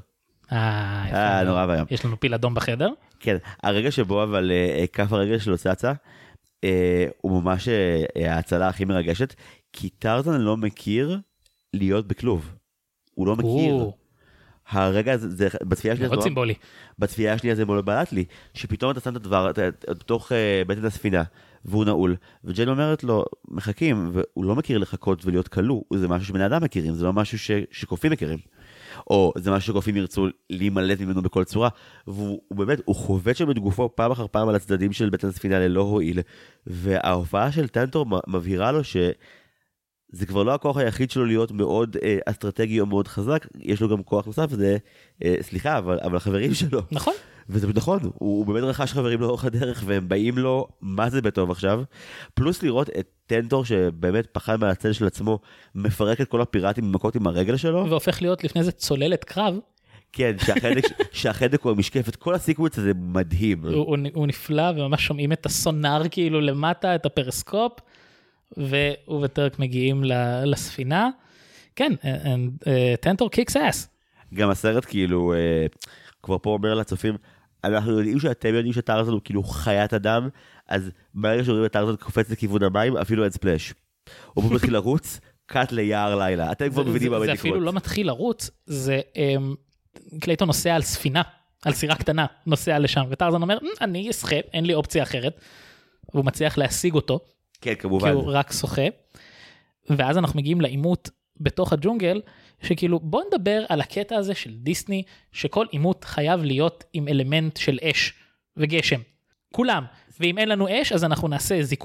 נורא והיום. יש לנו פיל אדום בחדר. כן, הרגע שבו אבל כף הרגע שלו צצה, הוא ממש ההצלה הכי מרגשת, כי טרזן לא מכיר להיות בכלוב. הוא לא מכיר. הרגע הזה, בצפייה שלי, מאוד סימבולי. בצפייה שלי הזה מאוד בלט לי, שפתאום אתה שם את הדבר, בתוך בטן הספינה, והוא נעול, וג'יין אומרת לו, מחכים, והוא לא מכיר לחכות ולהיות כלוא, זה משהו שבני אדם מכירים, זה לא משהו שקופים מכירים. או זה משהו שקופים ירצו להימלט ממנו בכל צורה, והוא באמת, הוא חובט שם את גופו פעם אחר פעם על הצדדים של בטן הספינה ללא הועיל, וההופעה של טנטור מבהירה לו שזה כבר לא הכוח היחיד שלו להיות מאוד אסטרטגי או מאוד חזק, יש לו גם כוח נוסף, זה, סליחה, אבל החברים שלו. נכון. וזה נכון, הוא באמת רכש חברים לאורך הדרך, והם באים לו, מה זה בטוב עכשיו? פלוס לראות את טנטור שבאמת פחד מהצל של עצמו, מפרק את כל הפיראטים במכות עם הרגל שלו. והופך להיות לפני זה צוללת קרב. כן, שהחדק הוא המשקף, את כל הסיקוויץ הזה מדהים. הוא נפלא, וממש שומעים את הסונאר כאילו למטה, את הפרסקופ, והוא וטרק מגיעים לספינה. כן, טנטור קיקס אס. גם הסרט כאילו, כבר פה אומר לצופים, אנחנו יודעים שאתם יודעים שטרזן הוא כאילו חיית אדם, אז ברגע שרואים את טרזן קופץ לכיוון המים, אפילו אין ספלש. הוא פה מתחיל לרוץ, קאט ליער לילה. אתם כבר מבינים מה זה אפילו לא מתחיל לרוץ, זה קלייטון נוסע על ספינה, על סירה קטנה, נוסע לשם, וטרזן אומר, אני אסחה, אין לי אופציה אחרת, והוא מצליח להשיג אותו, כן, כמובן. כי הוא רק שוחה, ואז אנחנו מגיעים לעימות בתוך הג'ונגל, שכאילו בוא נדבר על הקטע הזה של דיסני, שכל עימות חייב להיות עם אלמנט של אש וגשם. כולם. ואם אין לנו אש, אז אנחנו נעשה זיקוק,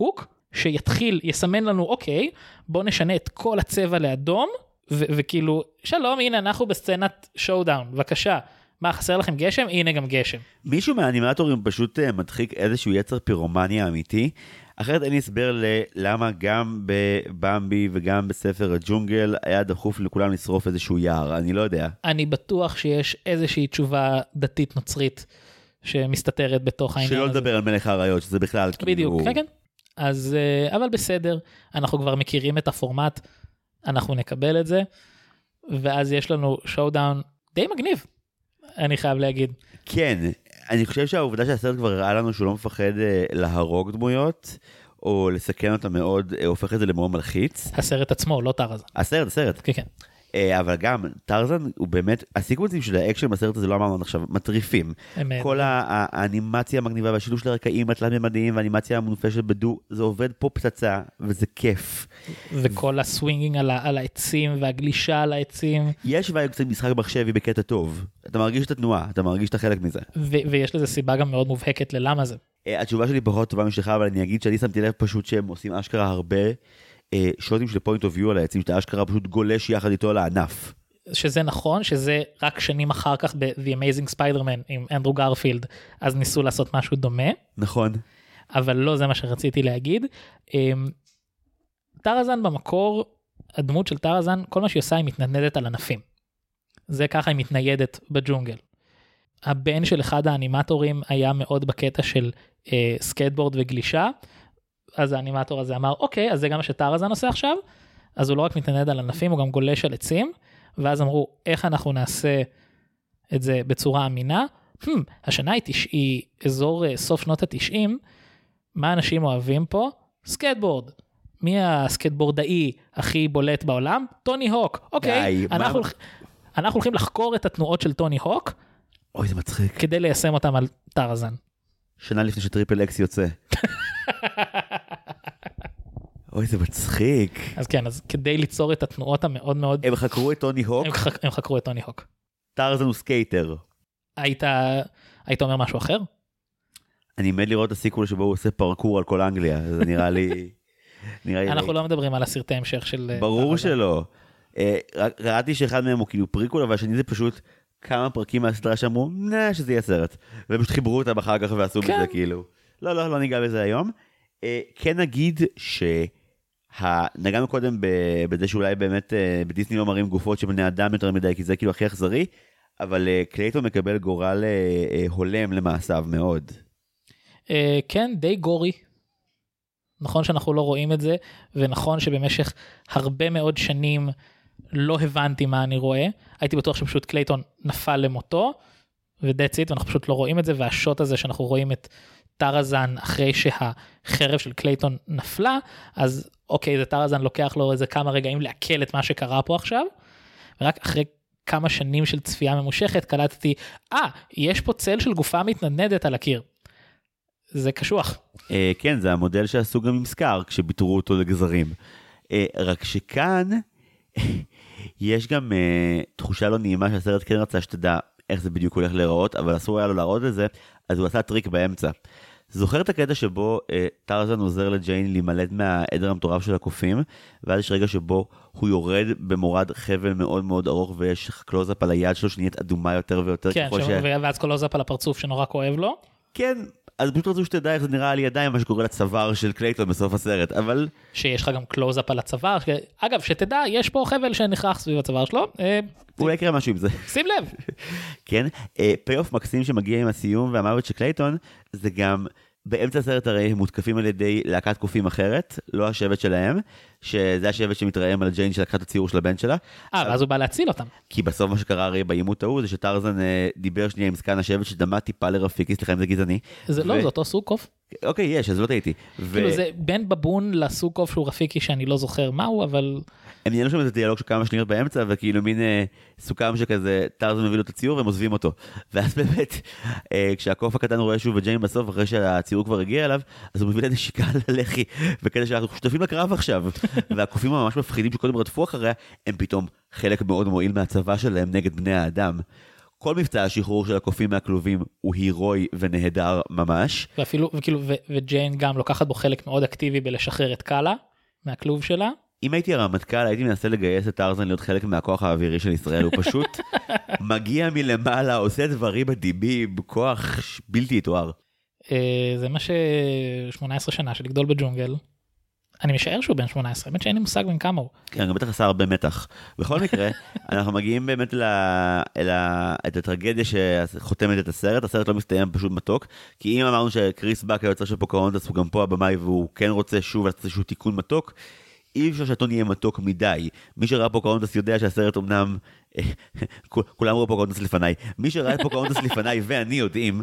שיתחיל, יסמן לנו, אוקיי, בוא נשנה את כל הצבע לאדום, וכאילו, שלום, הנה אנחנו בסצנת שואודאון, בבקשה, מה, חסר לכם גשם? הנה גם גשם. מישהו מהאנימטורים פשוט מדחיק איזשהו יצר פירומניה אמיתי, אחרת אין לי הסבר למה גם בבמבי וגם בספר הג'ונגל היה דחוף לכולם לשרוף איזשהו יער, אני לא יודע. אני בטוח שיש איזושהי תשובה דתית נוצרית שמסתתרת בתוך העניין הזה. שלא לדבר על מלך האריות, שזה בכלל בדיוק, כן, כן. אז, אבל בסדר, אנחנו כבר מכירים את הפורמט, אנחנו נקבל את זה, ואז יש לנו שואודאון די מגניב, אני חייב להגיד. כן, אני חושב שהעובדה שהסרט כבר הראה לנו שהוא לא מפחד להרוג דמויות, או לסכן אותה מאוד, הופך את זה למאוד מלחיץ. הסרט עצמו, לא טרזן. הסרט. כן, כן. אבל גם טרזן הוא באמת, הסיקוונסים של האקשן בסרט הזה לא אמרנו עכשיו, מטריפים. כל האנימציה המגניבה והשילוב של הרקעים התלת-ממדיים והאנימציה המונפשת בדו, זה עובד פה פצצה וזה כיף. וכל הסווינגינג על העצים והגלישה על העצים. יש וייב קצת משחק מחשבי בקטע טוב. אתה מרגיש את התנועה, אתה מרגיש את החלק מזה. ויש לזה סיבה גם מאוד מובהקת ללמה זה. התשובה שלי פחות טובה משלך, אבל אני אגיד שאני שמתי לב פשוט שהם עושים אשכרה הרבה שוטים של פוינט אוף ויו על העצים, שאתה אשכרה פשוט גולש יחד איתו על הענף. שזה נכון, שזה רק שנים אחר כך ב-The Amazing Spider-Man עם אנדרו גרפילד, אז ניסו לעשות משהו דומה. נכון. אבל לא זה מה שרציתי להגיד. טרזן במקור, הדמות של טרזן, כל מה שהיא עושה היא מתנדנדת על ענפים. זה ככה היא מתניידת בג'ונגל. הבן של אחד האנימטורים היה מאוד בקטע של סקייטבורד וגלישה, אז האנימטור הזה אמר, אוקיי, אז זה גם מה שטרזן עושה עכשיו, אז הוא לא רק מתנדנד על ענפים, הוא גם גולש על עצים, ואז אמרו, איך אנחנו נעשה את זה בצורה אמינה? השנה היא אזור סוף שנות ה-90, מה אנשים אוהבים פה? סקייטבורד. מי הסקייטבורדאי הכי בולט בעולם? טוני הוק. אוקיי, אנחנו הולכים לחקור את התנועות של טוני הוק, אוי, זה מצחיק. כדי ליישם אותם על טרזן. שנה לפני שטריפל אקס יוצא. אוי, זה מצחיק. אז כן, אז כדי ליצור את התנועות המאוד מאוד... הם חקרו את טוני הוק? הם חקרו את טוני הוק. טרזן הוא סקייטר. היית אומר משהו אחר? אני עמד לראות את הסיקוול שבו הוא עושה פרקור על כל אנגליה, זה נראה לי... אנחנו לא מדברים על הסרטי המשך של... ברור שלא. ראיתי שאחד מהם הוא כאילו פריקול, אבל השני זה פשוט כמה פרקים מהסדרה שאמרו, שזה יהיה סרט. והם פשוט חיברו אותם אחר כך ועשו בזה כאילו. לא ניגע בזה היום. כן נגיד נגענו קודם בזה שאולי באמת בדיסני לא מראים גופות שבני אדם יותר מדי, כי זה כאילו הכי אכזרי, אבל קלייטון מקבל גורל הולם למעשיו מאוד. כן, די גורי. נכון שאנחנו לא רואים את זה, ונכון שבמשך הרבה מאוד שנים לא הבנתי מה אני רואה. הייתי בטוח שפשוט קלייטון נפל למותו, ו-that's it, ואנחנו פשוט לא רואים את זה, והשוט הזה שאנחנו רואים את טרזן אחרי שהחרב של קלייטון נפלה, אז אוקיי, זה טרזן לוקח לו איזה כמה רגעים לעכל את מה שקרה פה עכשיו, ורק אחרי כמה שנים של צפייה ממושכת קלטתי, יש פה צל של גופה מתנדנדת על הקיר. זה קשוח. כן, זה המודל שעשו גם עם סקאר, כשביטרו אותו לגזרים. רק שכאן, יש גם תחושה לא נעימה שהסרט כן רצה שתדע איך זה בדיוק הולך להיראות, אבל אסור היה לו להראות את זה, אז הוא עשה טריק באמצע. זוכר את הקטע שבו טרזן עוזר לג'יין להימלט מהעדר המטורף של הקופים, ואז יש רגע שבו הוא יורד במורד חבל מאוד מאוד ארוך, ויש קלוזאפ על היד שלו שנהיית אדומה יותר ויותר. כן, ואז קלוזאפ על הפרצוף שנורא כואב לו. כן, אז פשוט רצו שתדע איך זה נראה על ידיים, מה שקורה לצוואר של קלייטון בסוף הסרט, אבל... שיש לך גם קלוזאפ על הצוואר, אגב, שתדע, יש פה חבל שנכרח סביב הצוואר שלו. אולי יקרה משהו עם זה. שים לב. כן, פי-אוף מקסים שמגיע עם הסיום והמוות של קלייטון, זה גם... באמצע הסרט הרי הם מותקפים על ידי להקת קופים אחרת, לא השבט שלהם, שזה השבט שמתרעם על ג'יין שלקחה את הציור של הבן שלה. ואז הוא בא להציל אותם. כי בסוף מה שקרה הרי בעימות ההוא, זה שטרזן דיבר שנייה עם זקן השבט שדמה טיפה לרפיקי, סליחה אם זה גזעני. לא, זה אותו סוג קוף. אוקיי, יש, אז לא טעיתי. כאילו זה בין בבון לסוג קוף שהוא רפיקי שאני לא זוכר מהו, אבל... הם נהנו שם איזה דיאלוג של כמה שניות באמצע, וכאילו מין סוכם שכזה, טרזן מביא לו את הציור והם עוזבים אותו. ואז באמת, כשהקוף הקטן רואה שוב וג'יין בסוף, אחרי שהציור כבר הגיע אליו, אז הוא מביא לה נשיקה ללחי, וכדי שאנחנו שותפים לקרב עכשיו. והקופים הממש מפחידים שקודם רדפו אחריה, הם פתאום חלק מאוד מועיל מהצבא שלהם נגד בני האדם. כל מבצע השחרור של הקופים מהכלובים הוא הירואי ונהדר ממש. ואפילו, וג'יין גם לוקחת בו חלק מאוד אקטיבי בלשחרר את קאלה מהכלוב שלה. אם הייתי הרמטכ"ל, הייתי מנסה לגייס את טרזן להיות חלק מהכוח האווירי של ישראל, הוא פשוט מגיע מלמעלה, עושה דברים מדהימים, בכוח בלתי יתואר. זה מה 18 שנה של לגדול בג'ונגל. אני משער שהוא בן 18, באמת שאין לי מושג בין כמה הוא. כן, גם בטח עשה הרבה מתח. בכל מקרה, אנחנו מגיעים באמת את הטרגדיה שחותמת את הסרט, הסרט לא מסתיים פשוט מתוק, כי אם אמרנו שקריס בק היוצר של פוקהונטס הוא גם פה הבמאי, והוא כן רוצה שוב לעשות איזשהו תיקון מתוק, אי אפשר שהטון יהיה מתוק מדי. מי שראה פוקהונטס יודע שהסרט אמנם, כולם ראו פוקהונטס לפניי, מי שראה את פוקהונטס לפניי ואני יודעים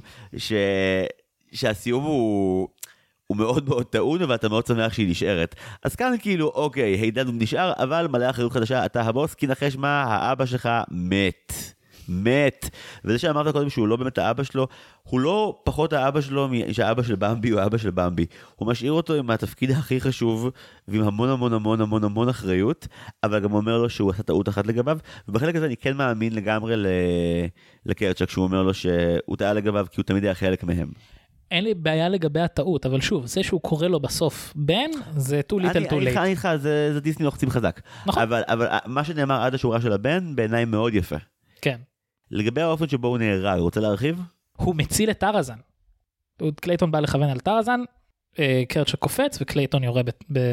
שהסיום הוא מאוד מאוד טעון, ואתה מאוד שמח שהיא נשארת. אז כאן כאילו, אוקיי, הידן הוא נשאר, אבל מלא אחריות חדשה, אתה הבוס, כי נחש מה, האבא שלך מת. וזה שאמרת קודם שהוא לא באמת האבא שלו, הוא לא פחות האבא שלו שהאבא של במבי הוא האבא של במבי. הוא משאיר אותו עם התפקיד הכי חשוב, ועם המון המון המון המון המון אחריות, אבל גם אומר לו שהוא עשה טעות אחת לגביו, ובחלק הזה אני כן מאמין לגמרי לקרצ'ק, שהוא אומר לו שהוא טעה לגביו, כי הוא תמיד היה חלק מהם. אין לי בעיה לגבי הטעות, אבל שוב, זה שהוא קורא לו בסוף בן, זה too little too late. אני איתך, זה דיסני לוחצים חזק. נכון. אבל מה שנאמר עד השורה של הבן, בעיניי מאוד יפה. כן. לגבי האופן שבו הוא נהרג, רוצה להרחיב? הוא מציל את טרזן. קלייטון בא לכוון על טרזן, קרצ'ק קופץ, וקלייטון יורה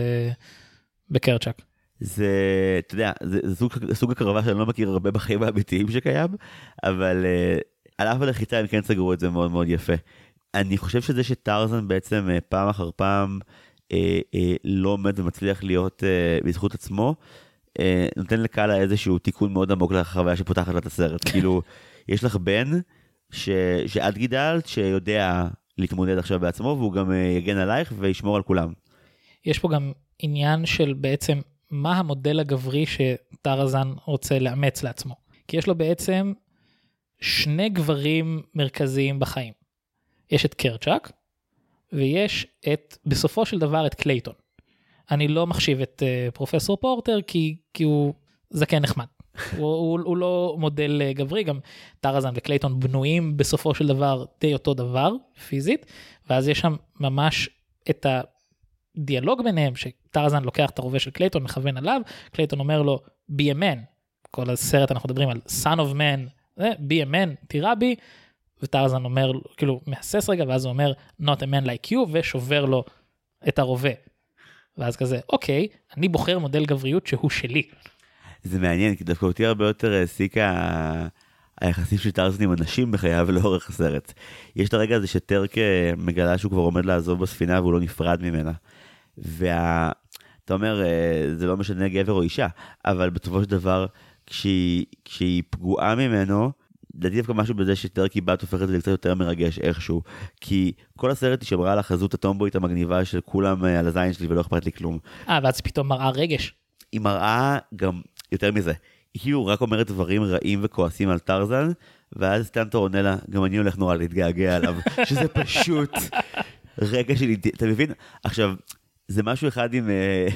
בקרצ'ק. זה, אתה יודע, זה סוג הקרבה שאני לא מכיר הרבה בחיים האמיתיים שקיים, אבל על אף הלחיצה הם כן סגרו את זה מאוד מאוד יפה. אני חושב שזה שטרזן בעצם פעם אחר פעם לא עומד ומצליח להיות בזכות עצמו, נותן לקאלה איזשהו תיקון מאוד עמוק לחוויה שפותחת את הסרט. כאילו, יש לך בן שאת גידלת, שיודע להתמודד עכשיו בעצמו, והוא גם יגן עלייך וישמור על כולם. יש פה גם עניין של בעצם מה המודל הגברי שטרזן רוצה לאמץ לעצמו. כי יש לו בעצם שני גברים מרכזיים בחיים. יש את קרצ'ק, ויש בסופו של דבר את קלייטון. אני לא מחשיב את פרופסור פורטר, כי הוא זקן נחמד. הוא לא מודל גברי, גם טרזן וקלייטון בנויים בסופו של דבר די אותו דבר, פיזית, ואז יש שם ממש את הדיאלוג ביניהם, שטרזן לוקח את הרובה של קלייטון, מכוון עליו, קלייטון אומר לו, be a man, כל הסרט אנחנו מדברים על son of man, be a man, תירה בי, וטרזן אומר, כאילו, מהסס רגע, ואז הוא אומר, not a man like you, ושובר לו את הרובה. ואז כזה, אוקיי, אני בוחר מודל גבריות שהוא שלי. זה מעניין, כי דווקא אותי הרבה יותר העסיק היחסים של טרזן עם אנשים בחייו ולאורך הסרט. יש את הרגע הזה שטרק מגלה שהוא כבר עומד לעזוב בספינה, והוא לא נפרד ממנה. אתה אומר, זה לא משנה גבר או אישה, אבל בסופו של דבר, כשהיא פגועה ממנו, לדעתי דווקא משהו בזה שטרקי בת הופך את זה קצת יותר מרגש איכשהו, כי כל הסרט היא שמרה על החזות הטומבוית המגניבה של כולם על הזין שלי ולא אכפת לי כלום. ואז פתאום מראה רגש. היא מראה גם יותר מזה, היא רק אומרת דברים רעים וכועסים על טרזן, ואז סטנטור עונה לה, גם אני הולך נורא להתגעגע עליו, שזה פשוט רגע שלי, אתה מבין? עכשיו, זה משהו אחד עם,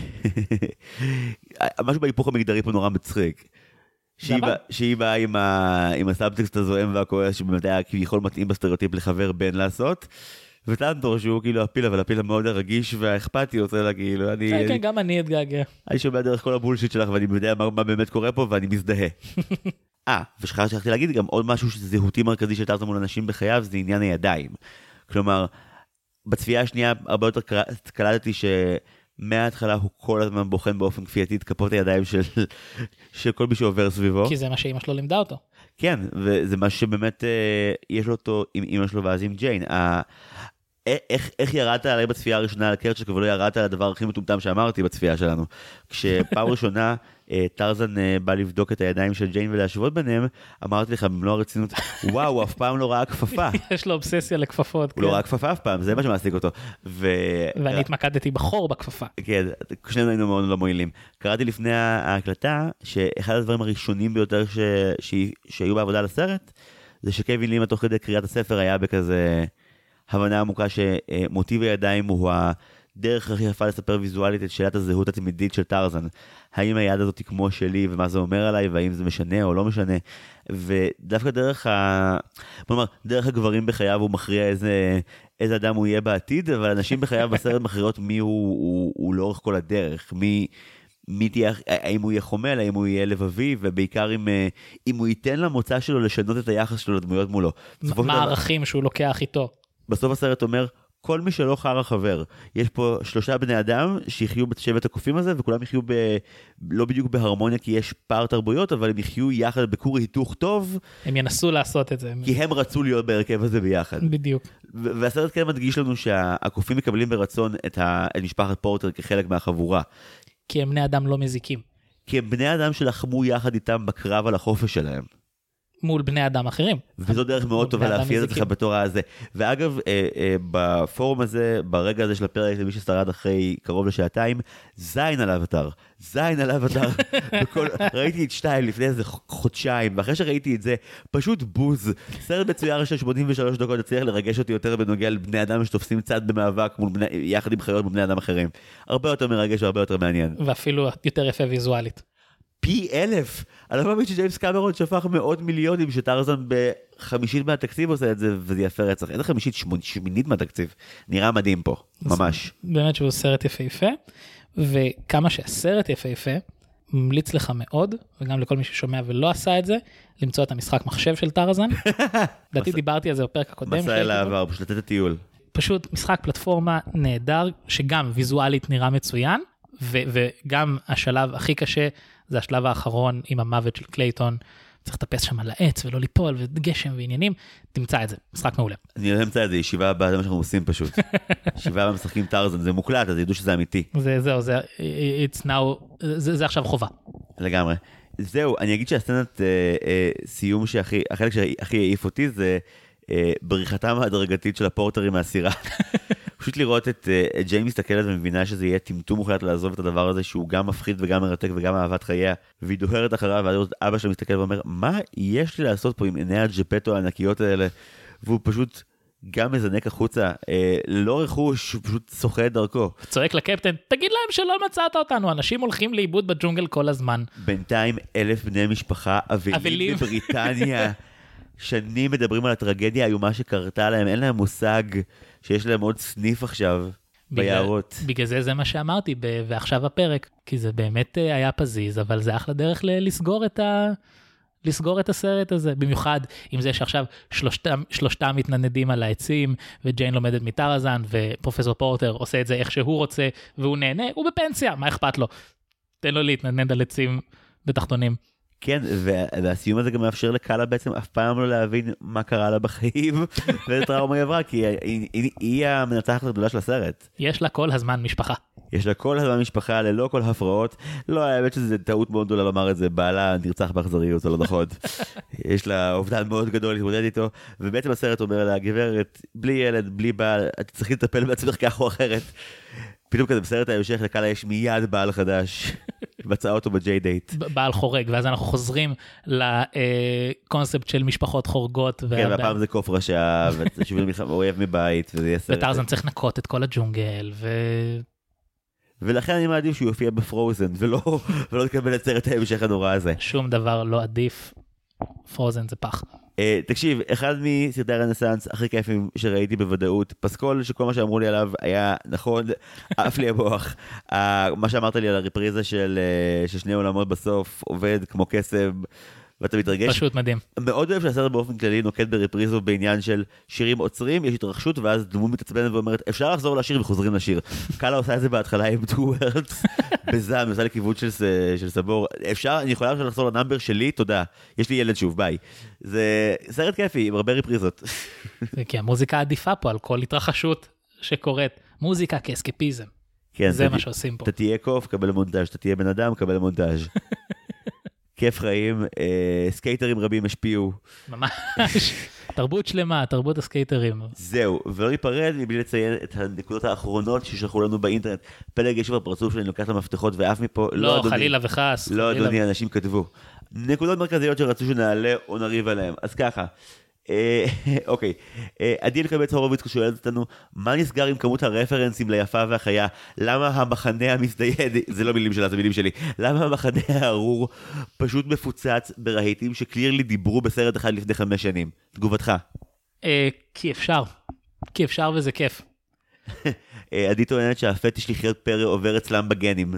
משהו בהיפוך המגדרי פה נורא מצחיק. שהיא באה עם הסאבטקסט הזוהם והכועס שבאמת היה כביכול מתאים בסטריאוטיפ לחבר בן לעשות, וטנטור שהוא כאילו הפיל, אבל הפיל המאוד הרגיש והאכפתי רוצה לה כאילו, כן, גם אני אתגעגע. אני שומע דרך כל הבולשיט שלך ואני יודע מה באמת קורה פה ואני מזדהה. ושכחתי להגיד גם עוד משהו שזהותי מרכזי של טרזן מול אנשים בחייו, זה עניין הידיים. כלומר, בצפייה השנייה הרבה יותר קלטתי מההתחלה הוא כל הזמן בוחן באופן כפייתי את כפות הידיים של כל מי שעובר סביבו. כי זה מה שאמא שלו לימדה אותו. כן, וזה מה שבאמת יש לו אותו עם אמא שלו ואז עם ג'יין. איך ירדת עליי בצפייה הראשונה על קרצ'ק ולא ירדת על הדבר הכי מטומטם שאמרתי בצפייה שלנו? כשפעם ראשונה טרזן בא לבדוק את הידיים של ג'יין ולהשוות ביניהם, אמרתי לך במלוא הרצינות, וואו, הוא אף פעם לא ראה כפפה. יש לו אובססיה לכפפות. הוא לא ראה כפפה אף פעם, זה מה שמעסיק אותו. ואני התמקדתי בחור בכפפה. כן, שנינו היינו מאוד לא מועילים. קראתי לפני ההקלטה, שאחד הדברים הראשונים ביותר שהיו בעבודה על הסרט, זה שקווין לימה תוך כדי קריאת הספר היה בכזה הבנה עמוקה שמוטיב הידיים הוא דרך הכי יפה לספר ויזואלית את שאלת הזהות התמידית של טרזן. האם היד הזאת היא כמו שלי ומה זה אומר עליי, והאם זה משנה או לא משנה. ודווקא דרך הגברים בחייו הוא מכריע איזה אדם הוא יהיה בעתיד, אבל אנשים בחייו בסרט מכריעות מי הוא לאורך כל הדרך, מי תהיה, האם הוא יהיה חומל, האם הוא יהיה לבבי, ובעיקר אם הוא ייתן למוצא שלו לשנות את היחס שלו לדמויות מולו. מה הערכים שהוא לוקח איתו? בסוף הסרט אומר, כל מי שלא חר החבר. יש פה 3 בני אדם שיחיו בשבט הקופים הזה, וכולם יחיו לא בדיוק בהרמוניה, כי יש פער תרבויות, אבל הם יחיו יחד בכור היתוך טוב. הם ינסו לעשות את זה. כי הם רצו להיות בהרכב הזה ביחד. בדיוק. והסרט כן מדגיש לנו שהקופים מקבלים ברצון את משפחת פורטר כחלק מהחבורה. כי הם בני אדם לא מזיקים. כי הם בני אדם שלחמו יחד איתם בקרב על החופש שלהם. מול בני אדם אחרים. וזו דרך מאוד טובה להפיע את זה בתור הזה. ואגב, בפורום הזה, ברגע הזה של הפרק, למי ששרד אחרי קרוב לשעתיים, זין על האבטר. ראיתי את 2 לפני איזה חודשיים, ואחרי שראיתי את זה, פשוט בוז. סרט מצויר של 83 דקות, הצליח לרגש אותי יותר בנוגע לבני אדם שתופסים צד במאבק יחד עם חיות בבני אדם אחרים. הרבה יותר מרגש והרבה יותר מעניין. ואפילו יותר יפה ויזואלית. פי 1000. אני לא מאמין שג'יימס קמרון שפך מאות מיליונים שטרזן ב50% מהתקציב עושה את זה, וזה יפה רצח. איזה 50%? מהתקציב. נראה מדהים פה, ממש. באמת שהוא סרט יפה, וכמה שהסרט יפה, ממליץ לך מאוד, וגם לכל מי ששומע ולא עשה את זה, למצוא את המשחק מחשב של טרזן. דעתי דיברתי על זה בפרק הקודם. מסע אל העבר, פשוט לתת את הטיול. פשוט משחק פלטפורמה נהדר, שגם ויזואלית נראה מצוין, וגם השלב הכי קשה, זה השלב האחרון עם המוות של קלייטון, צריך לטפס שם על העץ ולא ליפול, וגשם ועניינים, תמצא את זה, משחק מעולה. אני לא אמצא את זה, ישיבה הבאה, זה מה שאנחנו עושים פשוט. ישיבה במשחקים טרזן, זה מוקלט, אז ידעו שזה אמיתי. זה עכשיו חובה. לגמרי. זהו, אני אגיד שהסצנת סיום, החלק שהכי העיף אותי, זה בריחתם ההדרגתית של הפורטרים מהסירה. פשוט לראות את ג'יי מסתכלת ומבינה שזה יהיה טמטום מוחלט לעזוב את הדבר הזה שהוא גם מפחיד וגם מרתק וגם אהבת חייה, והיא דוהרת אחריו, ואז אבא שלה מסתכל ואומר, מה יש לי לעשות פה עם עיני הג'פטו הענקיות האלה? והוא פשוט גם מזנק החוצה, לא רכוש, פשוט שוחה את דרכו. צועק לקפטן, תגיד להם שלא מצאת אותנו, אנשים הולכים לאיבוד בג'ונגל כל הזמן. בינתיים 1,000 בני משפחה אבלים בבריטניה. שנים מדברים על הטרגדיה האיומה שקרתה להם, אין להם מושג שיש להם עוד סניף עכשיו ביערות. בגלל זה מה שאמרתי, ועכשיו הפרק, כי זה באמת היה פזיז, אבל זה אחלה דרך לסגור את הסרט הזה, במיוחד עם זה שעכשיו שלושתם מתנדדים על העצים, וג'יין לומדת מטרזן, ופרופסור פורטר עושה את זה איך שהוא רוצה, והוא נהנה, הוא בפנסיה, מה אכפת לו? תן לו להתנדנד על עצים בתחתונים. כן, והסיום הזה גם מאפשר לקאלה בעצם אף פעם לא להבין מה קרה לה בחיים, ואיזה טראומה היא עברה, כי היא המנצחת הגדולה של הסרט. יש לה כל הזמן משפחה. יש לה כל הזמן משפחה ללא כל הפרעות. לא, האמת שזה טעות מאוד גדולה לומר את זה, בעלה נרצח באכזריות, זה לא נכון. יש לה אובדן מאוד גדול להתמודד איתו, ובעצם הסרט אומר לה, גברת, בלי ילד, בלי בעל, את צריכה לטפל בעצמך כך או אחרת. פתאום כזה בסרט ההמשך לקאלה יש מיד בעל חדש, מצא אותו בג'יי דייט. בעל חורג, ואז אנחנו חוזרים לקונספט של משפחות חורגות. כן, והפעם זה קוף רשע, ואוהב מבית, וזה יהיה סרט. וטרזן צריך לנקות את כל הג'ונגל, ולכן אני מעדיף שהוא יופיע בפרוזן, ולא לקבל את סרט ההמשך הנורא הזה. שום דבר לא עדיף, פרוזן זה פח. תקשיב, אחד מסרטי הרנסנס הכי כיפים שראיתי בוודאות, פסקול שכל מה שאמרו לי עליו היה נכון, אף לי המוח. מה שאמרת לי על הרפריזה של שני עולמות בסוף עובד כמו קסם, ואתה מתרגש. פשוט מדהים. מאוד אוהב שהסרט באופן כללי נוקט ברפריזו בעניין של שירים עוצרים, יש התרחשות, ואז דמות מתעצבנת ואומרת, אפשר לחזור לשיר וחוזרים לשיר. קאלה עושה את זה בהתחלה עם Two Worlds, בזעם, עושה לכיוון של סבור. אני יכולה לחזור לנאמבר שלי, תודה. יש לי ילד שוב, ביי. זה סרט כיפי, עם הרבה רפריזות. כי המוזיקה עדיפה פה על כל התרחשות שקורית. מוזיקה כאסקפיזם. זה מה שעושים פה. אתה תהיה קוף, קבל מונטאז', אתה תהיה בן אדם, קבל מונטאז'. כיף חיים, סקייטרים רבים השפיעו. ממש, תרבות שלמה, תרבות הסקייטרים. זהו, ולא ניפרד מבלי לציין את הנקודות האחרונות ששלחו לנו באינטרנט. פלג יש בפרצוף שלי, לוקח למפתחות ואף מפה, לא, חלילה וחס. לא, אדוני, אנשים כתבו. נקודות מרכזיות שרצו שנעלה או נריב עליהם. אז ככה, אוקיי, עדי אלקבץ הורוביץ שואלת אותנו, מה נסגר עם כמות הרפרנסים ליפה והחיה? למה המחנה המזדייד, זה לא מילים שלה, זה מילים שלי, למה המחנה הארור פשוט מפוצץ ברהיטים שקלירלי דיברו בסרט אחד לפני 5 שנים? תגובתך. כי אפשר וזה כיף. עדי טוענת שהפטיש לחיות פרא עובר אצלם בגנים,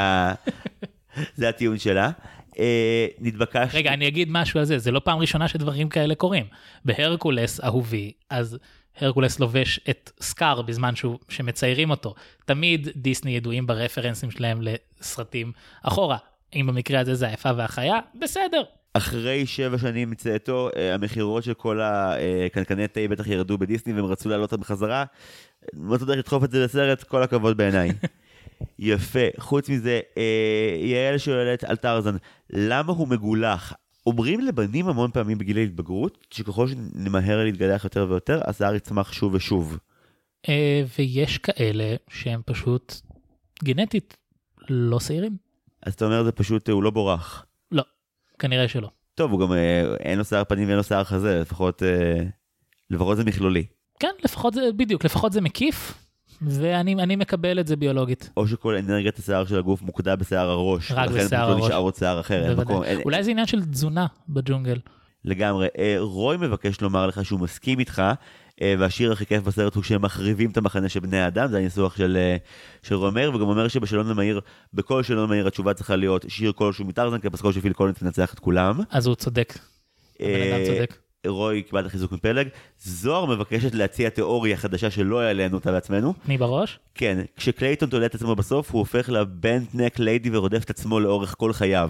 זה הטיעון שלה. נתבקש... רגע, אני אגיד משהו על זה, זה לא פעם ראשונה שדברים כאלה קורים. בהרקולס אהובי, אז הרקולס לובש את סקאר בזמן שמציירים אותו. תמיד דיסני ידועים ברפרנסים שלהם לסרטים אחורה. אם במקרה הזה זה היפה והחיה, בסדר. אחרי 7 שנים מצאתו, המחירות של כל הקנקני תה בטח ירדו בדיסני, והם רצו לעלות אותם בחזרה. מצאו דרך לדחוף את זה לסרט, כל הכבוד בעיניי. יפה. חוץ מזה, יעל שואלת על טרזן, למה הוא מגולח? אומרים לבנים המון פעמים בגיל ההתבגרות, שככל שנמהר להתגלח יותר ויותר, השיער יצמח שוב ושוב. ויש כאלה שהם פשוט גנטית לא שעירים. אז אתה אומר, זה פשוט, הוא לא בורח. לא, כנראה שלא. טוב, הוא גם אין לו שיער פנים ואין לו שיער חזה, לפחות זה מכלולי. כן, לפחות זה מקיף. ואני מקבל את זה ביולוגית. או שכל אנרגיית השיער של הגוף מוקדה בשיער הראש. רק בשיער הראש. לכן נשאר עוד שיער אחר. אולי זה עניין של תזונה בג'ונגל. לגמרי. רוי מבקש לומר לך שהוא מסכים איתך, והשיר הכי כיף בסרט הוא שהם מחריבים את המחנה של בני האדם, זה הניסוח של רומר, וגם אומר שבשאלון למהיר, בכל שאלון למהיר התשובה צריכה להיות שיר כלשהו מטרזן, כי הפסקול של פיל קולינס מנצח את כולם. אז הוא צודק. הבן אדם צודק. רוי קיבלת חיזוק מפלג. זוהר מבקשת להציע תיאוריה חדשה שלא העלינו אותה בעצמנו. מי בראש? כן, כשקלייטון תולה את עצמו בסוף, הוא הופך לבנדנק ליידי ורודף את עצמו לאורך כל חייו.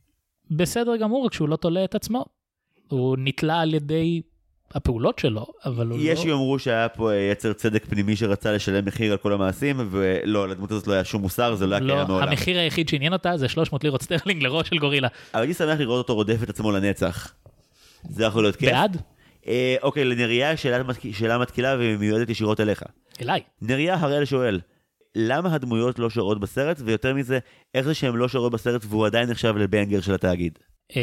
בסדר גמור, כשהוא לא תולה את עצמו. הוא נתלה על ידי הפעולות שלו, אבל הוא לא... יש שיאמרו שהיה פה יצר צדק פנימי שרצה לשלם מחיר על כל המעשים, ולא, לדמות הזאת לא היה שום מוסר, זה לא היה קיים מעולם. המחיר היחיד שעניין אותה זה 300 לירות סטרלינג לראש של גורילה. אבל אני שמח לראות אותו רודף את עצמו לנצח. זה יכול להיות כיף. בעד? אוקיי, לנריה שאלה מתקילה ומיועדת ישירות אליך. אליי. נריה הראל שואל, למה הדמויות לא שרות בסרט, ויותר מזה, איך זה שהן לא שרות בסרט והוא עדיין נחשב לבנגר של התאגיד?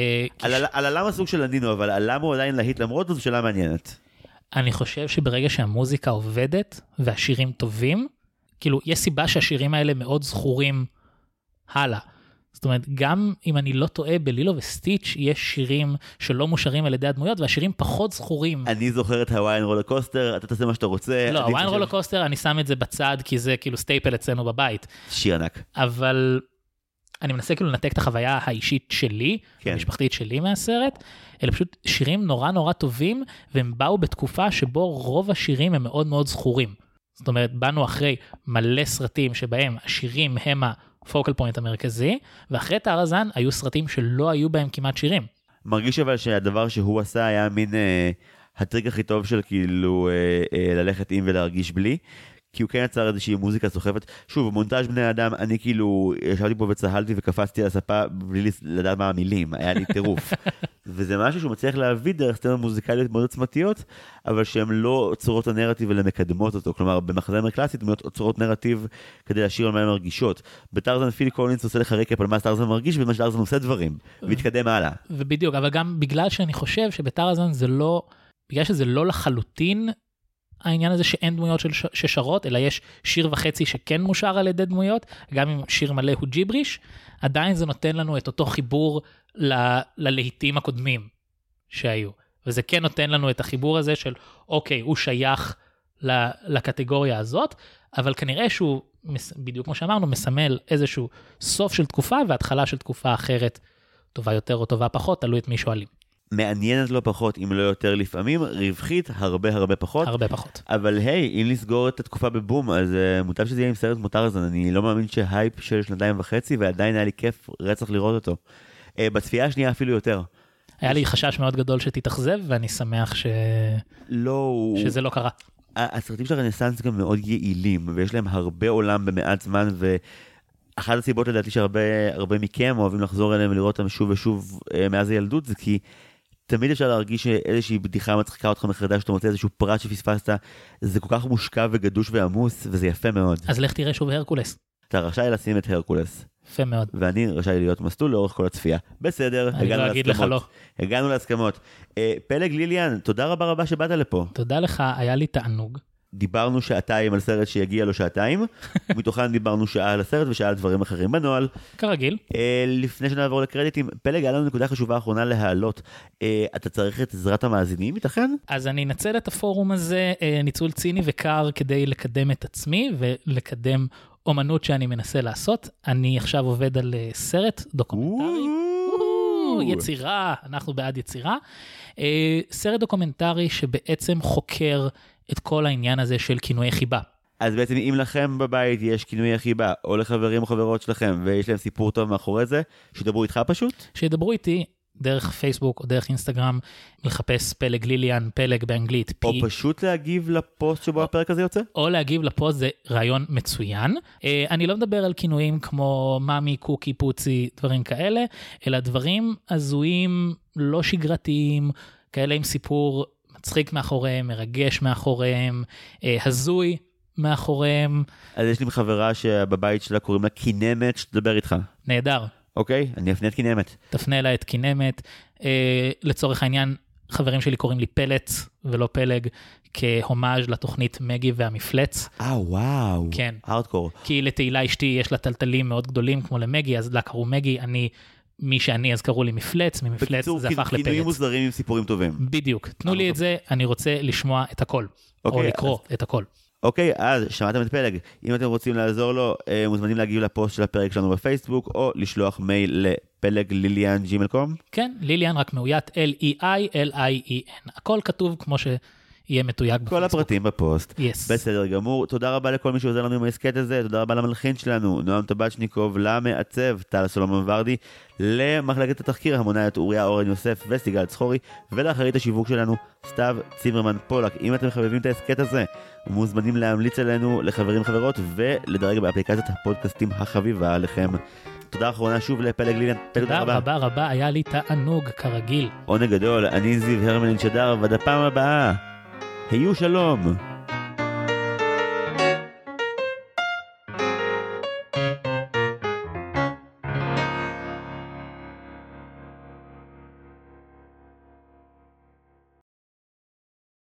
על הלמה סוג של ענינו, אבל על למה הוא עדיין להיט למרות זו שאלה מעניינת. אני חושב שברגע שהמוזיקה עובדת והשירים טובים, כאילו יש סיבה שהשירים האלה מאוד זכורים הלאה. זאת אומרת, גם אם אני לא טועה בלילו וסטיץ' יש שירים שלא מושרים על ידי הדמויות, והשירים פחות זכורים. אני זוכר את הוויין רולר קוסטר, אתה תעשה מה שאתה רוצה. לא, הוויין רולר קוסטר, אני שם את זה בצד, כי זה כאילו סטייפל אצלנו בבית. שיר ענק. אבל אני מנסה כאילו לנתק את החוויה האישית שלי, המשפחתית שלי מהסרט, אלה פשוט שירים נורא נורא טובים, והם באו בתקופה שבו רוב השירים הם מאוד מאוד זכורים. זאת אומרת, באנו אחרי מלא סרטים שבהם השירים הם הפוקל פוינט המרכזי, ואחרי טרזן היו סרטים שלא היו בהם כמעט שירים. מרגיש אבל שהדבר שהוא עשה היה מין הטריק הכי טוב של כאילו ללכת עם ולהרגיש בלי, כי הוא כן יצר איזושהי מוזיקה סוחפת. שוב, מונטאז' בני האדם, אני כאילו ישבתי פה וצהלתי וקפצתי על הספה בלי לדעת מה המילים, היה לי טירוף. וזה משהו שהוא מצליח להביא דרך סצנות מוזיקליות מאוד עצמתיות, אבל שהן לא עוצרות הנרטיב אלא מקדמות אותו. כלומר, במחזמר קלאסי דמויות עוצרות נרטיב כדי להשאיר על מה הן מרגישות. בטרזן פיל קולינס עושה לך רקע על מה טרזן מרגיש ומה שטרזן עושה דברים, והתקדם הלאה. ובדיוק, אבל גם בגלל שאני חושב שבטרזן זה לא, בגלל שזה לא לחלוטין העניין הזה שאין דמויות ששרות, אלא יש שיר וחצי שכן מושר על ידי דמויות, גם אם שיר מלא הוא ג'יבריש, עדיין זה נותן לנו את אותו חיבור ללהיטים הקודמים שהיו. וזה כן נותן לנו את החיבור הזה של, אוקיי, הוא שייך לקטגוריה הזאת, אבל כנראה שהוא, בדיוק כמו שאמרנו, מסמל איזשהו סוף של תקופה, והתחלה של תקופה אחרת, טובה יותר או טובה פחות, תלוי את מי שואלים. מעניינת לא פחות, אם לא יותר לפעמים, רווחית הרבה פחות. הרבה פחות. אבל היי, אם לסגור את התקופה בבום, אז מוטב שזה יהיה עם סרט מוטרזן, אני לא מאמין שהייפ של 2.5, ועדיין היה לי כיף רצח לראות אותו. בצפייה השנייה אפילו יותר. היה לי חשש מאוד גדול שתתאכזב, ואני שמח שזה לא קרה. הסרטים של הרנסנס גם מאוד יעילים, ויש להם הרבה עולם במעט זמן, ואחת הסיבות לדעתי שהרבה מכם אוהבים לחזור אליהם ולראות אותם שוב ושוב מאז הילדות, זה כי תמיד אפשר להרגיש שאיזושהי בדיחה מצחיקה אותך מחדש, שאתה מוצא איזשהו פרט שפספסת, זה כל כך מושקע וגדוש ועמוס, וזה יפה מאוד. אז לך תראה שוב הרקולס. אתה רשאי לשים את הרקולס. יפה מאוד. ואני רשאי להיות מסלול לאורך כל הצפייה. בסדר, אני לא אגיד לך לא. הגענו להסכמות. פלג ליליאן, תודה רבה שבאת לפה. תודה לך, היה לי תענוג. דיברנו שעתיים על סרט שיגיע לו שעתיים, מתוכן דיברנו שעה על הסרט ושעה על דברים אחרים בנועל. כרגיל. לפני שנעבור לקרדיטים, פלג, היה לנו נקודה חשובה האחרונה להעלות. אתה צריך את עזרת המאזינים, ייתכן? אז אני אנצל את הפורום הזה, ניצול ציני וקר, כדי לקדם את עצמי ולקדם אומנות שאני מנסה לעשות. אני עכשיו עובד על סרט דוקומנטרי. יצירה, אנחנו בעד יצירה. סרט דוקומנטרי שבעצם חוקר את כל העניין הזה של כינויי חיבה. אז בעצם אם לכם בבית יש כינויי חיבה, או לחברים או חברות שלכם, ויש להם סיפור טוב מאחורי זה, שידברו איתך פשוט? שידברו איתי דרך פייסבוק או דרך אינסטגרם, לחפש פלג ליליאן, פלג באנגלית. או פשוט להגיב לפוסט שבו הפרק הזה יוצא? או להגיב לפוסט, זה רעיון מצוין. אני לא מדבר על כינויים כמו מאמי, קוקי, פוצי, דברים כאלה, אלא דברים הזויים, לא שגרתיים, כאלה עם סיפור מצחיק מאחוריהם, מרגש מאחוריהם, הזוי מאחוריהם. אז יש לי חברה שבבית שלה קוראים לה כינמת, שתדבר איתך. נהדר. אוקיי, אני אפנה את כינמת. תפנה לה את כינמת. לצורך העניין, חברים שלי קוראים לי פלץ ולא פלג, כהומאז' לתוכנית מגי והמפלץ. וואו. כן. הארדקור. כי לתהילה אשתי יש לה טלטלים מאוד גדולים כמו למגי, אז לה קראו מגי, מי שאני אז קראו לי מפלץ, ממפלץ זה הפך לפלץ. כינויים מוסדרים עם סיפורים טובים. בדיוק. תנו לי את זה, אני רוצה לשמוע את הכל. או לקרוא את הכל. אוקיי, אז שמעתם את פלג. אם אתם רוצים לעזור לו, מוזמנים להגיב לפוסט של הפרק שלנו בפייסבוק, או לשלוח מייל לפלג.lilian@gmail.com. כן, ליליאן רק מאוית L-E-I-L-I-E-N. הכל כתוב כמו שיהיה מתויג בפייסבוק. כל הפרטים בפוסט. Yes. בסדר גמור. תודה רבה לכל מי שעוזר לנו עם ההסקט הזה. תודה רבה למלחין שלנו, נועם טבצ'ניקוב, למעצב, טל סולומון ורדי, למחלקת התחקיר המונעת אוריה אורן יוסף וסיגל צחורי, ולאחרית השיווק שלנו, סתיו צימרמן פולק. אם אתם חבבים את ההסקט הזה, מוזמנים להמליץ עלינו לחברים חברות ולדרג באפליקציית הפודקאסטים החביבה עליכם. תודה אחרונה שוב לפלג ליליאן. תודה רבה, היה לי תענוג כרגיל. עונג גדול, אני זיו הרמלין שדר, ועד הפעם הבאה, היו שלום.